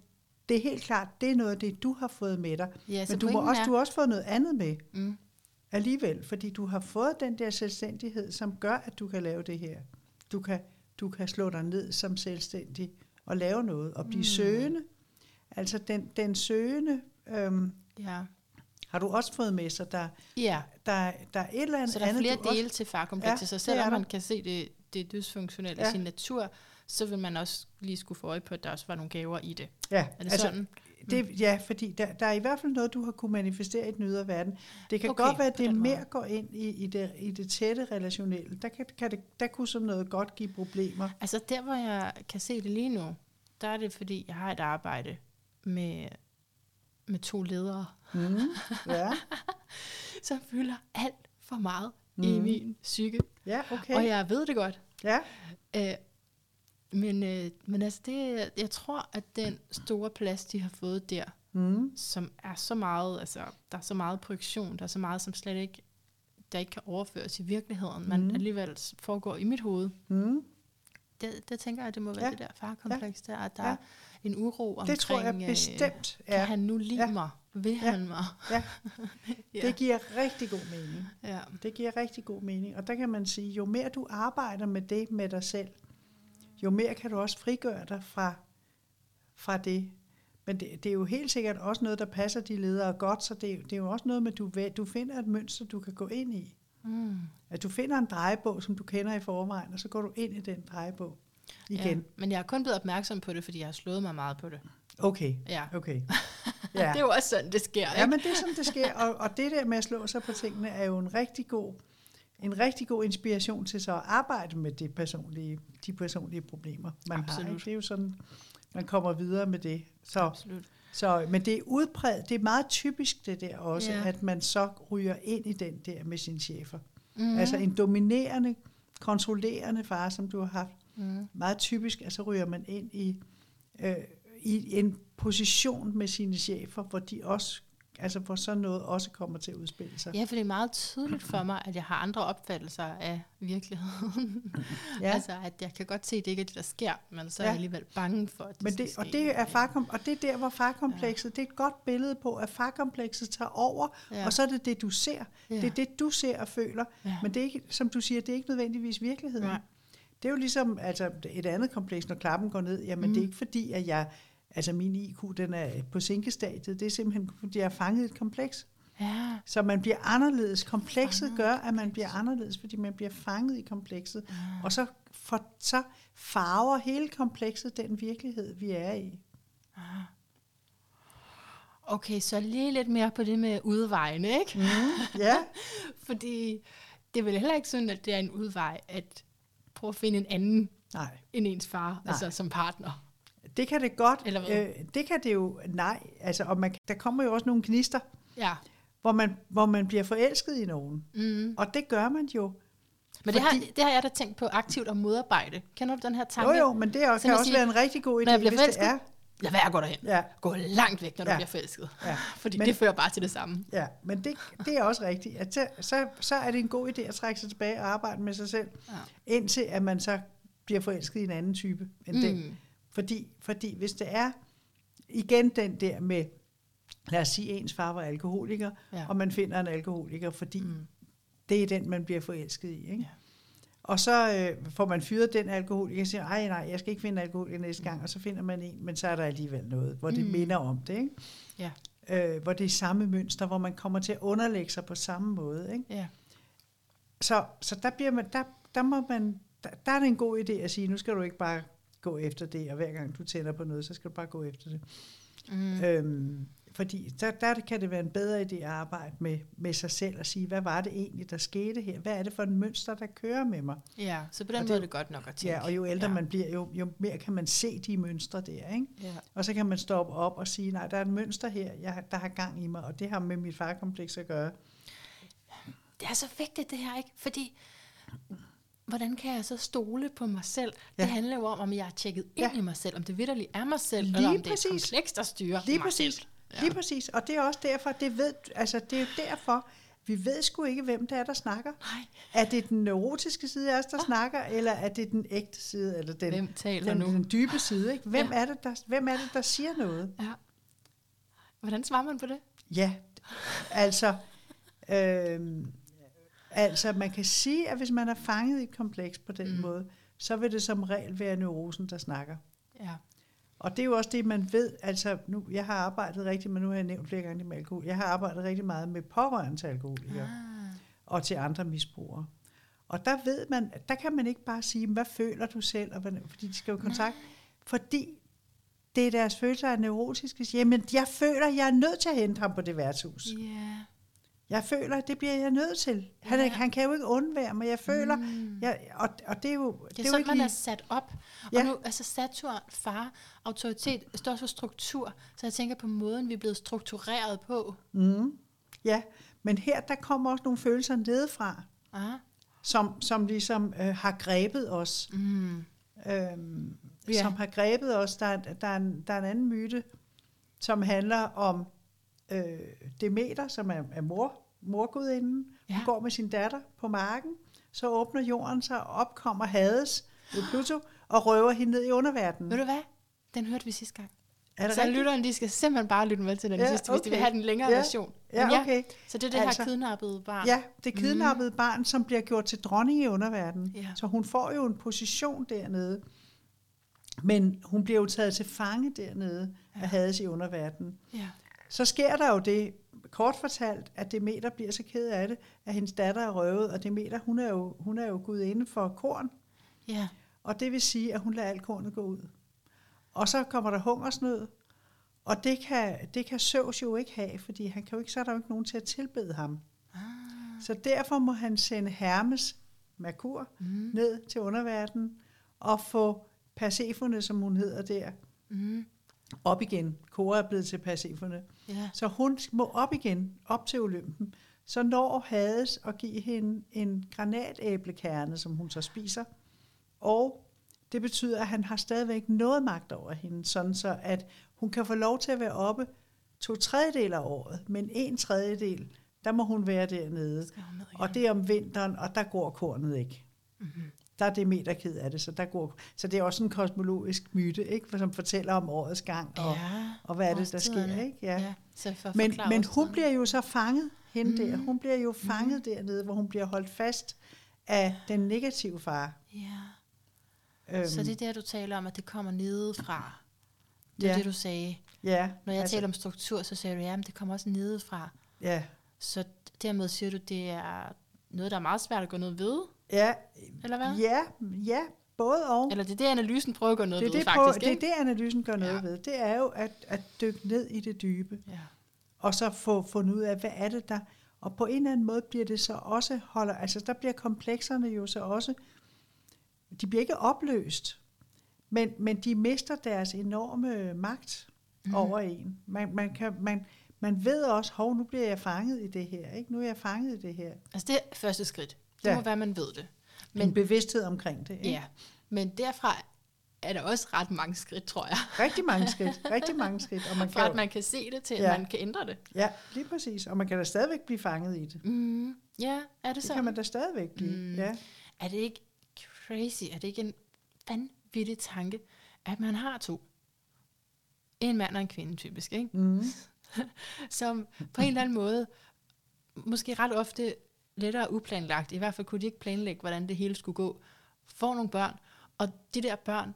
[SPEAKER 2] det er helt klart, det er noget af det, du har fået med dig.
[SPEAKER 1] Ja,
[SPEAKER 2] men du, må også,
[SPEAKER 1] er...
[SPEAKER 2] du har også fået noget andet med
[SPEAKER 1] mm.
[SPEAKER 2] alligevel, fordi du har fået den der selvstændighed, som gør, at du kan lave det her. Du kan, du kan slå dig ned som selvstændig og lave noget, og blive mm. søgende. Altså den, den søgende... Øhm,
[SPEAKER 1] ja.
[SPEAKER 2] Har du også fået med sig, der,
[SPEAKER 1] ja.
[SPEAKER 2] der, der er et eller andet...
[SPEAKER 1] Så der er flere
[SPEAKER 2] andet,
[SPEAKER 1] dele
[SPEAKER 2] også...
[SPEAKER 1] til farkomplekset, ja, så selvom man kan se det, det dysfunktionelle
[SPEAKER 2] ja.
[SPEAKER 1] i sin natur, så vil man også lige skulle få øje på, at der også var nogle gaver i det.
[SPEAKER 2] Ja,
[SPEAKER 1] er det
[SPEAKER 2] altså,
[SPEAKER 1] sådan?
[SPEAKER 2] Det, ja, fordi der, der er i hvert fald noget, du har kunne manifestere i den ydre verden. Det kan okay, godt være, at det mere går ind i, i, det, i det tætte relationelle. Der, kan, kan det, der kunne sådan noget godt give problemer.
[SPEAKER 1] Altså der, hvor jeg kan se det lige nu, der er det, fordi jeg har et arbejde med, med to ledere,
[SPEAKER 2] mm, ja.
[SPEAKER 1] som fylder alt for meget mm. i min psyke.
[SPEAKER 2] Ja, okay.
[SPEAKER 1] Og jeg ved det godt.
[SPEAKER 2] Ja.
[SPEAKER 1] Æ, Men, øh, men altså det, jeg tror, at den store plads, de har fået der, mm. som er så meget, altså der er så meget projektion, der er så meget, som slet ikke, der ikke kan overføres i virkeligheden, men mm. alligevel foregår i mit hoved. Mm. Det, det tænker jeg, det må være ja. det der farkompleks, der, at der ja. er en uro omkring,
[SPEAKER 2] det tror jeg bestemt
[SPEAKER 1] øh, kan ja. han nu lide ja. mig? Vil ja. han mig?
[SPEAKER 2] Ja. ja. Det giver rigtig god mening.
[SPEAKER 1] Ja.
[SPEAKER 2] Det giver rigtig god mening, og der kan man sige, jo mere du arbejder med det med dig selv, jo mere kan du også frigøre dig fra, fra det. Men det, det er jo helt sikkert også noget, der passer de ledere godt, så det, det er jo også noget med, at du, du finder et mønster, du kan gå ind i. Mm. At du finder en drejebog, som du kender i forvejen, og så går du ind i den drejebog igen.
[SPEAKER 1] Ja, men jeg er kun blevet opmærksom på det, fordi jeg har slået mig meget på det.
[SPEAKER 2] Okay,
[SPEAKER 1] ja.
[SPEAKER 2] okay.
[SPEAKER 1] Ja. Det er jo også sådan, det sker, ikke?
[SPEAKER 2] Ja, men det er sådan, det sker, og, og det der med at slå sig på tingene, er jo en rigtig god... en rigtig god inspiration til så at arbejde med de personlige, de personlige problemer, man Absolut. har. Ikke? Det er jo sådan, man kommer videre med det. Så,
[SPEAKER 1] Absolut.
[SPEAKER 2] Så, men det er udpræget, det er meget typisk det der også,
[SPEAKER 1] ja.
[SPEAKER 2] at man så ryger ind i den der med sine chefer.
[SPEAKER 1] Mm.
[SPEAKER 2] Altså en dominerende, kontrollerende far, som du har haft.
[SPEAKER 1] Mm.
[SPEAKER 2] Meget typisk, at så ryger man ind i, øh, i en position med sine chefer, hvor de også altså hvor sådan noget også kommer til at udspille sig.
[SPEAKER 1] Ja, for det er meget tydeligt for mig, at jeg har andre opfattelser af virkeligheden. Ja. Altså, at jeg kan godt se, at det ikke er det, der sker, men så er ja. jeg alligevel bange for, at det,
[SPEAKER 2] men det
[SPEAKER 1] skal
[SPEAKER 2] og det er farkom, og det er der, hvor farkomplekset, ja. det er et godt billede på, at farkomplekset tager over, ja. og så er det det, du ser. Ja. Det er det, du ser og føler. Ja. Men det er ikke, som du siger, det er ikke nødvendigvis virkeligheden. Ja. Det er jo ligesom altså, et andet kompleks, når klappen går ned. Jamen, mm. det er ikke fordi, at jeg... Altså min I Q, den er på sænkestadiet. Det er simpelthen, fordi jeg har fanget et kompleks.
[SPEAKER 1] Ja.
[SPEAKER 2] Så man bliver anderledes. Komplekset fanget gør, at man bliver anderledes, fordi man bliver fanget i komplekset. Ja. Og så, for, så farver hele komplekset den virkelighed, vi er i.
[SPEAKER 1] Ja. Okay, så lige lidt mere på det med udvejene, ikke?
[SPEAKER 2] Mm, ja.
[SPEAKER 1] Fordi det er vel heller ikke sådan, at det er en udvej, at prøve at finde en anden
[SPEAKER 2] nej.
[SPEAKER 1] end ens far, nej. altså som partner.
[SPEAKER 2] Det kan det godt. Øh, det kan det jo, nej. Altså, og man, der kommer jo også nogle gnister,
[SPEAKER 1] ja.
[SPEAKER 2] hvor, man, hvor man bliver forelsket i nogen.
[SPEAKER 1] Mm.
[SPEAKER 2] Og det gør man jo.
[SPEAKER 1] Men det har, det har jeg da tænkt på aktivt at modarbejde. Kender du den her tanke?
[SPEAKER 2] Jo, jo, men det er, kan også sige, være en rigtig god idé,
[SPEAKER 1] når jeg bliver
[SPEAKER 2] hvis
[SPEAKER 1] forelsket,
[SPEAKER 2] det er.
[SPEAKER 1] Lad være at gå derhen.
[SPEAKER 2] Ja.
[SPEAKER 1] Gå langt væk, når
[SPEAKER 2] ja.
[SPEAKER 1] du bliver forelsket.
[SPEAKER 2] Ja.
[SPEAKER 1] Fordi
[SPEAKER 2] men,
[SPEAKER 1] det fører bare til det samme.
[SPEAKER 2] Ja, men det, det er også rigtigt. At så, så, så er det en god idé at trække sig tilbage og arbejde med sig selv, ja. indtil at man så bliver forelsket i en anden type end mm. den. Fordi, fordi hvis det er igen den der med, lad os sige, ens far var alkoholiker, ja. og man finder en alkoholiker, fordi mm. det er den, man bliver forelsket i. Ikke? Ja. Og så øh, får man fyret den alkoholiker og siger, ej nej, jeg skal ikke finde alkoholiker næste gang, og så finder man en, men så er der alligevel noget, hvor det mm. minder om det. Ikke?
[SPEAKER 1] Ja.
[SPEAKER 2] Øh, hvor det er samme mønster, hvor man kommer til at underlægge sig på samme måde. Ikke?
[SPEAKER 1] Ja.
[SPEAKER 2] Så, så der, bliver man, der, der, må man, der, der er det en god idé at sige, nu skal du ikke bare gå efter det, og hver gang du tænder på noget, så skal du bare gå efter det. Mm. Øhm, fordi der, der kan det være en bedre idé at arbejde med, med sig selv og sige, hvad var det egentlig, der skete her? Hvad er det for en mønster, der kører med mig?
[SPEAKER 1] Ja, så på den og måde det, er det godt nok at tænke.
[SPEAKER 2] Ja, og jo ældre ja. man bliver, jo, jo mere kan man se de mønstre der. Ikke?
[SPEAKER 1] Ja.
[SPEAKER 2] Og så kan man stoppe op og sige, nej, der er et mønster her, jeg, der har gang i mig, og det har med mit farkompleks at gøre.
[SPEAKER 1] Det er så vigtigt det her, ikke? Fordi hvordan kan jeg så stole på mig selv?
[SPEAKER 2] Ja.
[SPEAKER 1] Det handler jo om, om jeg har tjekket ind ja. i mig selv, om det vitterligt er mig selv,
[SPEAKER 2] lige
[SPEAKER 1] eller om
[SPEAKER 2] præcis.
[SPEAKER 1] det er et kompleks, der styrer
[SPEAKER 2] lige
[SPEAKER 1] mig
[SPEAKER 2] præcis.
[SPEAKER 1] selv.
[SPEAKER 2] Ja. Lige præcis, og det er også derfor, det ved, altså det er jo derfor, vi ved sgu ikke, hvem det er, der snakker.
[SPEAKER 1] Nej.
[SPEAKER 2] Er det den neurotiske side af os, der oh. snakker, eller er det den ægte side, eller den,
[SPEAKER 1] hvem taler
[SPEAKER 2] den,
[SPEAKER 1] nu?
[SPEAKER 2] den dybe side? Ikke? Hvem,
[SPEAKER 1] ja.
[SPEAKER 2] er det, der, hvem er det, der siger noget?
[SPEAKER 1] Ja. Hvordan svarer man på det?
[SPEAKER 2] Ja, altså, øh, altså man kan sige, at hvis man er fanget i et kompleks på den mm. måde, så vil det som regel være neurosen, der snakker.
[SPEAKER 1] Ja.
[SPEAKER 2] Og det er jo også det, man ved. Altså, nu, jeg har arbejdet rigtig, men nu har jeg nævnt flere gange det med alkohol. Jeg har arbejdet rigtig meget med pårørende til alkoholikere ah. og til andre misbrugere. Og der ved man, der kan man ikke bare sige, hvad føler du selv, og hvad, fordi de skal jo kontakt. Nej. Fordi det er deres følelser er neurotiske. Jamen, jeg føler, jeg er nødt til at hente ham på det værtshus.
[SPEAKER 1] Yeah.
[SPEAKER 2] Jeg føler, det bliver jeg nødt til. Han,
[SPEAKER 1] yeah.
[SPEAKER 2] han kan jo ikke undvære mig. Jeg føler, mm. jeg, og, og det er jo...
[SPEAKER 1] Det er,
[SPEAKER 2] det er
[SPEAKER 1] sådan,
[SPEAKER 2] jo
[SPEAKER 1] man
[SPEAKER 2] lige...
[SPEAKER 1] er sat op. Og
[SPEAKER 2] ja.
[SPEAKER 1] nu, altså Saturn, far, autoritet, står for struktur. Så jeg tænker på måden, vi er blevet struktureret på.
[SPEAKER 2] Mm. Ja, men her, der kommer også nogle følelser nedefra,
[SPEAKER 1] Aha. som,
[SPEAKER 2] som ligesom øh, har grebet os.
[SPEAKER 1] Mm.
[SPEAKER 2] Øhm,
[SPEAKER 1] ja.
[SPEAKER 2] Som har grebet os. Der, der, er en, der er en anden myte, som handler om øh, Demeter, som er, er mor, morgudinden. Ja. Hun går med sin datter på marken, så åbner jorden sig, op kommer Hades ved Pluto, og røver hende ned i underverdenen.
[SPEAKER 1] Ved du hvad? Den hørte vi sidste gang.
[SPEAKER 2] Er det
[SPEAKER 1] så
[SPEAKER 2] rigtigt?
[SPEAKER 1] lytteren, de skal simpelthen bare lytte med til den ja, sidste, hvis okay. de vil have den længere
[SPEAKER 2] ja.
[SPEAKER 1] version.
[SPEAKER 2] Ja,
[SPEAKER 1] ja,
[SPEAKER 2] okay.
[SPEAKER 1] Så det er det altså, her kidnappede barn.
[SPEAKER 2] Ja, det kidnappede mm. barn, som bliver gjort til dronning i underverdenen.
[SPEAKER 1] Ja.
[SPEAKER 2] Så hun får jo en position dernede. Men hun bliver jo taget til fange dernede ja. af Hades i underverdenen.
[SPEAKER 1] Ja.
[SPEAKER 2] Så sker der jo det, kort fortalt, at Demeter bliver så ked af det, at hendes datter er røvet, og Demeter, hun er jo, hun er jo gudinde for korn.
[SPEAKER 1] Ja.
[SPEAKER 2] Og det vil sige, at hun lader alt kornet gå ud. Og så kommer der hungersnød, og det kan, det kan Zeus jo ikke have, fordi han kan jo ikke, så er der jo ikke nogen til at tilbede ham. Ah. Så derfor må han sende Hermes, Merkur, mm. ned til underverdenen, og få Persefone, som hun hedder der, mm. op igen. Kora er blevet til Persefone. Yeah. Så hun må op igen, op til Olympen. Så når Hades at give hende en granatæblekerne, som hun så spiser, og det betyder, at han har stadigvæk noget magt over hende, sådan så at hun kan få lov til at være oppe to tredjedel af året, men en tredjedel, der må hun være dernede. Og det er om vinteren, og der går kornet ikke. Mm-hmm. Der er Demeter ked af det, så der går. Så det er også en kosmologisk myte, ikke, som fortæller om årets gang og,
[SPEAKER 1] ja,
[SPEAKER 2] og hvad er det der sker, ikke? Ja.
[SPEAKER 1] Ja, så for
[SPEAKER 2] men men hun bliver jo så fanget hende mm. der. Hun bliver jo fanget mm. dernede, hvor hun bliver holdt fast af den negative far.
[SPEAKER 1] Ja. Øhm. Så det er der du taler om, at det kommer nedefra. Det er
[SPEAKER 2] ja.
[SPEAKER 1] det du sagde.
[SPEAKER 2] Ja.
[SPEAKER 1] Når jeg altså, taler om struktur, så siger du ja, men det kommer også nedefra.
[SPEAKER 2] Ja.
[SPEAKER 1] Så dermed siger du, det er noget, der er meget svært at gå noget ved.
[SPEAKER 2] Ja,
[SPEAKER 1] eller hvad?
[SPEAKER 2] Ja, ja, både og.
[SPEAKER 1] Eller det er det, analysen prøver at gøre noget
[SPEAKER 2] det
[SPEAKER 1] ved,
[SPEAKER 2] det
[SPEAKER 1] faktisk.
[SPEAKER 2] Prøver, det er det, analysen gør noget ja. ved. Det er jo at, at dykke ned i det dybe.
[SPEAKER 1] Ja.
[SPEAKER 2] Og så få fundet ud af, hvad er det der... Og på en eller anden måde bliver det så også... holder, altså der bliver komplekserne jo så også... De bliver ikke opløst, men, men de mister deres enorme magt mm. over en. Man, man, kan, man, man ved også, hov, nu bliver jeg fanget i det her. Ikke? Nu er jeg fanget i det her.
[SPEAKER 1] Altså det er første skridt. Det ja. må være, man ved det.
[SPEAKER 2] Men en bevidsthed omkring det. Ikke?
[SPEAKER 1] Ja, men derfra er der også ret mange skridt, tror jeg.
[SPEAKER 2] Rigtig mange skridt. Rigtig mange skridt. Og man
[SPEAKER 1] Fra
[SPEAKER 2] kan
[SPEAKER 1] at man kan se det, til
[SPEAKER 2] ja.
[SPEAKER 1] at man kan ændre det.
[SPEAKER 2] Ja, lige præcis. Og man kan da stadigvæk blive fanget i det.
[SPEAKER 1] Mm. Ja, er det,
[SPEAKER 2] det
[SPEAKER 1] så?
[SPEAKER 2] Det kan man da stadigvæk blive. Mm. Ja.
[SPEAKER 1] Er det ikke crazy? Er det ikke en vanvittig tanke, at man har to? En mand og en kvinde, typisk, ikke?
[SPEAKER 2] Mm.
[SPEAKER 1] Som på en eller anden måde, måske ret ofte lettere uplanlagt, i hvert fald kunne de ikke planlægge, hvordan det hele skulle gå, får nogle børn, og de der børn,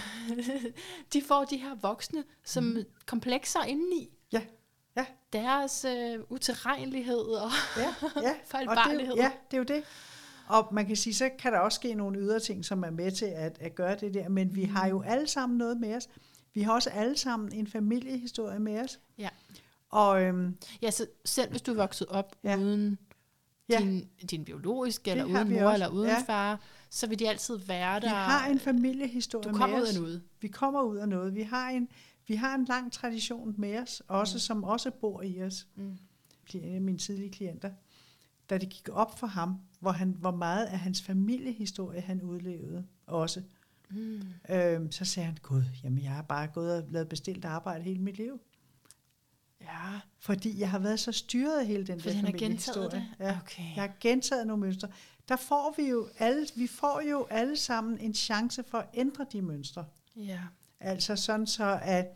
[SPEAKER 1] de får de her voksne, som mm. komplekser indeni.
[SPEAKER 2] Ja, ja.
[SPEAKER 1] Deres øh, utilregnelighed og
[SPEAKER 2] ja, ja.
[SPEAKER 1] fejlbarlighed.
[SPEAKER 2] Og det, ja, det er jo det. Og man kan sige, så kan der også ske nogle ydre ting, som er med til at, at gøre det der, men vi mm. har jo alle sammen noget med os. Vi har også alle sammen en familiehistorie med os.
[SPEAKER 1] Ja.
[SPEAKER 2] Og, øhm,
[SPEAKER 1] ja, så selv hvis du er vokset op ja. uden
[SPEAKER 2] ja.
[SPEAKER 1] din, din biologiske, eller uden mor, eller uden ja. far, så vil de altid være der.
[SPEAKER 2] Vi har en familiehistorie med os.
[SPEAKER 1] Du kommer ud af noget.
[SPEAKER 2] Vi kommer ud af noget. Vi har en, vi har en lang tradition med os, også, mm. som også bor i os. Mm. Mine tidlige klienter, da det gik op for ham, hvor, han, hvor meget af hans familiehistorie han udlevede også. Mm. Øhm, så sagde han, gud, jamen jeg har bare gået og lavet bestilt arbejde hele mit liv.
[SPEAKER 1] Ja.
[SPEAKER 2] Fordi jeg har været så styret af hele den
[SPEAKER 1] Fordi
[SPEAKER 2] der
[SPEAKER 1] han har gentaget
[SPEAKER 2] familiehistorie.
[SPEAKER 1] det?
[SPEAKER 2] Ja.
[SPEAKER 1] Okay.
[SPEAKER 2] Jeg har gentaget nogle mønstre. Der får vi jo alle, vi får jo alle sammen en chance for at ændre de mønstre.
[SPEAKER 1] Ja.
[SPEAKER 2] Altså sådan så, at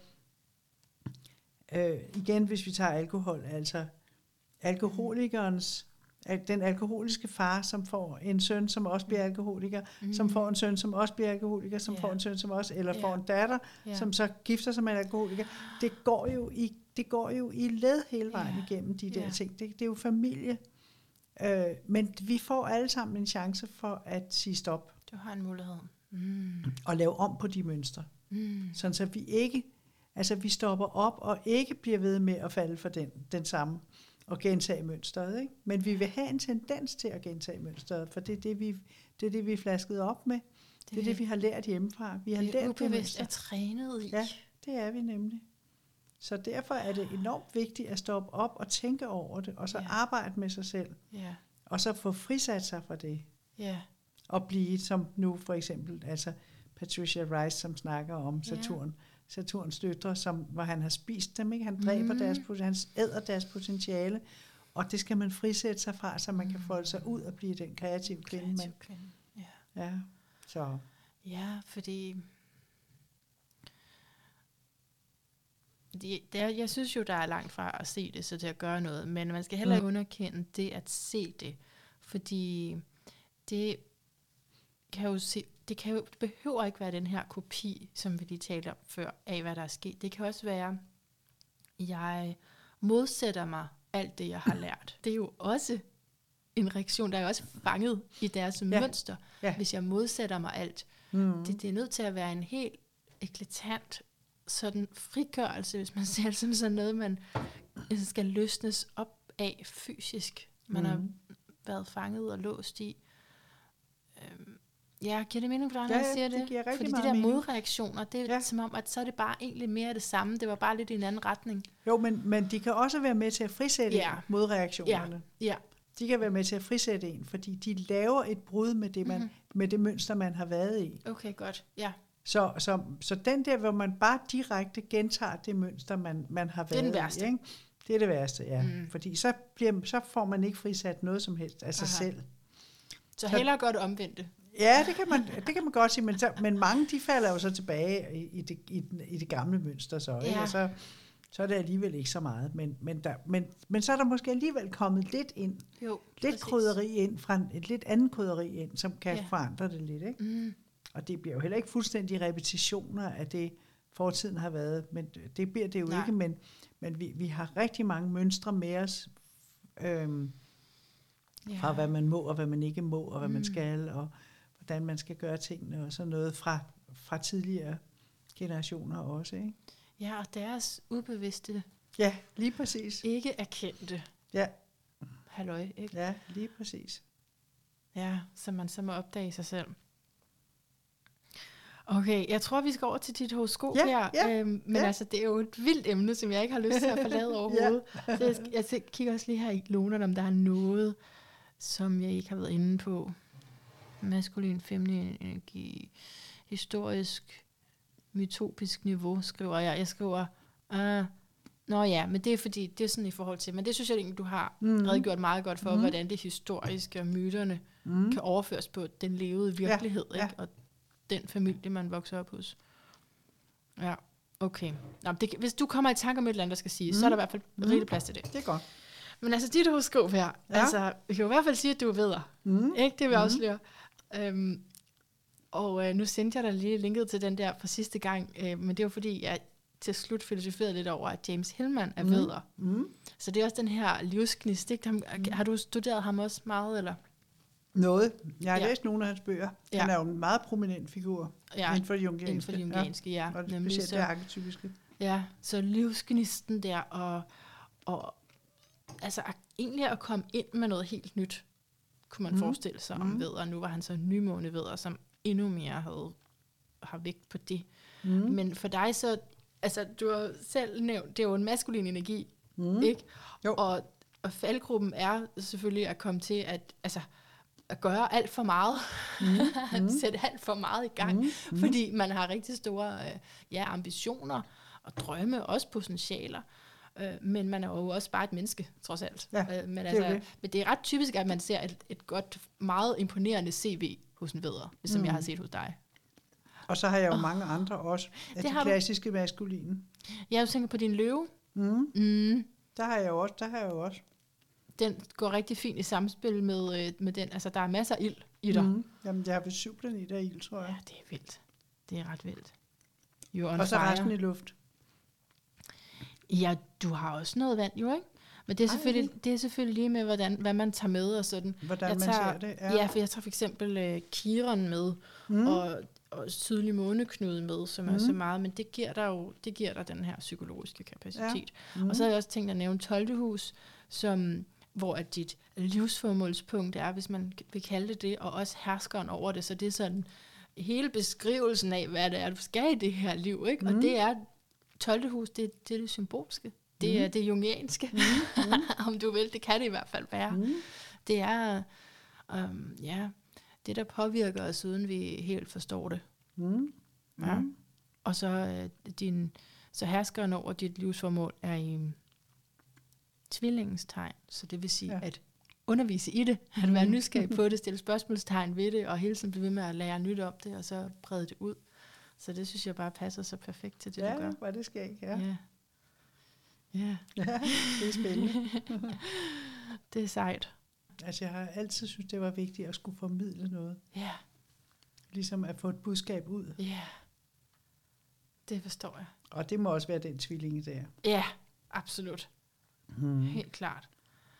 [SPEAKER 2] øh, igen, hvis vi tager alkohol, altså alkoholikernes, den alkoholiske far, som får en søn, som også bliver alkoholiker, mm. som får en søn, som også bliver alkoholiker, som yeah. får en søn, som også, eller yeah. får en datter, yeah. som så gifter sig med en alkoholiker. Det går jo i, det går jo i led hele vejen yeah. igennem de der yeah. ting. Det, det er jo familie. Øh, men vi får alle sammen en chance for at sige stop.
[SPEAKER 1] Du har en mulighed. Mm.
[SPEAKER 2] Og lave om på de mønstre.
[SPEAKER 1] Mm.
[SPEAKER 2] Sådan så vi ikke, altså vi stopper op og ikke bliver ved med at falde for den, den samme og gentage mønstret, ikke? Men vi vil have en tendens til at gentage mønstret, for det er det, vi, det er det, vi er flasket op med. Det, det er det, vi har lært hjemmefra. Vi har
[SPEAKER 1] det er
[SPEAKER 2] lært
[SPEAKER 1] ubevidst er trænet i.
[SPEAKER 2] Ja, det er vi nemlig. Så derfor er det enormt vigtigt at stoppe op og tænke over det, og så ja. arbejde med sig selv.
[SPEAKER 1] Ja.
[SPEAKER 2] Og så få frisat sig fra det.
[SPEAKER 1] Ja.
[SPEAKER 2] Og blive som nu for eksempel, altså Patricia Rice, som snakker om Saturn. Ja. Saturns døtre, som, hvor han har spist dem, ikke? Han dræber mm. deres, han æder deres potentiale, og det skal man frisætte sig fra, så man mm. kan folde sig ud og blive den kreative kvinde.
[SPEAKER 1] Kreativ
[SPEAKER 2] man.
[SPEAKER 1] kvinde, ja.
[SPEAKER 2] Ja, så.
[SPEAKER 1] Ja, fordi det, det er, jeg synes jo, der er langt fra at se det, så til at gøre noget, men man skal heller ikke mm. underkende det at se det, fordi det kan jo se, det, kan jo, det behøver ikke være den her kopi, som vi lige talte om før, af hvad der er sket. Det kan også være, jeg modsætter mig alt det, jeg har lært. Det er jo også en reaktion, der er jo også fanget i deres ja. mønster, ja. hvis jeg modsætter mig alt. Mm. Det, det er nødt til at være en helt eklatant sådan frigørelse, hvis man ser det som sådan noget, man skal løsnes op af fysisk. Man mm. har været fanget og låst i. Øhm, Ja, giver det mening, hvordan ja, jeg siger det?
[SPEAKER 2] det giver rigtig
[SPEAKER 1] Fordi
[SPEAKER 2] meget
[SPEAKER 1] de der
[SPEAKER 2] mening.
[SPEAKER 1] modreaktioner, det er ja. som om, at så er det bare egentlig mere det samme. Det var bare lidt i en anden retning.
[SPEAKER 2] Jo, men, men de kan også være med til at frisætte ja. modreaktionerne.
[SPEAKER 1] Ja. Ja.
[SPEAKER 2] De kan være med til at frisætte en, fordi de laver et brud med det, man, mm-hmm. med det mønster, man har været i.
[SPEAKER 1] Okay, godt. Ja.
[SPEAKER 2] Så, så, så den der, hvor man bare direkte gentager det mønster, man, man har været i.
[SPEAKER 1] Det er den værste.
[SPEAKER 2] I, ikke? Det er det værste, ja.
[SPEAKER 1] Mm.
[SPEAKER 2] Fordi så, bliver, så får man ikke frisat noget som helst af sig Aha. selv.
[SPEAKER 1] Så hellere gør det omvendte.
[SPEAKER 2] Ja, det kan man, det kan man godt sige, men, så, men mange de falder jo så tilbage i, i, det, i, i det gamle mønster, så, ja. og så, så er det alligevel ikke så meget. Men, men, der, men, men så er der måske alligevel kommet lidt ind,
[SPEAKER 1] jo,
[SPEAKER 2] lidt
[SPEAKER 1] præcis. krydderi
[SPEAKER 2] ind, fra et lidt andet krydderi ind, som kan
[SPEAKER 1] ja.
[SPEAKER 2] forandre det lidt. Ikke?
[SPEAKER 1] Mm.
[SPEAKER 2] Og det bliver jo heller ikke fuldstændig repetitioner af det, fortiden har været, men det bliver det jo
[SPEAKER 1] Nej.
[SPEAKER 2] ikke, men, men vi, vi har rigtig mange mønstre med os, øhm, ja. fra hvad man må, og hvad man ikke må, og hvad mm. man skal, og hvordan man skal gøre tingene, og sådan noget fra, fra tidligere generationer også, ikke?
[SPEAKER 1] Ja, og deres ubevidste,
[SPEAKER 2] ja, lige præcis.
[SPEAKER 1] ikke erkendte,
[SPEAKER 2] ja.
[SPEAKER 1] halløj, ikke?
[SPEAKER 2] Ja, lige præcis.
[SPEAKER 1] Ja, så man så må opdage sig selv. Okay, jeg tror, vi skal over til dit horoskop
[SPEAKER 2] ja,
[SPEAKER 1] her,
[SPEAKER 2] ja,
[SPEAKER 1] øhm, men
[SPEAKER 2] ja.
[SPEAKER 1] altså, det er jo et vildt emne, som jeg ikke har lyst til at forlade overhovedet. ja. Så jeg, jeg kigger også lige her i lunerne, om der er noget, som jeg ikke har været inde på. Maskulin, feminin energi, historisk, mytopisk niveau, skriver jeg. Jeg skriver, uh, nå ja, men det er fordi, det er sådan i forhold til, men det synes jeg egentlig, du har mm. redegjort meget godt for, mm. hvordan det historiske og myterne mm. kan overføres på den levede virkelighed, ja, ikke? Ja. Og den familie, man vokser op hos. Ja, okay. Nå, det, hvis du kommer i tanke om et eller andet, der skal sige, mm. så er der i hvert fald mm. rigtig plads til det.
[SPEAKER 2] Det er godt.
[SPEAKER 1] Men altså, dit horoskop her, ja. altså, vi kan jo i hvert fald sige, at du er vedder. Mm. Ikke? Det vil jeg mm. afsløre. Øhm, og øh, nu sendte jeg dig lige linket til den der fra sidste gang, øh, men det var fordi, jeg til slut filosoferede lidt over, at James Hillman er mm. vedder. Mm. Så det er også den her livsgnist. Ikke? Mm. Har du studeret ham også meget, eller?
[SPEAKER 2] Noget. Jeg har
[SPEAKER 1] ja.
[SPEAKER 2] læst nogle af hans bøger.
[SPEAKER 1] Ja.
[SPEAKER 2] Han er jo en meget prominent figur
[SPEAKER 1] ja.
[SPEAKER 2] inden for det jungianske.
[SPEAKER 1] Inden for det jungianske, ja.
[SPEAKER 2] ja. Og det specielt det arketypiske.
[SPEAKER 1] Ja, så livsgnisten der, og, og altså egentlig at komme ind med noget helt nyt, kunne man mm. forestille sig om mm. vedder. Nu var han så nymåne vedder, som endnu mere havde, har vægt på det. Mm. Men for dig så, altså du har selv nævnt, det er jo en maskulin energi, mm. ikke?
[SPEAKER 2] Jo.
[SPEAKER 1] Og, og faldgruppen er selvfølgelig at komme til at, altså, at gøre alt for meget, mm. Mm. sætte alt for meget i gang, mm. Mm. fordi man har rigtig store øh, ja, ambitioner og drømme, også potentialer. Øh, men man er jo også bare et menneske, trods alt.
[SPEAKER 2] Ja,
[SPEAKER 1] øh, men,
[SPEAKER 2] det er
[SPEAKER 1] altså,
[SPEAKER 2] det.
[SPEAKER 1] men det er ret typisk, at man ser et, et godt, meget imponerende C V hos en vædder, ligesom mm. jeg har set hos dig.
[SPEAKER 2] Og så har jeg jo oh. mange andre også, af
[SPEAKER 1] det
[SPEAKER 2] de klassiske du. maskuline.
[SPEAKER 1] Jeg tænker på din løve.
[SPEAKER 2] Mm.
[SPEAKER 1] Mm.
[SPEAKER 2] Der har jeg jo også, der har jeg jo også.
[SPEAKER 1] Den går rigtig fint i samspil med, med den, altså der er masser af ild i dig. Mm.
[SPEAKER 2] Jamen, jeg har vel syv planeter i ild, tror jeg.
[SPEAKER 1] Ja, det er vildt. Det er ret vildt.
[SPEAKER 2] Og så fire. Resten i luft.
[SPEAKER 1] Ja, du har også noget vand, jo ikke? Men det er, selvfølgelig, Ej, det er selvfølgelig lige med, hvordan, hvad man tager med og sådan.
[SPEAKER 2] Hvordan
[SPEAKER 1] jeg
[SPEAKER 2] man
[SPEAKER 1] tager,
[SPEAKER 2] ser det, ja.
[SPEAKER 1] Ja, for jeg tager for eksempel uh, Kiron med, mm. og, og sydlig måneknude med, som mm. er så meget, men det giver dig jo det giver dig den her psykologiske kapacitet. Ja. Mm. Og så har jeg også tænkt at nævne tolvte hus, som, hvor at dit livsformålspunkt er, hvis man vil kalde det det, og også herskeren over det, så det er sådan hele beskrivelsen af, hvad det er, du skal i det her liv, ikke? Mm. Og det er tolvte hus, det, det er det symbolske. Det mm. er det jungianske, mm. Mm. om du vil. Det kan det i hvert fald være. Mm. Det er um, ja, det, der påvirker os, uden vi helt forstår det. Mm. Ja. Og så, uh, din, så herskeren over dit livsformål er i um, tvillingens tegn. Så det vil sige, ja. at undervise i det, at være nysgerrig på det, stille spørgsmålstegn ved det, og hele tiden blive ved med at lære nyt om det, og så brede det ud. Så det synes jeg bare passer så perfekt til det,
[SPEAKER 2] ja,
[SPEAKER 1] du gør.
[SPEAKER 2] Ja, var det skægt, ja.
[SPEAKER 1] Ja.
[SPEAKER 2] Ja. ja, det er spændende.
[SPEAKER 1] Det er sejt.
[SPEAKER 2] Altså, jeg har altid synes det var vigtigt at skulle formidle noget.
[SPEAKER 1] Ja.
[SPEAKER 2] Ligesom at få et budskab ud.
[SPEAKER 1] Ja. Det forstår jeg.
[SPEAKER 2] Og det må også være den tvilling der.
[SPEAKER 1] Ja, absolut. Hmm. Helt klart.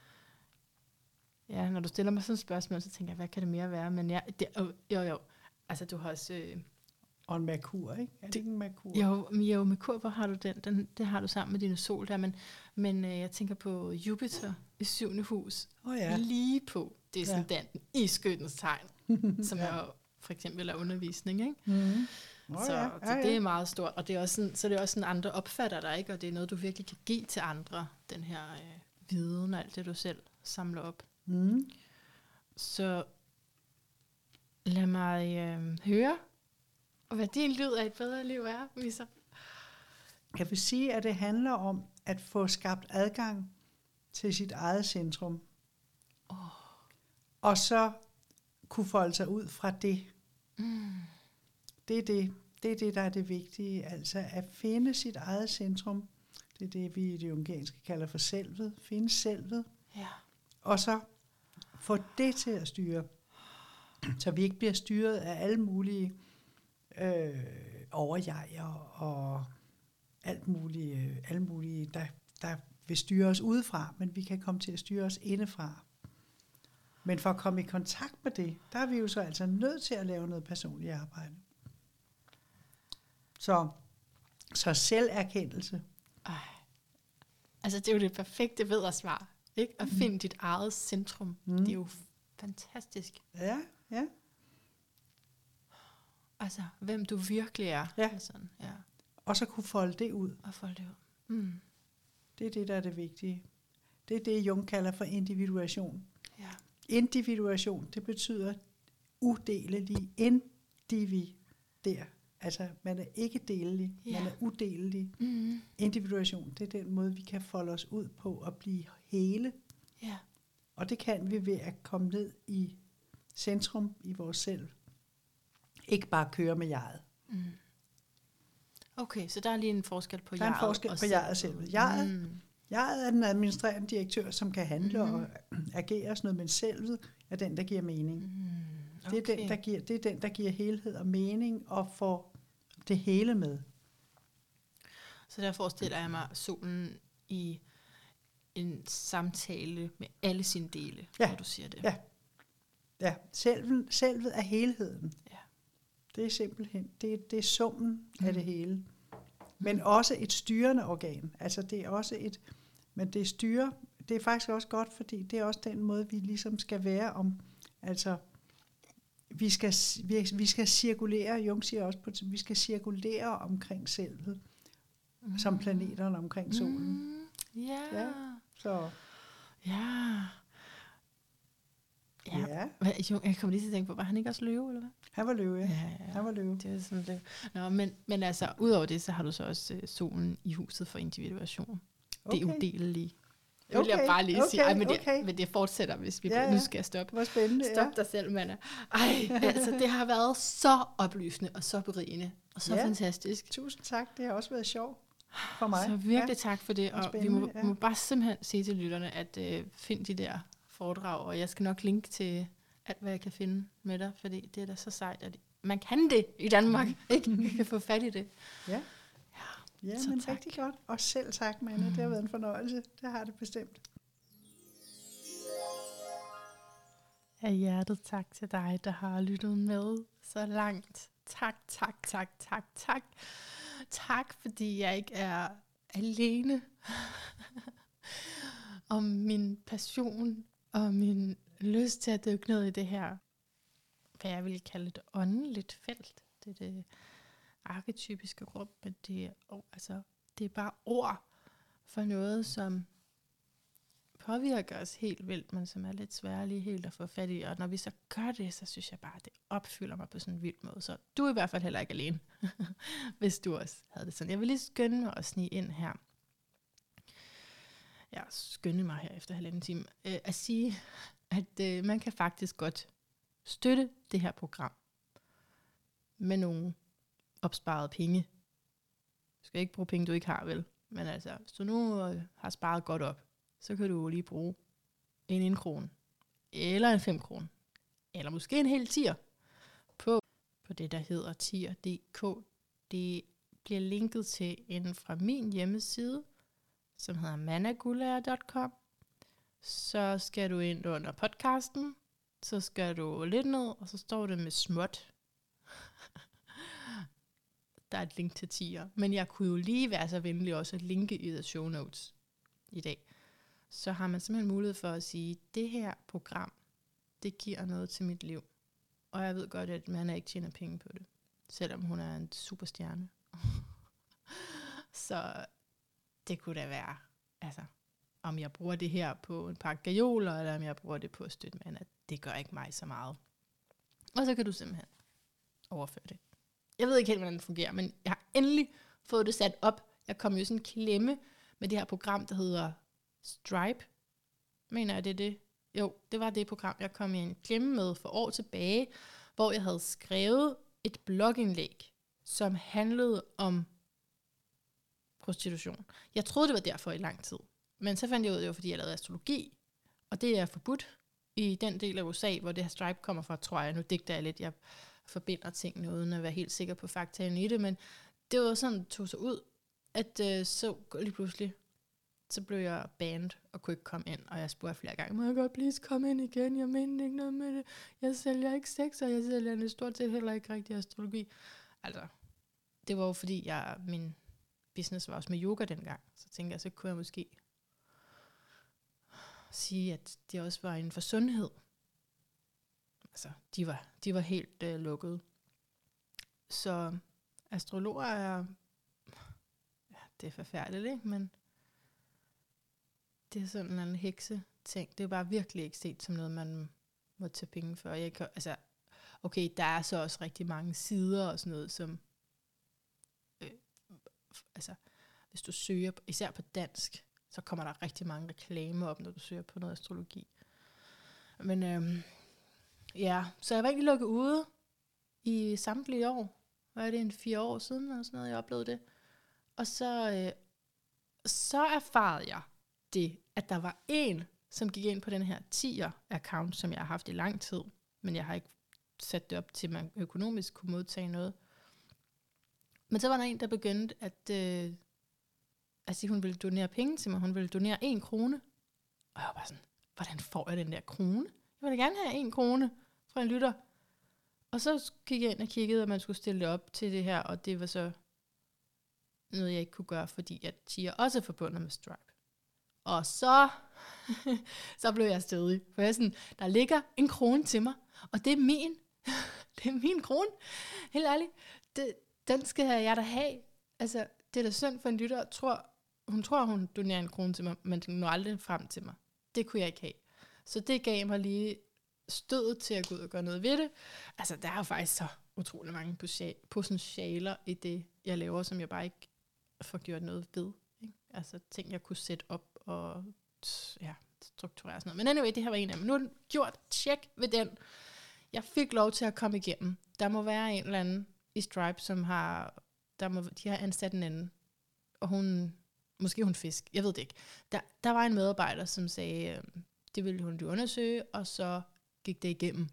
[SPEAKER 1] Ja, når du stiller mig sådan et spørgsmål, så tænker jeg, hvad kan det mere være? Men ja, det, jo, jo. Altså, du har også... Øh,
[SPEAKER 2] og en Merkur, ikke? Er det, det ikke en Merkur?
[SPEAKER 1] Jo, jo, Merkur, hvor har du den? den? Det har du sammen med dine sol der, men, men øh, jeg tænker på Jupiter i syvende hus.
[SPEAKER 2] Oh, ja.
[SPEAKER 1] Lige på, det er sådan ja. den i skyttens tegn, som ja. er for eksempel er undervisning, ikke? Mm-hmm. Oh, så, ja. Ja, så det er meget stort, og det er også sådan, så det er også sådan, andre opfatter dig, ikke? Og det er noget, du virkelig kan give til andre, den her øh, viden og alt det, du selv samler op. Mm. Så lad mig øh, høre, og hvad din lyd af et bedre liv er, Misa?
[SPEAKER 2] Jeg vil sige, at det handler om at få skabt adgang til sit eget centrum. Oh. Og så kunne folde sig ud fra det. Mm. Det er det. Det er det, der er det vigtige. Altså at finde sit eget centrum. Det er det, vi i det jungianske kalder for selvet. Finde selvet.
[SPEAKER 1] Ja.
[SPEAKER 2] Og så få det til at styre. Så vi ikke bliver styret af alle mulige øh, overjeger og alt mulige, øh, alle mulige der, der vil styre os udefra, men vi kan komme til at styre os indefra. Men for at komme i kontakt med det, der er vi jo så altså nødt til at lave noget personligt arbejde. Så, så selverkendelse.
[SPEAKER 1] Ej. Altså det er jo det perfekte væddersvar, ikke? At finde mm. dit eget centrum. Mm. Det er jo fantastisk.
[SPEAKER 2] Ja, ja.
[SPEAKER 1] Altså, hvem du virkelig er.
[SPEAKER 2] Ja.
[SPEAKER 1] Sådan, ja.
[SPEAKER 2] Og så kunne folde det ud.
[SPEAKER 1] Og folde det ud. Mm.
[SPEAKER 2] Det er det, der er det vigtige. Det er det, Jung kalder for individuation.
[SPEAKER 1] Ja.
[SPEAKER 2] Individuation, det betyder udelelig. Individer. Altså, man er ikke delelig, ja. Man er udelelig. Mm. Individuation, det er den måde, vi kan folde os ud på og blive hele.
[SPEAKER 1] Ja.
[SPEAKER 2] Og det kan vi ved at komme ned i centrum i vores selv. Ikke bare køre med jeget. Mm.
[SPEAKER 1] Okay, så der er lige en forskel på jeget.
[SPEAKER 2] Der er en forskel på jeget selv. Jeget, mm. jeget er den administrerende direktør, som kan handle mm. og agere sådan noget, men selvet er den, der giver mening. Mm. Okay. Det, er den, der giver, det er den, der giver helhed og mening og får det hele med.
[SPEAKER 1] Så der forestiller jeg mig solen i en samtale med alle sine dele,
[SPEAKER 2] ja.
[SPEAKER 1] Når du siger det.
[SPEAKER 2] Ja, ja. Selvet, selvet er helheden.
[SPEAKER 1] Ja.
[SPEAKER 2] Det er simpelthen, det, det er summen mm. af det hele. Men også et styrende organ. Altså det er også et, men det styrer, det er faktisk også godt, fordi det er også den måde, vi ligesom skal være om, altså vi skal, vi, vi skal cirkulere, Jung siger også, på, vi skal cirkulere omkring selvet, mm. som planeterne omkring solen.
[SPEAKER 1] Mm. Yeah.
[SPEAKER 2] Ja. Så.
[SPEAKER 1] Ja. Ja.
[SPEAKER 2] Ja.
[SPEAKER 1] Jung, jeg kommer lige til at tænke på, var han ikke også løve, eller hvad?
[SPEAKER 2] Han var løve, ja.
[SPEAKER 1] ja, ja.
[SPEAKER 2] Han var løve.
[SPEAKER 1] Det er sådan det. Nå, men, men altså, udover det, så har du så også uh, solen i huset for individuation. det
[SPEAKER 2] Okay.
[SPEAKER 1] udelelige. Det vil jeg
[SPEAKER 2] Okay,
[SPEAKER 1] bare lige
[SPEAKER 2] okay,
[SPEAKER 1] sige. Ej, men, det,
[SPEAKER 2] okay.
[SPEAKER 1] men det fortsætter, hvis vi
[SPEAKER 2] Ja, ja.
[SPEAKER 1] nu skal jeg stoppe.
[SPEAKER 2] Hvor spændende,
[SPEAKER 1] Stop
[SPEAKER 2] ja.
[SPEAKER 1] dig selv, Manna. Ej, altså det har været så oplysende og så berigende og så
[SPEAKER 2] Ja.
[SPEAKER 1] fantastisk.
[SPEAKER 2] Tusind tak, det har også været sjovt for mig.
[SPEAKER 1] Så virkelig tak for det,
[SPEAKER 2] Og
[SPEAKER 1] og vi
[SPEAKER 2] spændende,
[SPEAKER 1] må,
[SPEAKER 2] ja.
[SPEAKER 1] må bare simpelthen sige til lytterne, at øh, find de der foredrag, og jeg skal nok linke til alt, hvad jeg kan finde med dig, fordi det er da så sejt, at man kan det i Danmark, ikke? Man kan få fat i det.
[SPEAKER 2] Ja, ja
[SPEAKER 1] Så
[SPEAKER 2] men
[SPEAKER 1] tak.
[SPEAKER 2] rigtig godt. Og selv tak, Manne. Det har været en fornøjelse. Det har det bestemt.
[SPEAKER 1] Af hjertet tak til dig, der har lyttet med så langt. Tak, tak, tak, tak, tak. Tak, fordi jeg ikke er alene om min passion og min lyst til at dykke ned i det her, hvad jeg vil kalde et åndeligt felt. Det er det arketypiske rum, men det er, oh, altså, det er bare ord for noget, som påvirker os helt vildt, men som er lidt svære lige helt at få fat i. Og når vi så gør det, så synes jeg bare, at det opfylder mig på sådan en vild måde. Så du er i hvert fald heller ikke alene, hvis du også havde det sådan. Jeg vil lige skynde mig at snige ind her. Jeg skynde mig her efter halvanden time. Øh, at sige, at øh, man kan faktisk godt støtte det her program med nogle opsparede penge. Du skal ikke bruge penge, du ikke har, vel? Men altså, hvis du nu øh, har sparet godt op, så kan du lige bruge en en krone, eller en fem krone, eller måske en hel tier på, på det, der hedder tier punktum d k. Det bliver linket til inden fra min hjemmeside, som hedder managulager punktum com. Så skal du ind under podcasten, så skal du lidt ned, og så står det med småt. Der er et link til tier, men jeg kunne jo lige være så venlig også at linke i the show notes i dag. Så har man simpelthen mulighed for at sige, det her program, det giver noget til mit liv. Og jeg ved godt, at man ikke tjener penge på det, selvom hun er en superstjerne. Så det kunne da være, altså, om jeg bruger det her på en pakke gajoler, eller om jeg bruger det på at støtte med, at det gør ikke mig så meget. Og så kan du simpelthen overføre det. Jeg ved ikke helt, hvordan det fungerer, men jeg har endelig fået det sat op. Jeg kom jo sådan en klemme med det her program, der hedder Stripe. Mener jeg, det er det? Jo, det var det program, jeg kom i en klemme med for år tilbage, hvor jeg havde skrevet et blogindlæg, som handlede om prostitution. Jeg troede, det var derfor i lang tid. Men så fandt jeg ud af, det var, fordi jeg lavede astrologi, og det er forbudt i den del af U S A, hvor det her Stripe kommer fra, tror jeg. Nu digter jeg lidt, jeg forbinder ting uden at være helt sikker på faktaen i det, men det var sådan, det tog sig ud, at øh, så lige pludselig, så blev jeg banned og kunne ikke komme ind, og jeg spurgte flere gange, må jeg godt please komme ind igen, jeg mener ikke noget med det, jeg sælger ikke sex, og jeg sælger en stort set heller ikke rigtig astrologi. Altså, det var jo fordi, jeg, min business var også med yoga dengang, så tænkte jeg, så kunne jeg måske sige, at det også var inden for sundhed. Altså, de var, de var helt øh, lukkede. Så astrologer er, ja, det er forfærdeligt, ikke? Men det er sådan en hekse ting. Det er bare virkelig ikke set som noget, man må tage penge for. Jeg kan, altså, okay, der er så også rigtig mange sider og sådan noget, som, øh, altså, hvis du søger, især på dansk, så kommer der rigtig mange reklamer op, når du søger på noget astrologi. Men øhm, ja, så jeg var egentlig lukket ude i samtlige år. Hvad er det, en fire år siden, eller sådan noget, jeg oplevede det. Og så, øh, så erfarede jeg det, at der var en, som gik ind på den her tier-account, som jeg har haft i lang tid, men jeg har ikke sat det op til, at man økonomisk kunne modtage noget. Men så var der en, der begyndte at, øh, at sige, hun ville donere penge til mig. Hun ville donere en krone. Og jeg var bare sådan, hvordan får jeg den der krone? Jeg ville gerne have en krone fra en lytter. Og så gik jeg ind og kiggede, at man skulle stille det op til det her, og det var så noget, jeg ikke kunne gøre, fordi at tier også er forbundet med Stripe. Og så, så blev jeg stedig. For jeg sådan, der ligger en krone til mig, og det er min. Det er min krone. Helt ærligt. Det, den skal jeg da have. Altså, det er da synd for en lytter. Tror, hun tror, hun donerer en krone til mig, men den når aldrig frem til mig. Det kunne jeg ikke have. Så det gav mig lige stødet til at gå ud og gøre noget ved det. Altså, der er jo faktisk så utrolig mange potentialer i det, jeg laver, som jeg bare ikke får gjort noget ved. Ikke? Altså ting, jeg kunne sætte op og ja, strukturere og sådan noget. Men anyway, det her var en af dem. Nu er den gjort. Tjek ved den. Jeg fik lov til at komme igennem. Der må være en eller anden i Stripe, som har, der må, de har ansat en anden. Og hun, måske hun fisk, jeg ved det ikke. Der, der var en medarbejder, som sagde, øh, det ville hun jo undersøge, og så gik det igennem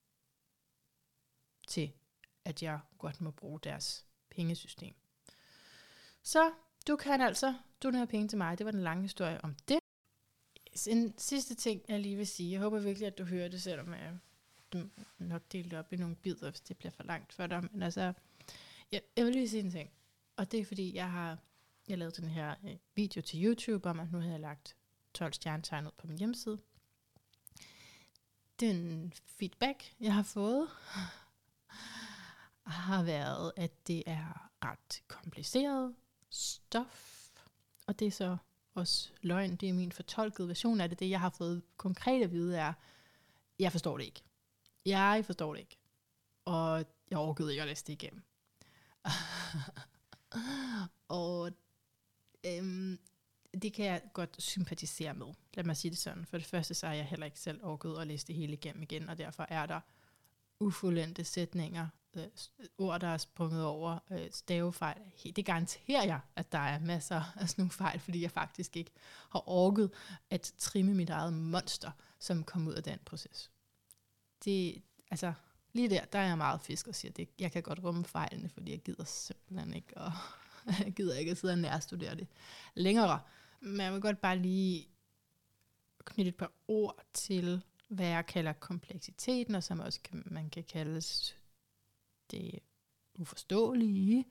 [SPEAKER 1] til, at jeg godt må bruge deres pengesystem. Så du kan altså donere penge til mig. Det var den lange historie om det. En sidste ting, jeg lige vil sige. Jeg håber virkelig, at du hører det, selvom jeg nok delte op i nogle bidder, hvis det bliver for langt for dig. Men altså, jeg, jeg vil lige sige en ting. Og det er fordi, jeg har jeg lavet den her øh, video til YouTube, om at nu har jeg lagt tolv stjernetegn ud på min hjemmeside. Den feedback, jeg har fået, har været, at det er ret kompliceret stof. Og det er så også løgn. Det er min fortolkede version af det. Det, jeg har fået konkret at vide, er, jeg forstår det ikke. Jeg forstår det ikke. Og jeg overgød ikke at læse det igennem. og øhm, det kan jeg godt sympatisere med. Lad mig sige det sådan. For det første, så er jeg heller ikke selv overgød at læse det hele igennem igen. Og derfor er der ufuldendte sætninger, øh, ord, der er sprunget over, øh, stavefejl. Det garanterer jeg, at der er masser af sådan nogle fejl, fordi jeg faktisk ikke har orket at trimme mit eget monster, som kom ud af den proces. Det, altså, lige der, der er jeg meget fisk og siger, at jeg kan godt rumme fejlene, fordi jeg gider simpelthen ikke, og jeg gider ikke at sidde og nærstudere det længere. Men jeg vil godt bare lige knytte et par ord til, hvad jeg kalder kompleksiteten, og som også kan, man kan kalde det uforståelige.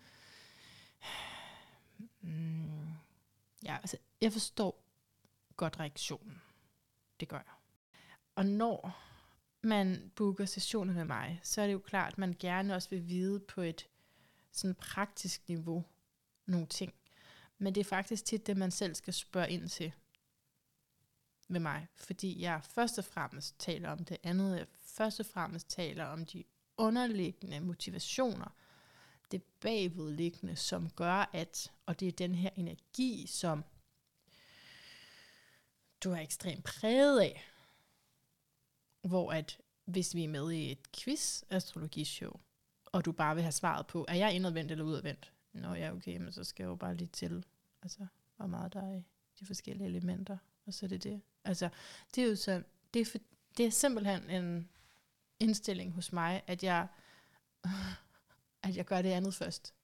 [SPEAKER 1] Mm, ja, altså, jeg forstår godt reaktionen. Det gør jeg. Og når man booker sessioner med mig, så er det jo klart, at man gerne også vil vide på et sådan praktisk niveau nogle ting. Men det er faktisk tit det, man selv skal spørge ind til med mig. Fordi jeg først og fremmest taler om det andet. Jeg først og fremmest taler om de underliggende motivationer. Det bagvedliggende, som gør at, og det er den her energi, som du er ekstremt præget af. Hvor at, hvis vi er med i et quiz-astrologishow, og du bare vil have svaret på, er jeg indadvendt eller udadvendt? Nå ja, okay, men så skal jeg jo bare lige til, altså, hvor meget der er i de forskellige elementer, og så er det det. Altså, det er jo sådan, det er, for, det er simpelthen en indstilling hos mig, at jeg, at jeg gør det andet først.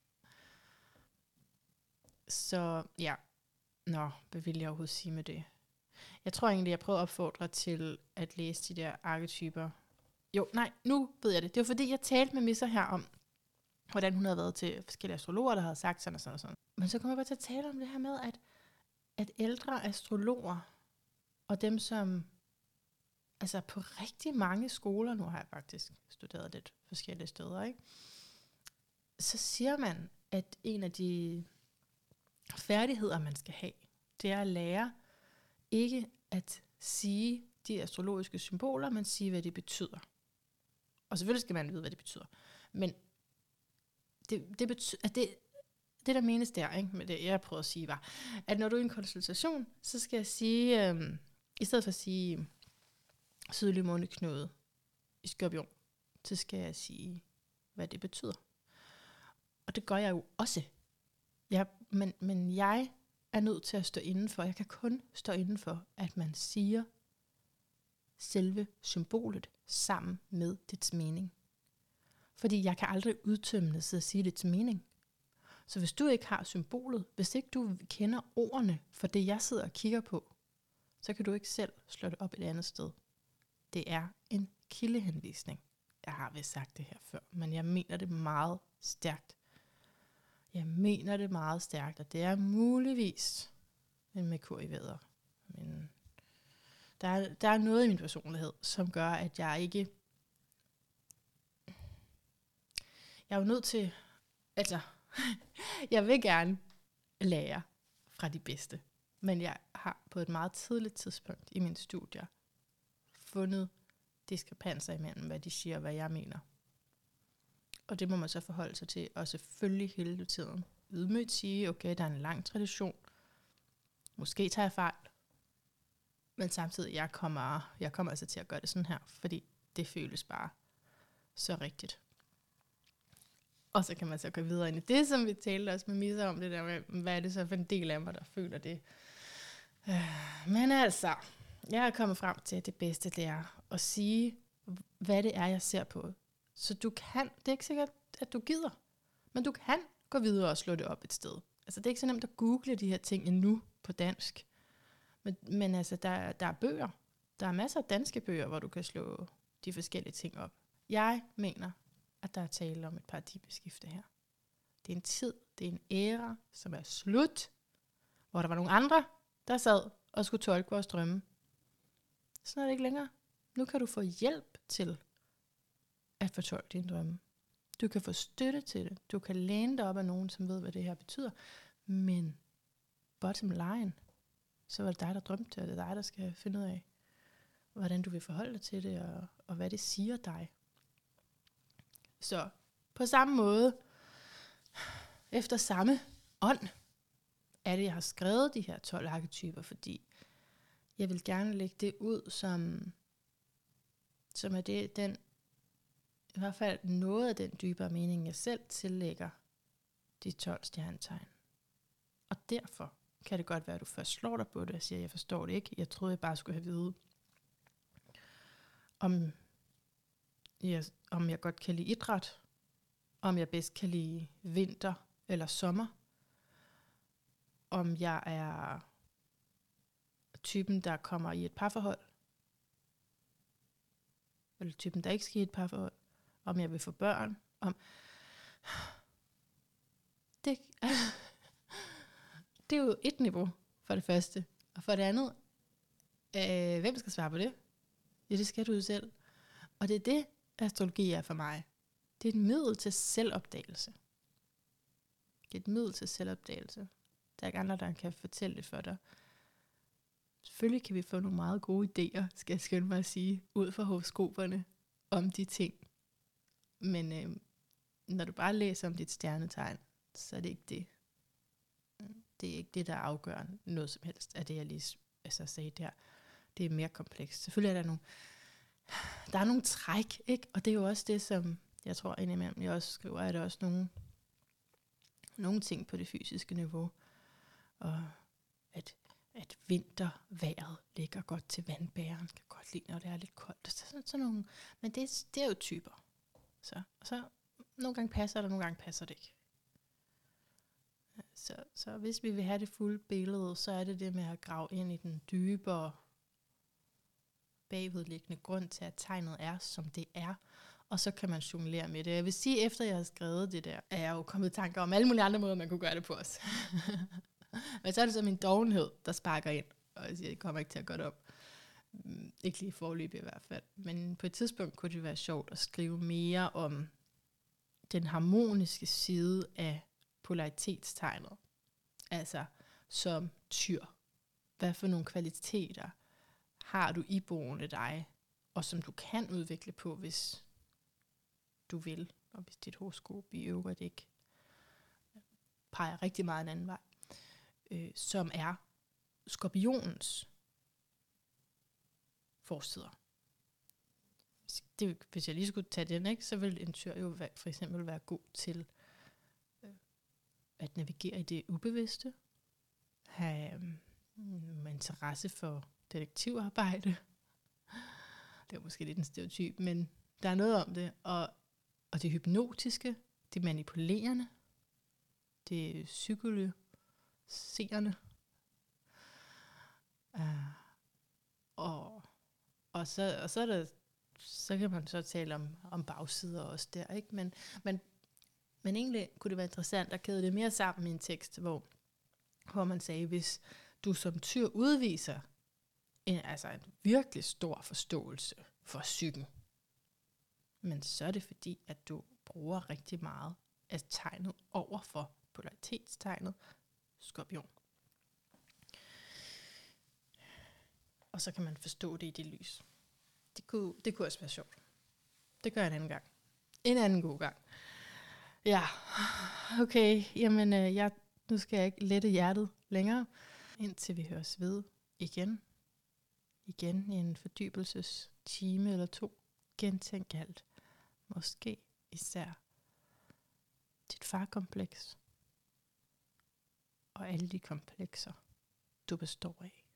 [SPEAKER 1] Så ja, nå, hvad vil jeg overhovedet sige med det? Jeg tror egentlig, jeg prøver at opfordre til at læse de der arketyper. Jo, nej, nu ved jeg det. Det var fordi, jeg talte med Missa her om, hvordan hun havde været til forskellige astrologer, der havde sagt sådan og sådan og sådan. Men så kommer jeg bare til at tale om det her med, at, at ældre astrologer, og dem som, altså på rigtig mange skoler, nu har jeg faktisk studeret lidt forskellige steder, ikke? Så siger man, at en af de færdigheder, man skal have, det er at lære ikke at sige de astrologiske symboler, men sige, hvad de betyder. Og selvfølgelig skal man vide, hvad det betyder. Men det, det, betyder, at det, det der menes der, ikke, med det jeg prøver at sige, var, at når du er i en konsultation, så skal jeg sige, øhm, i stedet for at sige sydlig måneknude i Skorpion, så skal jeg sige, hvad det betyder. Og det gør jeg jo også. Jeg, men, men jeg er nødt til at stå indenfor. Jeg kan kun stå indenfor, at man siger selve symbolet sammen med dets mening. Fordi jeg kan aldrig udtømmende sidde og sige dets mening. Så hvis du ikke har symbolet, hvis ikke du kender ordene for det, jeg sidder og kigger på, så kan du ikke selv slå det op et andet sted. Det er en kildehenvisning. Jeg har vist sagt det her før, men jeg mener det meget stærkt. Jeg mener det meget stærkt, og det er muligvis en Merkur i vædder. Men der er, der er noget i min personlighed, som gør, at jeg ikke... Jeg er jo nødt til... Altså, jeg vil gerne lære fra de bedste. Men jeg har på et meget tidligt tidspunkt i mine studier fundet diskrepanser imellem, hvad de siger og hvad jeg mener. Og det må man så forholde sig til, og selvfølgelig hele tiden ydmygt sige, okay, der er en lang tradition, Måske tager jeg fejl. Men samtidig, jeg kommer, jeg kommer altså til at gøre det sådan her, fordi det føles bare så rigtigt. Og så kan man så gå videre ind i det, som vi talte også med Misa om, det der med, hvad er det så for en del af mig, der føler det. Men altså, jeg er kommet frem til, at det bedste, det er at sige, hvad det er, jeg ser på. Så du kan, det er ikke sikkert, at du gider, men du kan gå videre og slå det op et sted. Altså, det er ikke så nemt at google de her ting endnu på dansk. Men, men altså, der, der er bøger. Der er masser af danske bøger, hvor du kan slå de forskellige ting op. Jeg mener, at der er tale om et paradigmeskifte her. Det er en tid, det er en æra, som er slut, hvor der var nogle andre, der sad og skulle tolke vores drømme. Sådan er det ikke længere. Nu kan du få hjælp til at fortolke dine drømme. Du kan få støtte til det. Du kan læne dig op af nogen, som ved, hvad det her betyder. Men bottom line, så er det dig, der drømte, og det er dig, der skal finde ud af, hvordan du vil forholde dig til det, og, og hvad det siger dig. Så på samme måde, efter samme ånd, er det, jeg har skrevet de her tolv arketyper, fordi jeg vil gerne lægge det ud, som, som er det, den, i hvert fald noget af den dybere mening, jeg selv tillægger de tolv stjernetegn. Og derfor kan det godt være, at du først slår dig på det og siger, jeg forstår det ikke. Jeg troede, jeg bare skulle have vide, om jeg, om jeg godt kan lide idræt, om jeg bedst kan lide vinter eller sommer, om jeg er typen, der kommer i et parforhold, eller typen, der ikke skal i et parforhold, om jeg vil få børn, om det, det er jo et niveau for det første, og for det andet, øh, hvem skal svare på det? Ja, det skal du jo selv. Og det er det, astrologi er for mig. Det er et middel til selvopdagelse. Det er et middel til selvopdagelse. Der er ikke andre, der kan fortælle det for dig. Selvfølgelig kan vi få nogle meget gode idéer, skal jeg skynde mig at sige, ud fra horoskoperne om de ting. Men øh, når du bare læser om dit stjernetegn, så er det ikke det. Det er ikke det, der afgør noget som helst af det, jeg lige altså, sagde der. Det er mere komplekst. Selvfølgelig er der nogle, der er nogle træk, ikke? Og det er jo også det, som jeg tror indimellem, jeg også skriver, er der også nogle, nogle ting på det fysiske niveau. Og at, at vintervejret ligger godt til vandbæren, kan godt lide, når det er lidt koldt. Så, sådan, sådan nogle, men det, det er jo typer. Så, og så nogle gange passer det, nogle gange passer det ikke. Så, så hvis vi vil have det fulde billede, så er det det med at grave ind i den dybere bagvedliggende grund til, at tegnet er, som det er. Og så kan man jonglere med det. Jeg vil sige, efter jeg har skrevet det der, er jeg jo kommet i tanker om alle mulige andre måder, man kunne gøre det på os. Men så er det så min dovenhed, der sparker ind, og jeg siger, det kommer ikke til at gå det op. Ikke lige forløbig i hvert fald. Men på et tidspunkt kunne det være sjovt at skrive mere om den harmoniske side af polaritetstegnet. Altså som tyr. Hvad for nogle kvaliteter har du iboende dig, og som du kan udvikle på, hvis du vil, og hvis dit horoskop i øvrigt ikke peger rigtig meget en anden vej, øh, som er skorpionens forsider. Det, hvis jeg lige skulle tage den, ikke, så vil en tyr jo være, for eksempel være god til øh, at navigere i det ubevidste, have øh, interesse for detektivarbejde. Det er måske lidt en stereotyp, men der er noget om det. Og, og det hypnotiske, det manipulerende, det psykologiserende. Uh, og, og, så, og så, er der, så kan man så tale om, om bagsider også der. Ikke? Men, men, men egentlig kunne det være interessant at kæde det mere sammen i en tekst, hvor, hvor man sagde, hvis du som tyr udviser En, altså en virkelig stor forståelse for psyken. Men så er det fordi, at du bruger rigtig meget af tegnet over for polaritetstegnet skorpion. Og så kan man forstå det i det lys. Det kunne, det kunne også være sjovt. Det gør jeg en anden gang. En anden god gang. Ja, okay. Jamen, øh, jeg, nu skal jeg ikke lette hjertet længere. indtil vi høres ved igen. Igen i en fordybelsestime eller to. Gentænk alt. Måske især dit farkompleks og alle de komplekser, du består af.